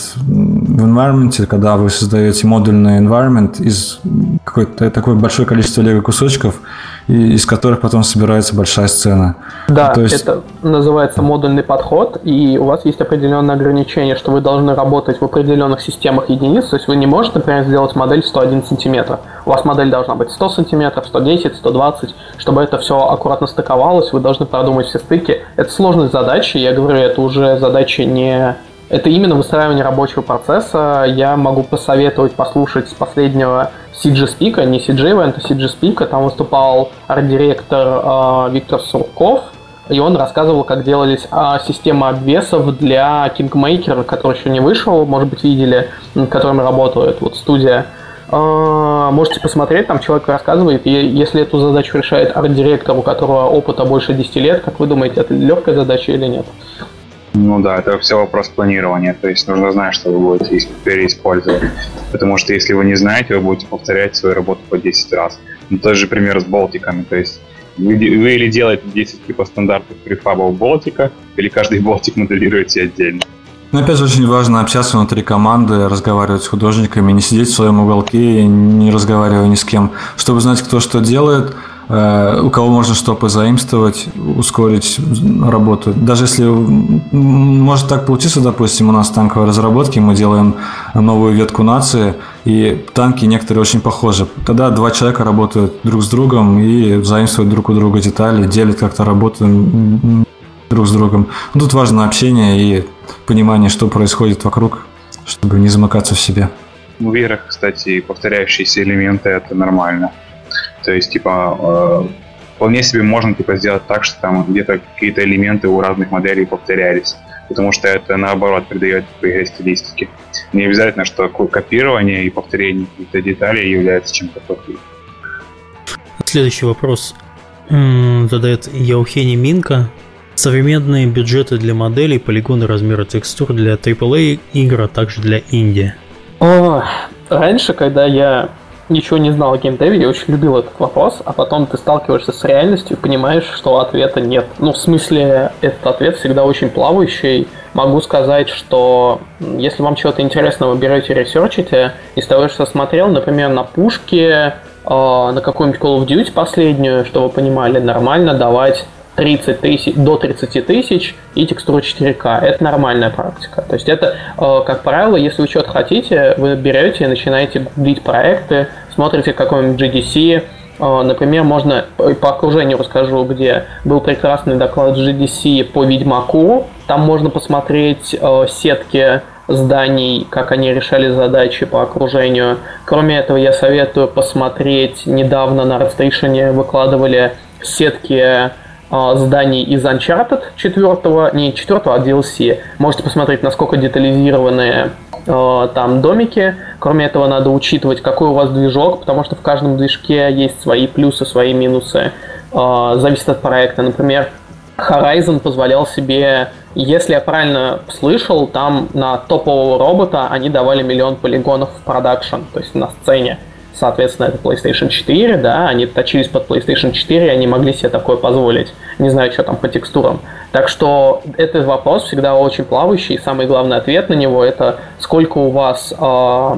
в environment, когда вы создаете модульный environment из какой-то такое большое количества лего-кусочков, из которых потом собирается большая сцена. Да, то есть... это называется модульный подход, и у вас есть определенные ограничения, что вы должны работать в определенных системах единиц, то есть вы не можете, например, сделать модель сто один сантиметр. У вас модель должна быть сто сантиметров, сто десять, сто двадцать. Чтобы это все аккуратно стыковалось, вы должны продумать все стыки. Это сложные задачи, я говорю, это уже задачи не... Это именно выстраивание рабочего процесса. Я могу посоветовать послушать с последнего си джи Speak, не си джи Event, а си джи Speak. Там выступал арт-директор э, Виктор Сурков, и он рассказывал, как делались э, системы обвесов для Kingmaker, который еще не вышел, может быть, видели, над которым работает вот студия. Э, можете посмотреть, там человек рассказывает, и если эту задачу решает арт-директор, у которого опыта больше десяти лет, как вы думаете, это легкая задача или нет? Ну да, это все вопрос планирования, то есть нужно знать, что вы будете переиспользовать, потому что если вы не знаете, вы будете повторять свою работу по десять раз. Ну, тот же пример с болтиками, то есть вы, вы или делаете десять типа стандартов префабов болтика, или каждый болтик моделируете отдельно. Ну, опять же, очень важно общаться внутри команды, разговаривать с художниками, не сидеть в своем уголке, не разговаривая ни с кем, чтобы знать, кто что делает, у кого можно что позаимствовать, ускорить работу. Даже если может так получиться, допустим, у нас в танковой разработке мы делаем новую ветку нации, и танки некоторые очень похожи. Тогда два человека работают друг с другом и заимствуют друг у друга детали, делят как-то работу друг с другом. Но тут важно общение и понимание, что происходит вокруг, чтобы не замыкаться в себе. В играх, кстати, повторяющиеся элементы — это нормально. То есть, типа, э, вполне себе можно типа сделать так, что там где-то какие-то элементы у разных моделей повторялись, потому что это, наоборот, придает игре стилистики. Не обязательно, что копирование и повторение каких-то деталей является чем-то плохим. Следующий вопрос задает Яухени Минка. Современные бюджеты для моделей, полигоны, размеры текстур для трипл эй игр, а также для инди. О, раньше, когда я ничего не знал о геймдеве, я очень любил этот вопрос, а потом ты сталкиваешься с реальностью и понимаешь, что ответа нет. Ну, в смысле, этот ответ всегда очень плавающий. Могу сказать, что если вам чего-то интересного берете, ресерчите, из того, что я смотрел, например, на пушке, э, на какой-нибудь Call of Duty последнюю, что вы понимали, нормально давать тридцать тысяч, до тридцать тысяч и текстуру четыре ка. Это нормальная практика. То есть это, как правило, если вы что-то хотите, вы берете и начинаете гуглить проекты, смотрите какой-нибудь джи ди си. Например, можно, по окружению расскажу, где был прекрасный доклад джи ди си по Ведьмаку. Там можно посмотреть сетки зданий, как они решали задачи по окружению. Кроме этого, я советую посмотреть, недавно на ArtStation выкладывали сетки зданий из Uncharted четвертого, не четвертого, а ди эл си. Можете посмотреть, насколько детализированные э, там домики. Кроме этого, надо учитывать, какой у вас движок, потому что в каждом движке есть свои плюсы, свои минусы. Э, зависит от проекта. Например, Horizon позволял себе, если я правильно слышал, там на топового робота они давали миллион полигонов в продакшн, то есть на сцене. Соответственно, это PlayStation четыре, да, они точились под PlayStation четыре, они могли себе такое позволить. Не знаю, что там по текстурам. Так что этот вопрос всегда очень плавающий, и самый главный ответ на него — это сколько у вас э,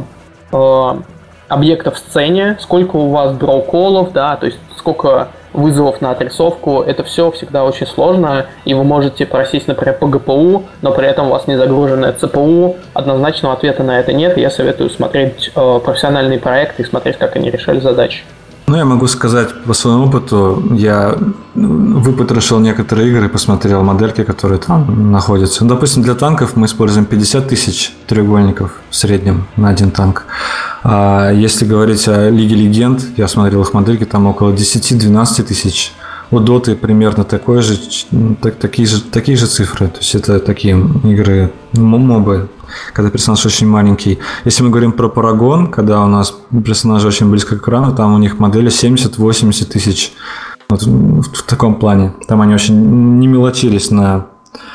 э, объектов в сцене, сколько у вас дроу-коллов, да, то есть сколько вызовов на отрисовку. Это все всегда очень сложно, и вы можете просить, например, по джи пи ю, но при этом у вас не загруженная си пи ю. Однозначного ответа на это нет, и я советую смотреть э, профессиональные проекты и смотреть, как они решали задачи. Ну, я могу сказать по своему опыту. Я выпотрошил некоторые игры, посмотрел модельки, которые там находятся. Ну, допустим, для танков мы используем пятьдесят тысяч треугольников в среднем на один танк. А если говорить о Лиге Легенд, я смотрел их модельки, там около десять-двенадцать тысяч. У Доты примерно такой же, так, такие, же, такие же цифры. То есть это такие игры, мобы, когда персонаж очень маленький. Если мы говорим про Парагон, когда у нас персонажи очень близко к экрану, там у них модели семьдесят-восемьдесят тысяч. Вот в, в таком плане. Там они очень не мелочились на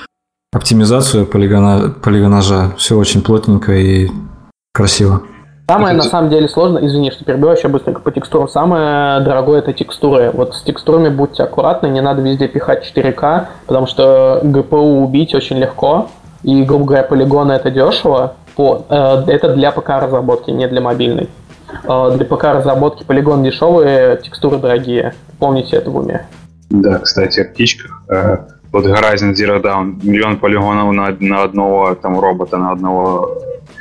оптимизацию полигона, полигонажа. Все очень плотненько и красиво. Самое, на самом деле, сложно, извини, что перебиваю, еще быстренько по текстурам. Самое дорогое — это текстуры. Вот с текстурами будьте аккуратны, не надо везде пихать четыре ка, потому что джи пи ю убить очень легко, и, грубо говоря, полигоны — это дешево. По, э, это для ПК-разработки, не для мобильной. Э, для ПК-разработки полигон дешевые, текстуры дорогие. Помните это в уме. Да, кстати, о птичках. Э, вот Horizon Zero Dawn, миллион полигонов на, на одного там робота, на одного...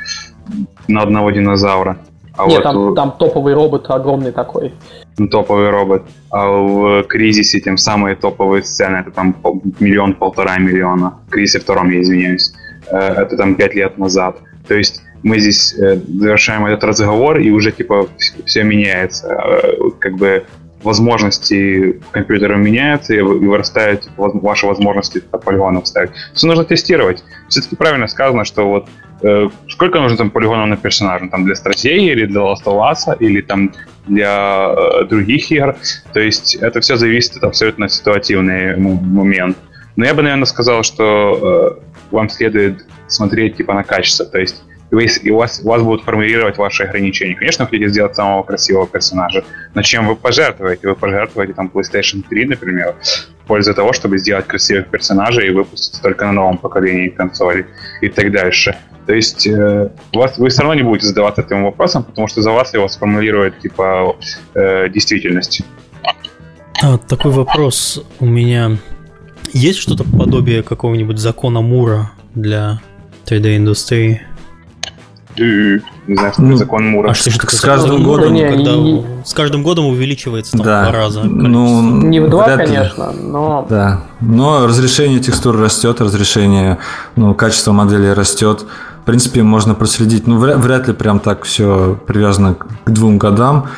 на одного динозавра. А Нет, вот там, у... там топовый робот огромный такой. Топовый робот. А в Кризисе тем самые топовые сцены, это там миллион-полтора миллиона. В Кризисе втором, я извиняюсь. Это там пять лет назад. То есть мы здесь завершаем этот разговор, и уже типа все меняется. Как бы возможности компьютера меняются, и вырастают типа, ваши возможности полигонов ставить. Все нужно тестировать. Все-таки правильно сказано, что вот э, сколько нужно там полигонов на персонажа? Там для стратегии, или для Last of Us, или там для э, других игр. То есть это все зависит от абсолютно ситуативный момент. Но я бы, наверное, сказал, что э, вам следует смотреть типа на качество. То есть и, вы, и у, вас, у вас будут формулировать ваши ограничения. Конечно, вы хотите сделать самого красивого персонажа, но чем вы пожертвуете? Вы пожертвуете там PlayStation три, например, в пользу того, чтобы сделать красивых персонажей и выпустить только на новом поколении консолей и так дальше. То есть э, у вас, вы все равно не будете задаваться этим вопросом, потому что за вас его сформулирует типа э, действительность. А, такой вопрос у меня. Есть что-то подобие какого-нибудь закона Мура для три дэ-индустрии? Не знаю, что это закон Мура. А что же такое? С каждым годом, не, когда не, с каждым годом увеличивается там да, в два раза. ну, не в два, ли. конечно, но... Да, но разрешение текстур растет, разрешение, ну, качество модели растет. В принципе, можно проследить. Ну, вряд, вряд ли прям так все привязано к двум годам,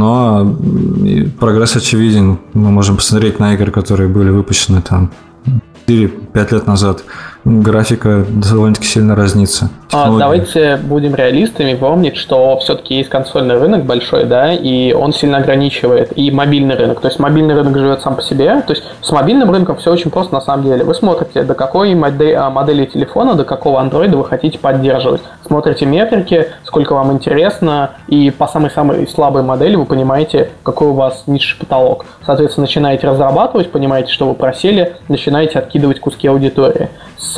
но прогресс очевиден. Мы можем посмотреть на игры, которые были выпущены там четыре-пять лет назад. Графика довольно-таки сильно разнится. А, давайте будем реалистами, помнить, что все-таки есть консольный рынок большой, да, и он сильно ограничивает, и мобильный рынок. То есть мобильный рынок живет сам по себе. То есть с мобильным рынком все очень просто на самом деле. Вы смотрите, до какой модели, модели телефона, до какого андроида вы хотите поддерживать. Смотрите метрики, сколько вам интересно, и по самой-самой слабой модели вы понимаете, какой у вас низший потолок. Соответственно, начинаете разрабатывать, понимаете, что вы просели, начинаете откидывать куски аудитории. С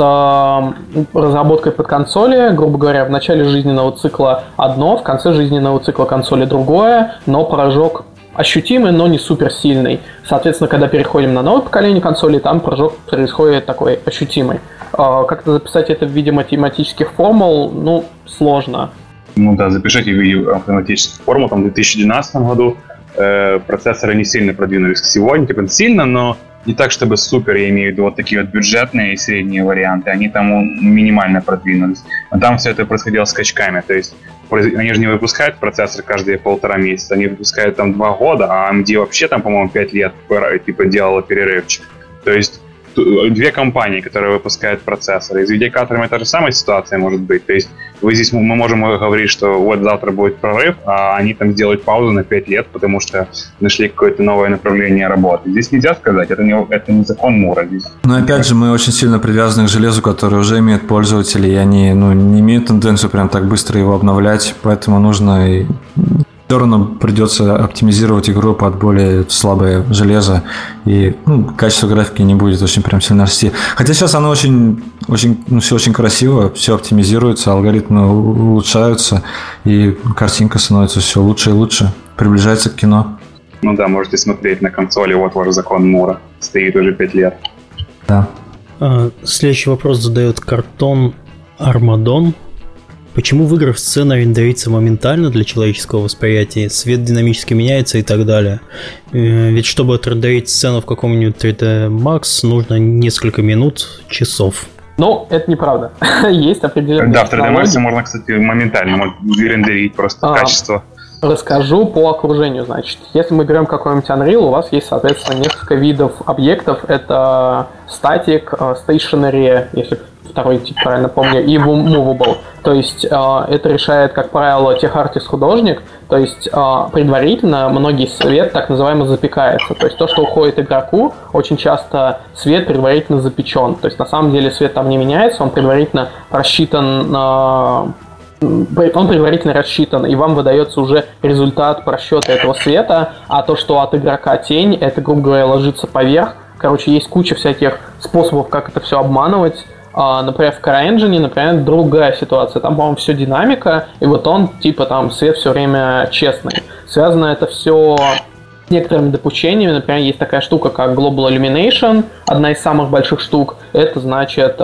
разработкой под консоли, грубо говоря, в начале жизненного цикла одно, в конце жизненного цикла консоли другое, но прыжок ощутимый, но не суперсильный. Соответственно, когда переходим на новое поколение консолей, там прыжок происходит такой ощутимый. Как-то записать это в виде математических формул, ну, сложно. Ну да, запишите в виде математических формул. Там в две тысячи двенадцатом году э, процессоры не сильно продвинулись к сегодня, типа сильно, но не так, чтобы супер, я имею в виду вот такие вот бюджетные и средние варианты, они там минимально продвинулись. Но там все это происходило скачками, то есть они же не выпускают процессор каждые полтора месяца, они выпускают там два года, а эй эм ди вообще там, по-моему, пять лет типа делала перерывчик. То есть две компании, которые выпускают процессоры. И с видеокартерами та же самая ситуация может быть. То есть вы здесь, мы можем говорить, что вот завтра будет прорыв, а они там сделают паузу на пять лет, потому что нашли какое-то новое направление работы. Здесь нельзя сказать, это не, это не закон Мура. Здесь. Но опять же, мы очень сильно привязаны к железу, которое уже имеет пользователи, и они ну, не имеют тенденцию прям так быстро его обновлять, поэтому нужно... И... В сторону придется оптимизировать игру под более слабое железо, и ну, качество графики не будет очень прям сильно расти. Хотя сейчас оно очень, очень, ну, все очень красиво, все оптимизируется, алгоритмы улучшаются, и картинка становится все лучше и лучше, приближается к кино. Ну да, можете смотреть на консоли, вот ваш закон Мура, стоит уже пять лет. Да. Следующий вопрос задает Картон Армадон. Почему в играх сцена рендерится моментально для человеческого восприятия, свет динамически меняется и так далее? Ведь чтобы отрендерить сцену в каком-нибудь три дэ Max, нужно несколько минут, часов. Ну, это неправда. Есть определенные Да, в три дэ Max можно, кстати, моментально рендерить просто а, качество. Расскажу по окружению, значит. Если мы берем какой-нибудь Unreal, у вас есть, соответственно, несколько видов объектов. Это static, stationary, если второй тип правильно помню, и movable. То есть э, это решает, как правило, техартист-художник. То есть э, предварительно многие свет так называемо запекается. То есть то, что уходит игроку, очень часто свет предварительно запечен. То есть на самом деле свет там не меняется, он предварительно рассчитан на... Он предварительно рассчитан, и вам выдается уже результат просчета этого света, а то, что от игрока тень, это, грубо говоря, ложится поверх. Короче, есть куча всяких способов, как это все обманывать. Например, в CryEngine, например, другая ситуация. Там, по-моему, все динамика, и вот он, типа, там, свет все время честный. Связано это все с некоторыми допущениями. Например, есть такая штука, как Global Illumination, одна из самых больших штук. Это значит,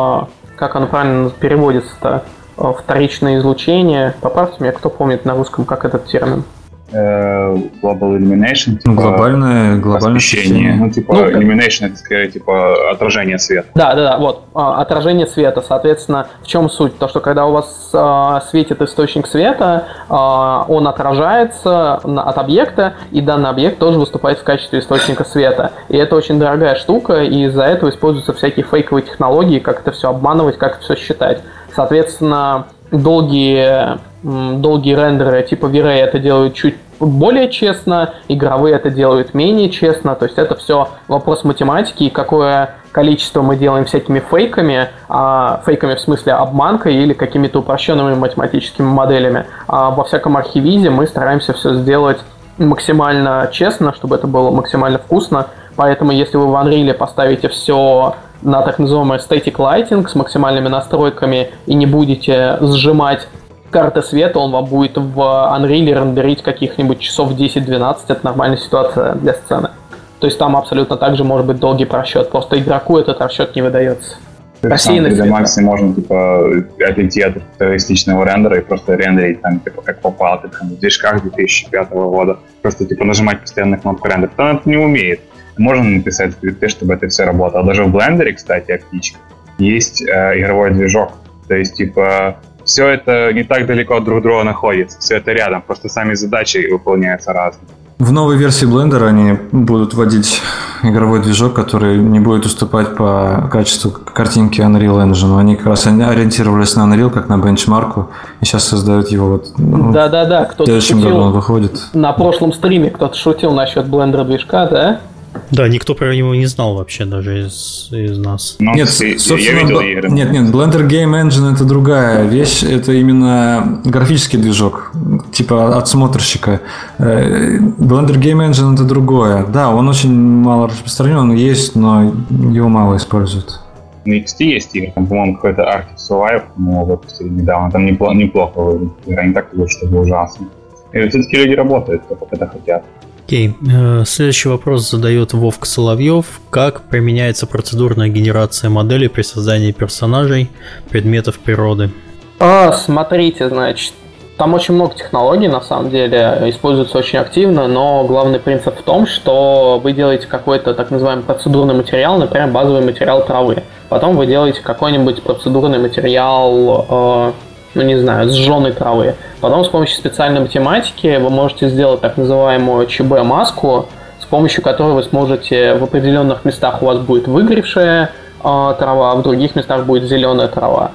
как оно правильно переводится-то, вторичное излучение. Поправьте меня, кто помнит на русском, как этот термин. Global Illumination, типа, ну, глобальное, глобальное освещение. Ну, типа, ну, Illumination, это скорее, типа, отражение света. Да, да, да, вот, отражение света. Соответственно, в чем суть? То, что когда у вас а, светит источник света, а, он отражается от объекта, и данный объект тоже выступает в качестве источника света. И это очень дорогая штука, и из-за этого используются всякие фейковые технологии, как это все обманывать, как это все считать. Соответственно, долгие... Долгие рендеры типа V-Ray это делают чуть более честно, игровые это делают менее честно, то есть это все вопрос математики, и какое количество мы делаем всякими фейками, а, фейками в смысле обманкой или какими-то упрощенными математическими моделями. А во всяком архивизе мы стараемся все сделать максимально честно, чтобы это было максимально вкусно, поэтому если вы в Unreal поставите все на так называемый static lighting с максимальными настройками и не будете сжимать карты света, он вам будет в Unreal рендерить каких-нибудь часов десять-двенадцать, это нормальная ситуация для сцены. То есть там абсолютно так же может быть долгий просчет, просто игроку этот расчет не выдается. Рассеянность. В Max можно типа отойти от реалистичного рендера и просто рендерить там типа как попало, ты там в движках две тысячи пятого года, просто типа нажимать постоянно кнопку рендер. Он это не умеет. Можно написать скрипты, чтобы это все работало. Даже в Blender, кстати, оптичка, есть э, игровой движок. То есть, типа, все это не так далеко от друг друга находится, все это рядом, просто сами задачи выполняются разные. В новой версии Blender они будут вводить игровой движок, который не будет уступать по качеству картинки Unreal Engine. Они как раз ориентировались на Unreal как на бенчмарку, и сейчас создают его вот... Ну, да-да-да, кто-то в следующем году он выходит. На прошлом стриме кто-то шутил насчет Blender движка, да? Да, никто про него не знал вообще даже из, из нас. Но нет, ты, собственно, я видел игры. Нет, нет, Blender Game Engine это другая вещь, это именно графический движок, типа отсмотрщика. Blender Game Engine это другое. Да, он очень мало распространен, есть, но его мало используют. На икс ти есть игры, там, по-моему, какой-то Arctic Survive, мы его выпустили недавно, там неплохо, неплохо выглядит. Игра не так, чтобы ужасно. И все-таки люди работают, кто это хотят. Окей. Okay. Следующий вопрос задает Вовк Соловьев. Как применяется процедурная генерация моделей при создании персонажей, предметов природы? А, смотрите, значит, там очень много технологий, на самом деле, используются очень активно, но главный принцип в том, что вы делаете какой-то так называемый процедурный материал, например, базовый материал травы. Потом вы делаете какой-нибудь процедурный материал... Э- ну не знаю, сжженной травы. Потом с помощью специальной математики вы можете сделать так называемую ЧБ-маску, с помощью которой вы сможете в определенных местах у вас будет выгоревшая э, трава, а в других местах будет зеленая трава.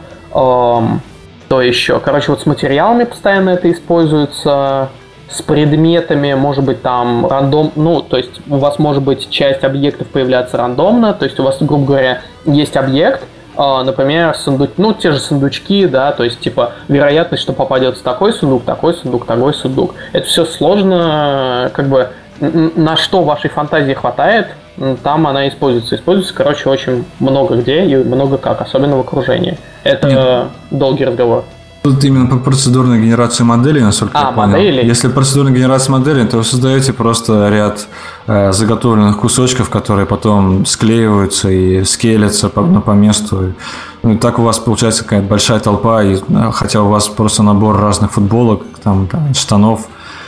Эм, то еще, короче, вот с материалами постоянно это используется, с предметами, может быть, там рандом, ну, то есть у вас может быть часть объектов появляться рандомно, то есть у вас, грубо говоря, есть объект, например, сундук, ну, те же сундучки, да, то есть, типа, вероятность, что попадется такой сундук, такой сундук, такой сундук. Это все сложно, как бы, на что вашей фантазии хватает, там она используется. Используется, короче, очень много где и много как, особенно в окружении. Это Нет. долгий разговор. Тут именно по процедурной генерации моделей, насколько а, я понял. Модели? Если процедурная генерация моделей, то вы создаете просто ряд э, заготовленных кусочков, которые потом склеиваются и скелятся по, ну, по месту. Ну, и так у вас получается какая-то большая толпа, и, хотя у вас просто набор разных футболок, там, там, штанов,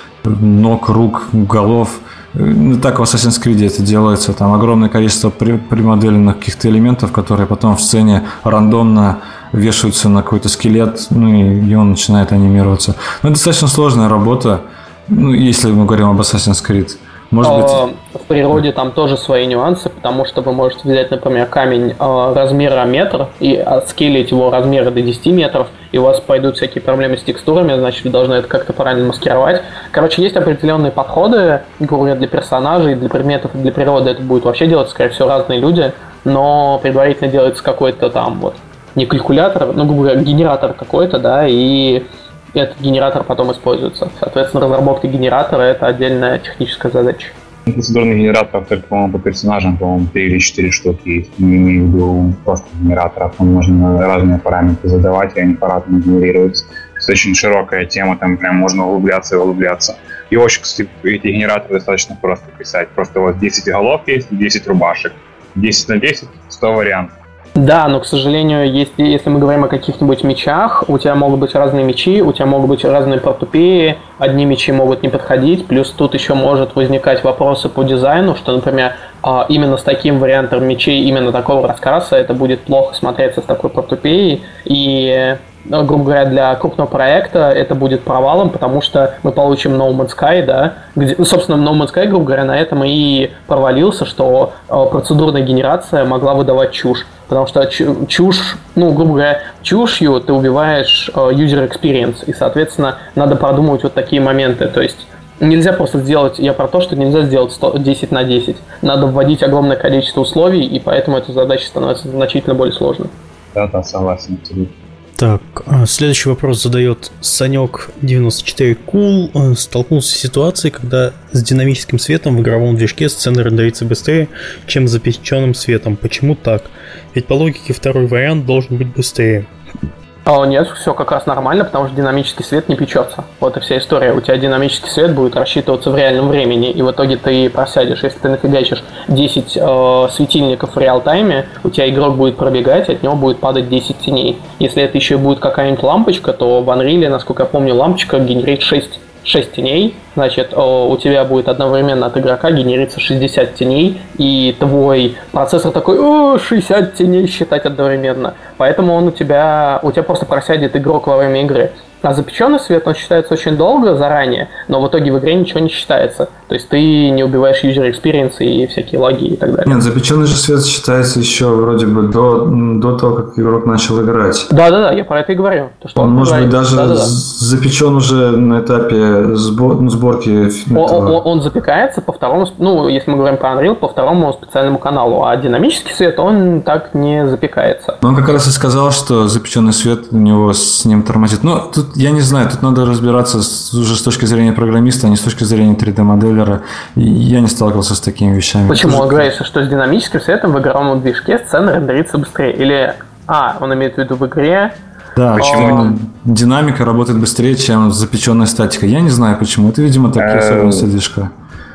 ног, рук, голов. Ну, так в Assassin's Creed это делается. Там огромное количество премоделенных каких-то элементов, которые потом в сцене рандомно вешаются на какой-то скелет, ну и, и он начинает анимироваться. Но это достаточно сложная работа, ну, если мы говорим об Assassin's Creed. Может быть... В природе там тоже свои нюансы, потому что вы можете взять, например, камень размера метр и отскейлить его размеры до десяти метров, и у вас пойдут всякие проблемы с текстурами, значит, вы должны это как-то правильно маскировать. Короче, есть определенные подходы, говоря, для персонажей, для предметов и для природы это будет вообще делать, скорее всего, разные люди, но предварительно делается какой-то там вот не калькулятор, ну, грубо говоря, генератор какой-то, да, и этот генератор потом используется. Соответственно, разработка генератора – это отдельная техническая задача. Процедурный генератор только, по-моему, по персонажам, по-моему, три или четыре штуки есть. Не имею в виду просто генераторов. Там можно разные параметры задавать, и они по-разному генерируются. Это очень широкая тема, там прям можно углубляться и углубляться. И очень, кстати, эти генераторы достаточно просто писать. Просто у вас десять голов есть и десять рубашек. десять на десять – сто вариантов. Да, но, к сожалению, если, если мы говорим о каких-нибудь мечах, у тебя могут быть разные мечи, у тебя могут быть разные портупеи, одни мечи могут не подходить, плюс тут еще может возникать вопросы по дизайну, что, например, именно с таким вариантом мечей, именно такого раскраса, это будет плохо смотреться с такой портупеей, и, грубо говоря, для крупного проекта это будет провалом, потому что мы получим No Man's Sky, да, где, ну, собственно, No Man's Sky, грубо говоря, на этом и провалился, что процедурная генерация могла выдавать чушь. Потому что чушь, ну, грубо говоря, чушью ты убиваешь user experience, и, соответственно, надо продумывать вот такие моменты. То есть Нельзя просто сделать, я про то, что нельзя сделать сто, десять на десять. Надо вводить огромное количество условий, и поэтому эта задача становится значительно более сложной. Да, да, согласен. Так, следующий вопрос задает Санек девяносто четыре кул. Столкнулся с ситуацией, когда с динамическим светом в игровом движке сцена рендерится быстрее, чем с запеченным светом. Почему так? Ведь по логике второй вариант должен быть быстрее. А нет, все как раз нормально, потому что динамический свет не печется. Вот и вся история. У тебя динамический свет будет рассчитываться в реальном времени, и в итоге ты просядешь. Если ты нафигачишь десять э, светильников в реал-тайме, у тебя игрок будет пробегать, от него будет падать десять теней. Если это еще и будет какая-нибудь лампочка, то в Unreal, насколько я помню, лампочка генерит шесть теней, значит, у тебя будет одновременно от игрока генериться шестьдесят теней, и твой процессор такой: о, шестьдесят теней считать одновременно. Поэтому он у тебя, у тебя просто просядет игрок во время игры. А запеченный свет, он считается очень долго, заранее, но в итоге в игре ничего не считается. То есть ты не убиваешь user experience и всякие лаги и так далее. Нет, запеченный же свет считается еще вроде бы до, до того, как игрок начал играть. Да-да-да, я про это и говорю. То, что он, он может говорит, быть, даже да-да-да. запечен уже на этапе сбор, сборки. Он, он, он запекается по второму, ну, если мы говорим про Unreal, по второму специальному каналу, а динамический свет, он так не запекается. Он как раз и сказал, что запеченный свет у него с ним тормозит. Но тут я не знаю, тут надо разбираться с, уже с точки зрения программиста, а не с точки зрения три дэ-моделера. Я не сталкивался с такими вещами. Почему? Он говорит, что с динамическим светом в игровом движке сцена рендерится быстрее. Или, а, он имеет в виду в игре... Да, почему? О, динамика работает быстрее, чем запеченная статика. Я не знаю почему. Это, видимо, такие особенности движка.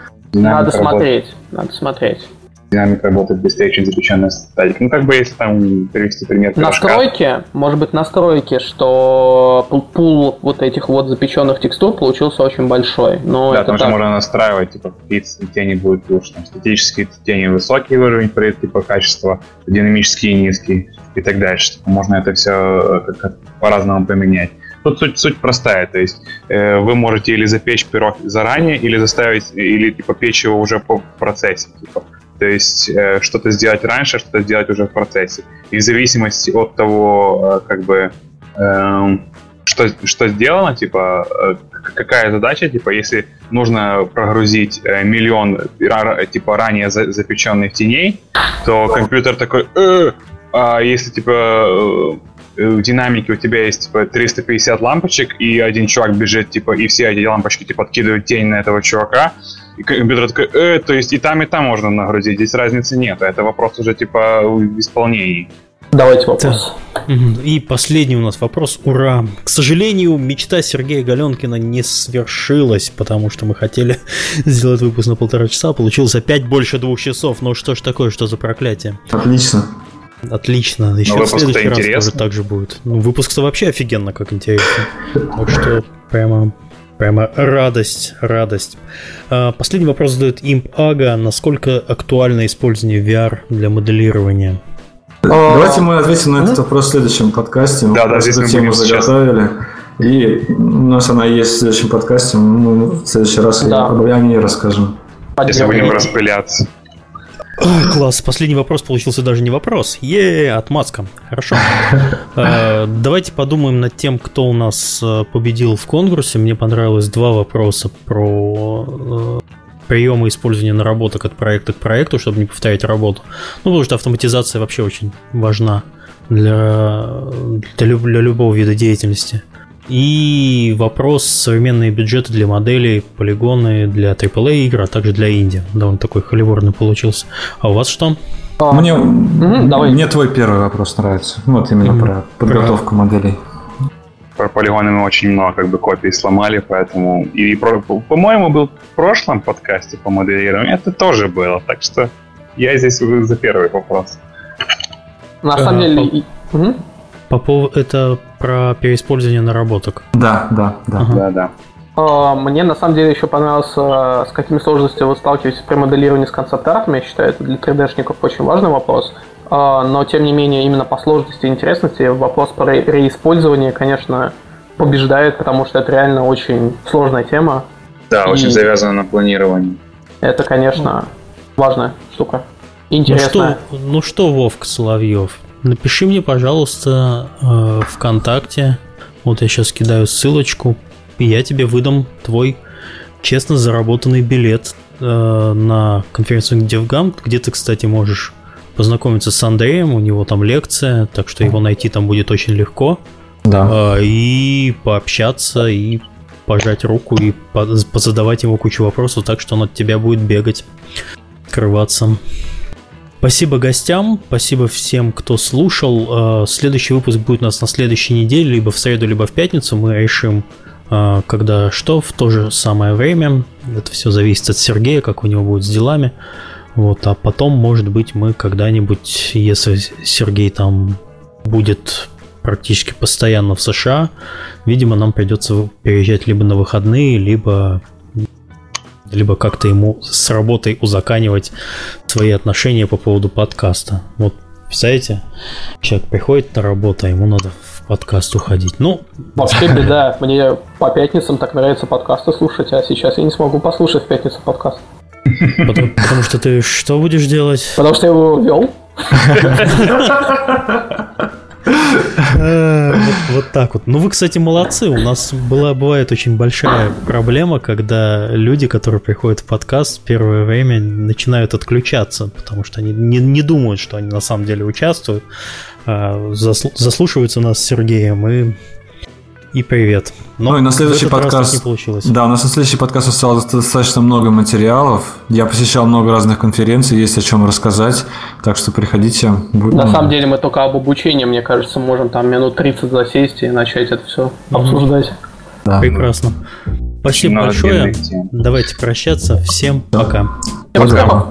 Надо смотреть, надо смотреть. Динамика работает быстрее, чем запеченная статика. Ну, как бы, если там привести пример пирожка. Настройки, может быть, настройки, что пул вот этих вот запеченных текстур получился очень большой. Но да, это потому так. что можно настраивать, типа, какие тени будут лучше. Там, статические тени высокий уровень, типа, качества, динамические низкие и так дальше. Типа, можно это все как-то по-разному поменять. Тут суть, суть простая, то есть э, вы можете или запечь пирог заранее, или заставить, или типа печь его уже по процессе, типа. То есть э, что-то сделать раньше, что-то сделать уже в процессе. И в зависимости от того, э, как бы, э, что, что сделано, типа, э, какая задача, типа, если нужно прогрузить э, миллион, э, типа, ранее за, запеченных теней, то компьютер такой: э, а если, типа, э, в динамике у тебя есть, типа, триста пятьдесят лампочек, и один чувак бежит, типа, и все эти лампочки, типа, откидывают тень на этого чувака, и компьютер такой: э, то есть и там, и там можно нагрузить, здесь разницы нет, это вопрос уже, типа, в исполнении. Давайте вопрос. И последний у нас вопрос. Ура! К сожалению, мечта Сергея Галенкина не свершилась, потому что мы хотели сделать выпуск на полтора часа, получилось опять больше двух часов. Ну что ж такое, что за проклятие? Отлично. Отлично. Еще в следующий раз тоже так же будет. Ну, выпуск-то вообще офигенно, как интересно. Так что прямо... Прямо радость, радость. Последний вопрос задает Imp Aga. Насколько актуально использование ви ар для моделирования? Давайте мы ответим на этот вопрос в следующем подкасте. Мы да, да, здесь эту тему заготовили. И у нас она есть в следующем подкасте. Мы в следующий раз да. о ней расскажем. Если будем распыляться. О, класс, последний вопрос получился даже не вопрос. Е, отмазка. Хорошо. Давайте подумаем над тем, кто у нас победил в конкурсе. Мне понравилось два вопроса про приемы использования наработок от проекта к проекту, чтобы не повторять работу. Ну, потому что автоматизация вообще очень важна для, для, для любого вида деятельности. И вопрос: современные бюджеты для моделей, полигоны для трипл эй игр, а также для инди. Довольно такой холиворный получился. А у вас что? Мне, mm-hmm, мне твой первый вопрос нравится. Вот именно mm-hmm. про подготовку про... моделей. Про полигоны мы очень много как бы копий сломали, поэтому... И, про, по-моему, был в прошлом подкасте по моделированию, это тоже было. Так что я здесь за первый вопрос. На самом деле... По... По поводу, это про переиспользование наработок. Да, да, да. Ага. да, да. Мне на самом деле еще понравилось, с какими сложностями вы сталкиваетесь при моделировании с концепт-артами. Я считаю, это для три дэ-шников очень важный вопрос. Но, тем не менее, именно по сложности и интересности вопрос про реиспользование, конечно, побеждает, потому что это реально очень сложная тема. Да, и очень завязано на планировании. Это, конечно, важная штука. Интересная. Ну что, ну что Вовка Соловьев, напиши мне, пожалуйста, э, ВКонтакте. Вот я сейчас кидаю ссылочку, и я тебе выдам твой честно заработанный билет э, на конференцию DevGam, где ты, кстати, можешь познакомиться с Андреем, у него там лекция, так что его найти там будет очень легко. Да. Э, и пообщаться, и пожать руку, и позадавать ему кучу вопросов, так что он от тебя будет бегать, скрываться. Спасибо гостям, спасибо всем, кто слушал. Следующий выпуск будет у нас на следующей неделе, либо в среду, либо в пятницу. Мы решим, когда что, в то же самое время. Это все зависит от Сергея, как у него будет с делами. Вот, а потом, может быть, мы когда-нибудь, если Сергей там будет практически постоянно в США, видимо, нам придется переезжать либо на выходные, либо... либо как-то ему с работой узаканивать свои отношения по поводу подкаста. Вот, представляете, человек приходит на работу, а ему надо в подкаст уходить. Ну, вообще беда. Мне по пятницам так нравится подкасты слушать, а сейчас я не смогу послушать в пятницу подкаст. Потому, потому что ты что будешь делать? Потому что я его вел. Вот, вот так вот. Ну, вы, кстати, молодцы. У нас была, бывает очень большая проблема, когда люди, которые приходят в подкаст, первое время начинают отключаться, потому что они не, не думают, что они на самом деле участвуют, а заслушиваются нас с Сергеем и, и привет. Но ну и на следующий подкаст не получилось. Да, у нас на следующий подкаст осталось достаточно много материалов. Я посещал много разных конференций, есть о чем рассказать. Так что приходите. На ну, самом деле мы только об обучении, мне кажется, можем там минут тридцать засесть и начать это все mm-hmm. обсуждать. Да. Прекрасно. Спасибо много большое. Давайте прощаться. Всем да. пока. Пока.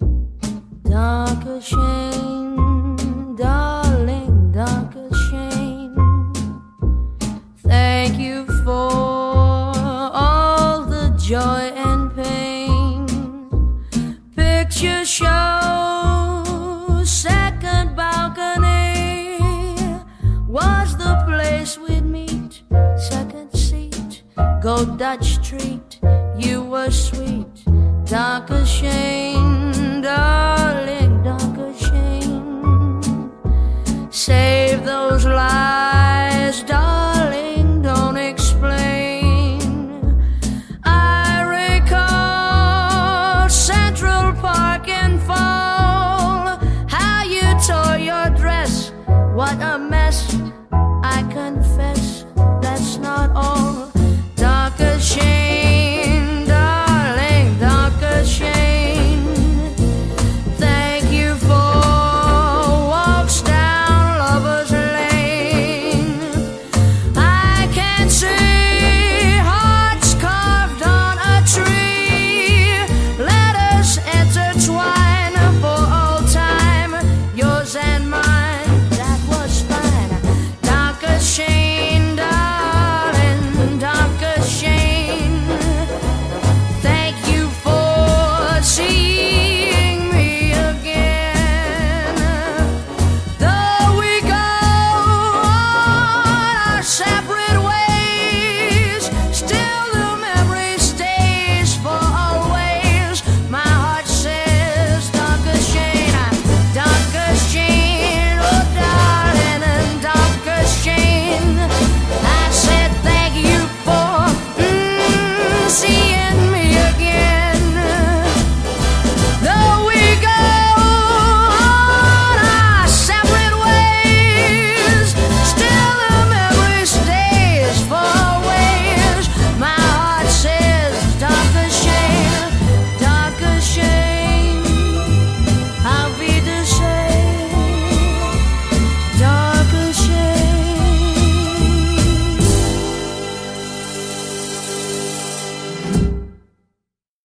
Joy and pain. Picture show, second balcony was the place we'd meet. Second seat, go Dutch treat. You were sweet, darker shame, darling, darker shame. Save those lies.